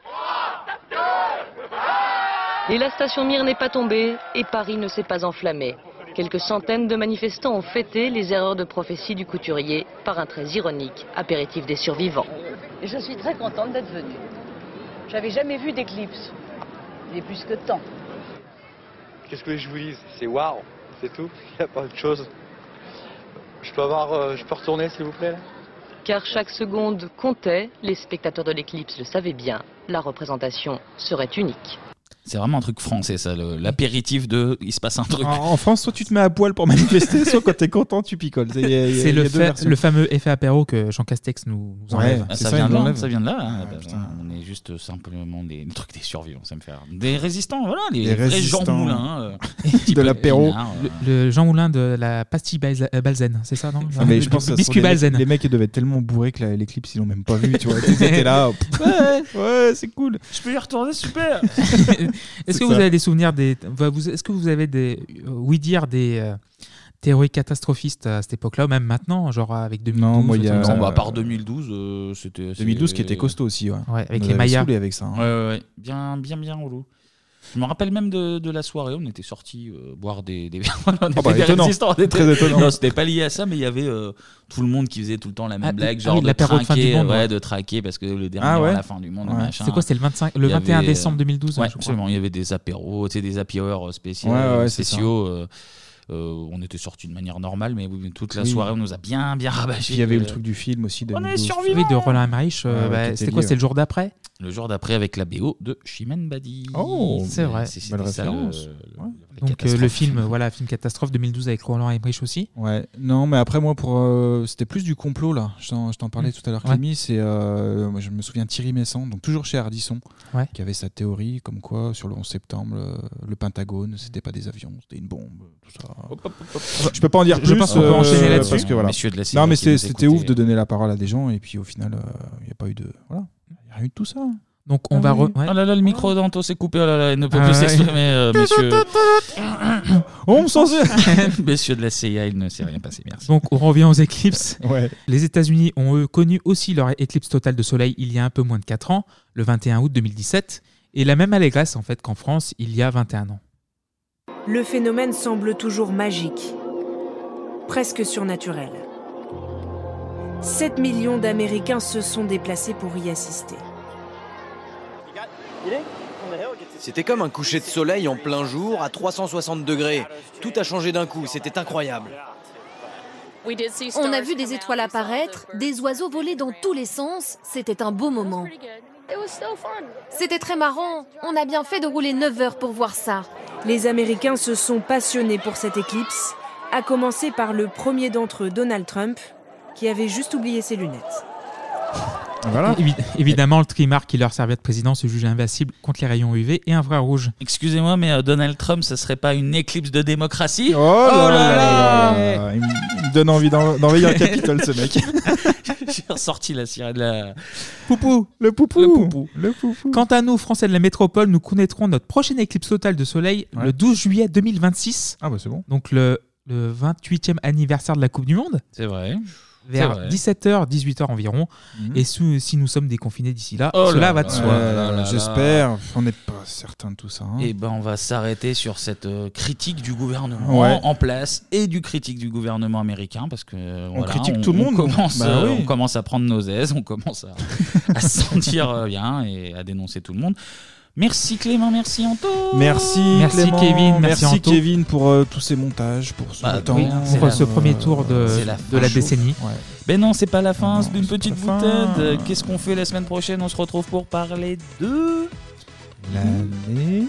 V: Et la station Mir n'est pas tombée et Paris ne s'est pas enflammé. Quelques centaines de manifestants ont fêté les erreurs de prophétie du couturier par un très ironique apéritif des survivants.
C: Je suis très contente d'être venue. J'avais jamais vu d'éclipse. Il est plus que temps.
I: Qu'est-ce que je vous dise? C'est waouh, c'est tout. Il n'y a pas autre chose. Je peux retourner s'il vous plaît là?
V: Car chaque seconde comptait, les spectateurs de l'éclipse le savaient bien, la représentation serait unique.
A: C'est vraiment un truc français, ça, l'apéritif de il se passe un truc.
G: En France, soit tu te mets à poil pour manifester, soit quand t'es content, tu picoles.
H: C'est le fameux effet apéro que Jean Castex nous enlève.
A: Ça vient de là. Hein. On est juste simplement des trucs des survivants, ça me fait rire. Des résistants, voilà, les vrais Jean Moulin.
G: De l'apéro.
H: Le Jean Moulin de la pastille Balzen, c'est ça, non?
G: Mais je pense que
H: biscuit Balzen.
G: Les mecs, ils devaient être tellement bourrés que l'éclipse, ils l'ont même pas vu. Tu vois, ils étaient là. Ouais, c'est cool.
A: Je peux y retourner, super.
H: Est-ce que vous avez des souvenirs est-ce que vous avez des théories catastrophistes à cette époque-là, ou même maintenant, genre avec 2012?
G: Non, moi il y a.
A: À part 2012, c'était.
G: 2012 qui était costaud aussi, ouais.
H: Avec les Mayas.
G: Avec ça.
A: Ouais. Bien relou. Je me rappelle même de la soirée, on était sortis boire des résistants.
G: Très étonnant.
A: Non, c'était pas lié à ça, mais il y avait tout le monde qui faisait tout le temps la même blague, genre de traquer parce que le dernier à la fin du monde, machin.
H: C'est quoi, c'était le 21 décembre 2012?
A: Ouais, absolument. Il y avait des apéros, des happy hours spéciaux. On était sortis de manière normale, mais toute la soirée, on nous a bien rabâché.
G: Il y avait eu le truc du film aussi.
H: On est survivants. Oui, de Roland Emmerich. C'était quoi? C'était le jour d'après?
A: Le jour d'après avec la BO de Chimène Badi.
G: Oh,
H: c'est vrai.
A: C'était
G: belle
A: ça,
G: référence.
A: les
H: Donc
A: catastrophes.
H: le film, voilà, film catastrophe 2012 avec Roland Emmerich aussi.
G: Ouais, non, mais après, moi, c'était plus du complot, là. Je t'en parlais tout à l'heure,
H: Ouais.
G: Clémy. Moi, je me souviens de Thierry Messant, donc toujours chez Ardisson,
H: Ouais.
G: qui avait sa théorie comme quoi, sur le 11 septembre, le Pentagone, c'était pas des avions, c'était une bombe, tout ça. Je peux pas en dire
H: Je
G: plus.
H: pense qu'on peut enchaîner là-dessus.
G: Parce que, voilà.
A: Messieurs de la CIA
G: Non, mais
A: qui nous
G: c'était
A: écoutez.
G: ouf de donner la parole à des gens, et puis au final, il n'y a pas eu de. Voilà. Il n'y a rien eu de tout ça.
H: Donc on va. Ouais.
A: Oh là là, le micro d'Anto s'est coupé. Oh là là, il ne peut
H: Ah
A: plus
H: ouais.
A: s'exprimer, messieurs.
G: On me censure.
A: Messieurs de la CIA, il ne s'est rien passé. Merci.
H: Donc on revient aux éclipses.
G: Ouais.
H: Les États-Unis ont eux connu aussi leur éclipse totale de soleil il y a un peu moins de 4 ans, le 21 août 2017, et la même allégresse en fait qu'en France il y a 21 ans.
K: Le phénomène semble toujours magique, presque surnaturel. 7 millions d'Américains se sont déplacés pour y assister.
L: C'était comme un coucher de soleil en plein jour à 360 degrés. Tout a changé d'un coup, c'était incroyable.
U: On a vu des étoiles apparaître, des oiseaux voler dans tous les sens. C'était un beau moment. C'était très marrant. On a bien fait de rouler 9 heures pour voir ça.
K: Les Américains se sont passionnés pour cette éclipse, à commencer par le premier d'entre eux, Donald Trump, qui avait juste oublié ses lunettes.
G: Voilà.
H: Évidemment, le trimar qui leur servait de président se jugeait invincible contre les rayons UV et infrarouge.
A: Excusez-moi, mais Donald Trump, ce serait pas une éclipse de démocratie?
G: Oh là là. Il me donne envie d'envahir le Capitole, ce mec.
A: J'ai ressorti la sirène de la...
H: Poupou,
G: le poupou.
H: Le poupou. Quant à nous, Français de la métropole, nous connaîtrons notre prochaine éclipse totale de soleil le 12 juillet 2026.
G: Ah bah c'est bon.
H: Donc le 28e anniversaire de la Coupe du Monde.
A: C'est vrai.
H: Vers 17h, 18h environ. Et si nous sommes déconfinés d'ici là, cela va de soi.
G: J'espère. On n'est pas certain de tout ça. Hein.
A: Et ben on va s'arrêter sur cette critique du gouvernement en place et du critique du gouvernement américain parce que
G: on critique tout le monde.
A: On commence à prendre nos aises, on commence à se sentir bien et à dénoncer tout le monde. Merci Clément, merci Anto.
G: Merci Clément,
H: Kevin, merci Anto.
G: Kevin pour tous ces montages, pour ce temps.
H: Oui, pour ce premier tour de la décennie.
G: Ouais.
A: Ben non, c'est pas la fin, c'est une petite boutade. Qu'est-ce qu'on fait la semaine prochaine? On se retrouve pour parler de...
G: l'année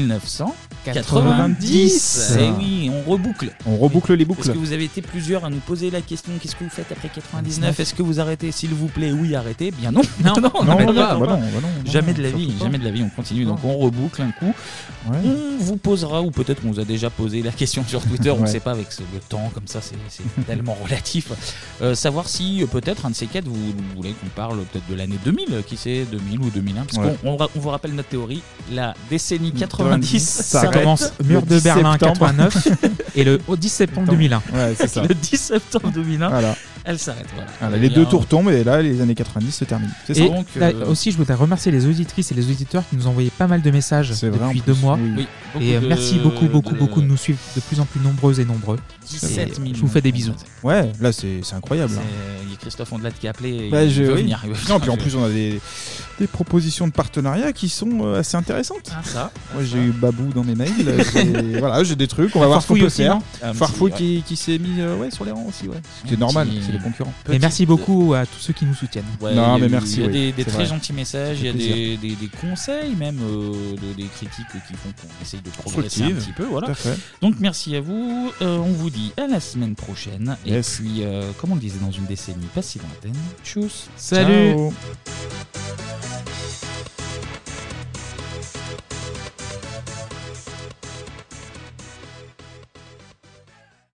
A: 1990. Et oui, on reboucle.
G: On reboucle les boucles.
A: Parce que vous avez été plusieurs à nous poser la question, qu'est-ce que vous faites après 99? Est-ce que vous arrêtez? S'il vous plaît, oui, arrêtez. Bien non. Non, on n'arrête pas. Jamais de la vie, on continue. Donc on reboucle un coup.
G: Ouais.
A: On vous posera, ou peut-être qu'on vous a déjà posé la question sur Twitter, on ne sait pas, avec le temps comme ça, c'est tellement relatif. Savoir si peut-être un de ces quatre, vous voulez qu'on parle peut-être de l'année 2000, qui c'est 2000 ou 2001, parce qu'on vous rappelle notre théorie, la décennie 90,
H: ça commence mur de Berlin 89 et le 10 septembre 2001.
G: Ouais, c'est ça.
A: Le 10 septembre 2001,
G: voilà.
A: Elle s'arrête.
G: Voilà, les deux tours tombent et là, les années 90 se terminent. C'est
H: Et
G: ça.
A: Donc,
H: là, aussi, je voudrais remercier les auditrices et les auditeurs qui nous ont envoyé pas mal de messages depuis 2 mois.
A: Oui.
H: Et merci beaucoup de nous suivre de plus en plus nombreuses et nombreux.
A: 17 000.
H: Je vous fais des bisous.
G: Ouais, là c'est incroyable.
A: Il y a Christophe Ondelat qui a appelé.
G: Bah,
A: il veut venir.
G: Non, puis en plus on a des propositions de partenariat qui sont assez intéressantes.
A: Ah, ça.
G: Moi j'ai eu Babou dans mes mails. Voilà, j'ai des trucs. On va voir ce qu'on peut faire. Farfouille qui s'est mis sur les rangs aussi. Ouais. C'est normal, c'est les concurrents.
H: Et merci beaucoup à tous ceux qui nous soutiennent.
A: Ouais,
G: non, mais merci.
A: Il y a des
G: c'est
A: très
G: vrai.
A: gentils messages, il y a des conseils, même des critiques qui font qu'on essaye de progresser un petit peu. Voilà.
G: Tout à fait.
A: Donc merci à vous. On vous dit à la semaine prochaine. Et puis, comme on le disait dans une décennie pas si lointaine, tchuss.
H: Salut.
G: Ciao.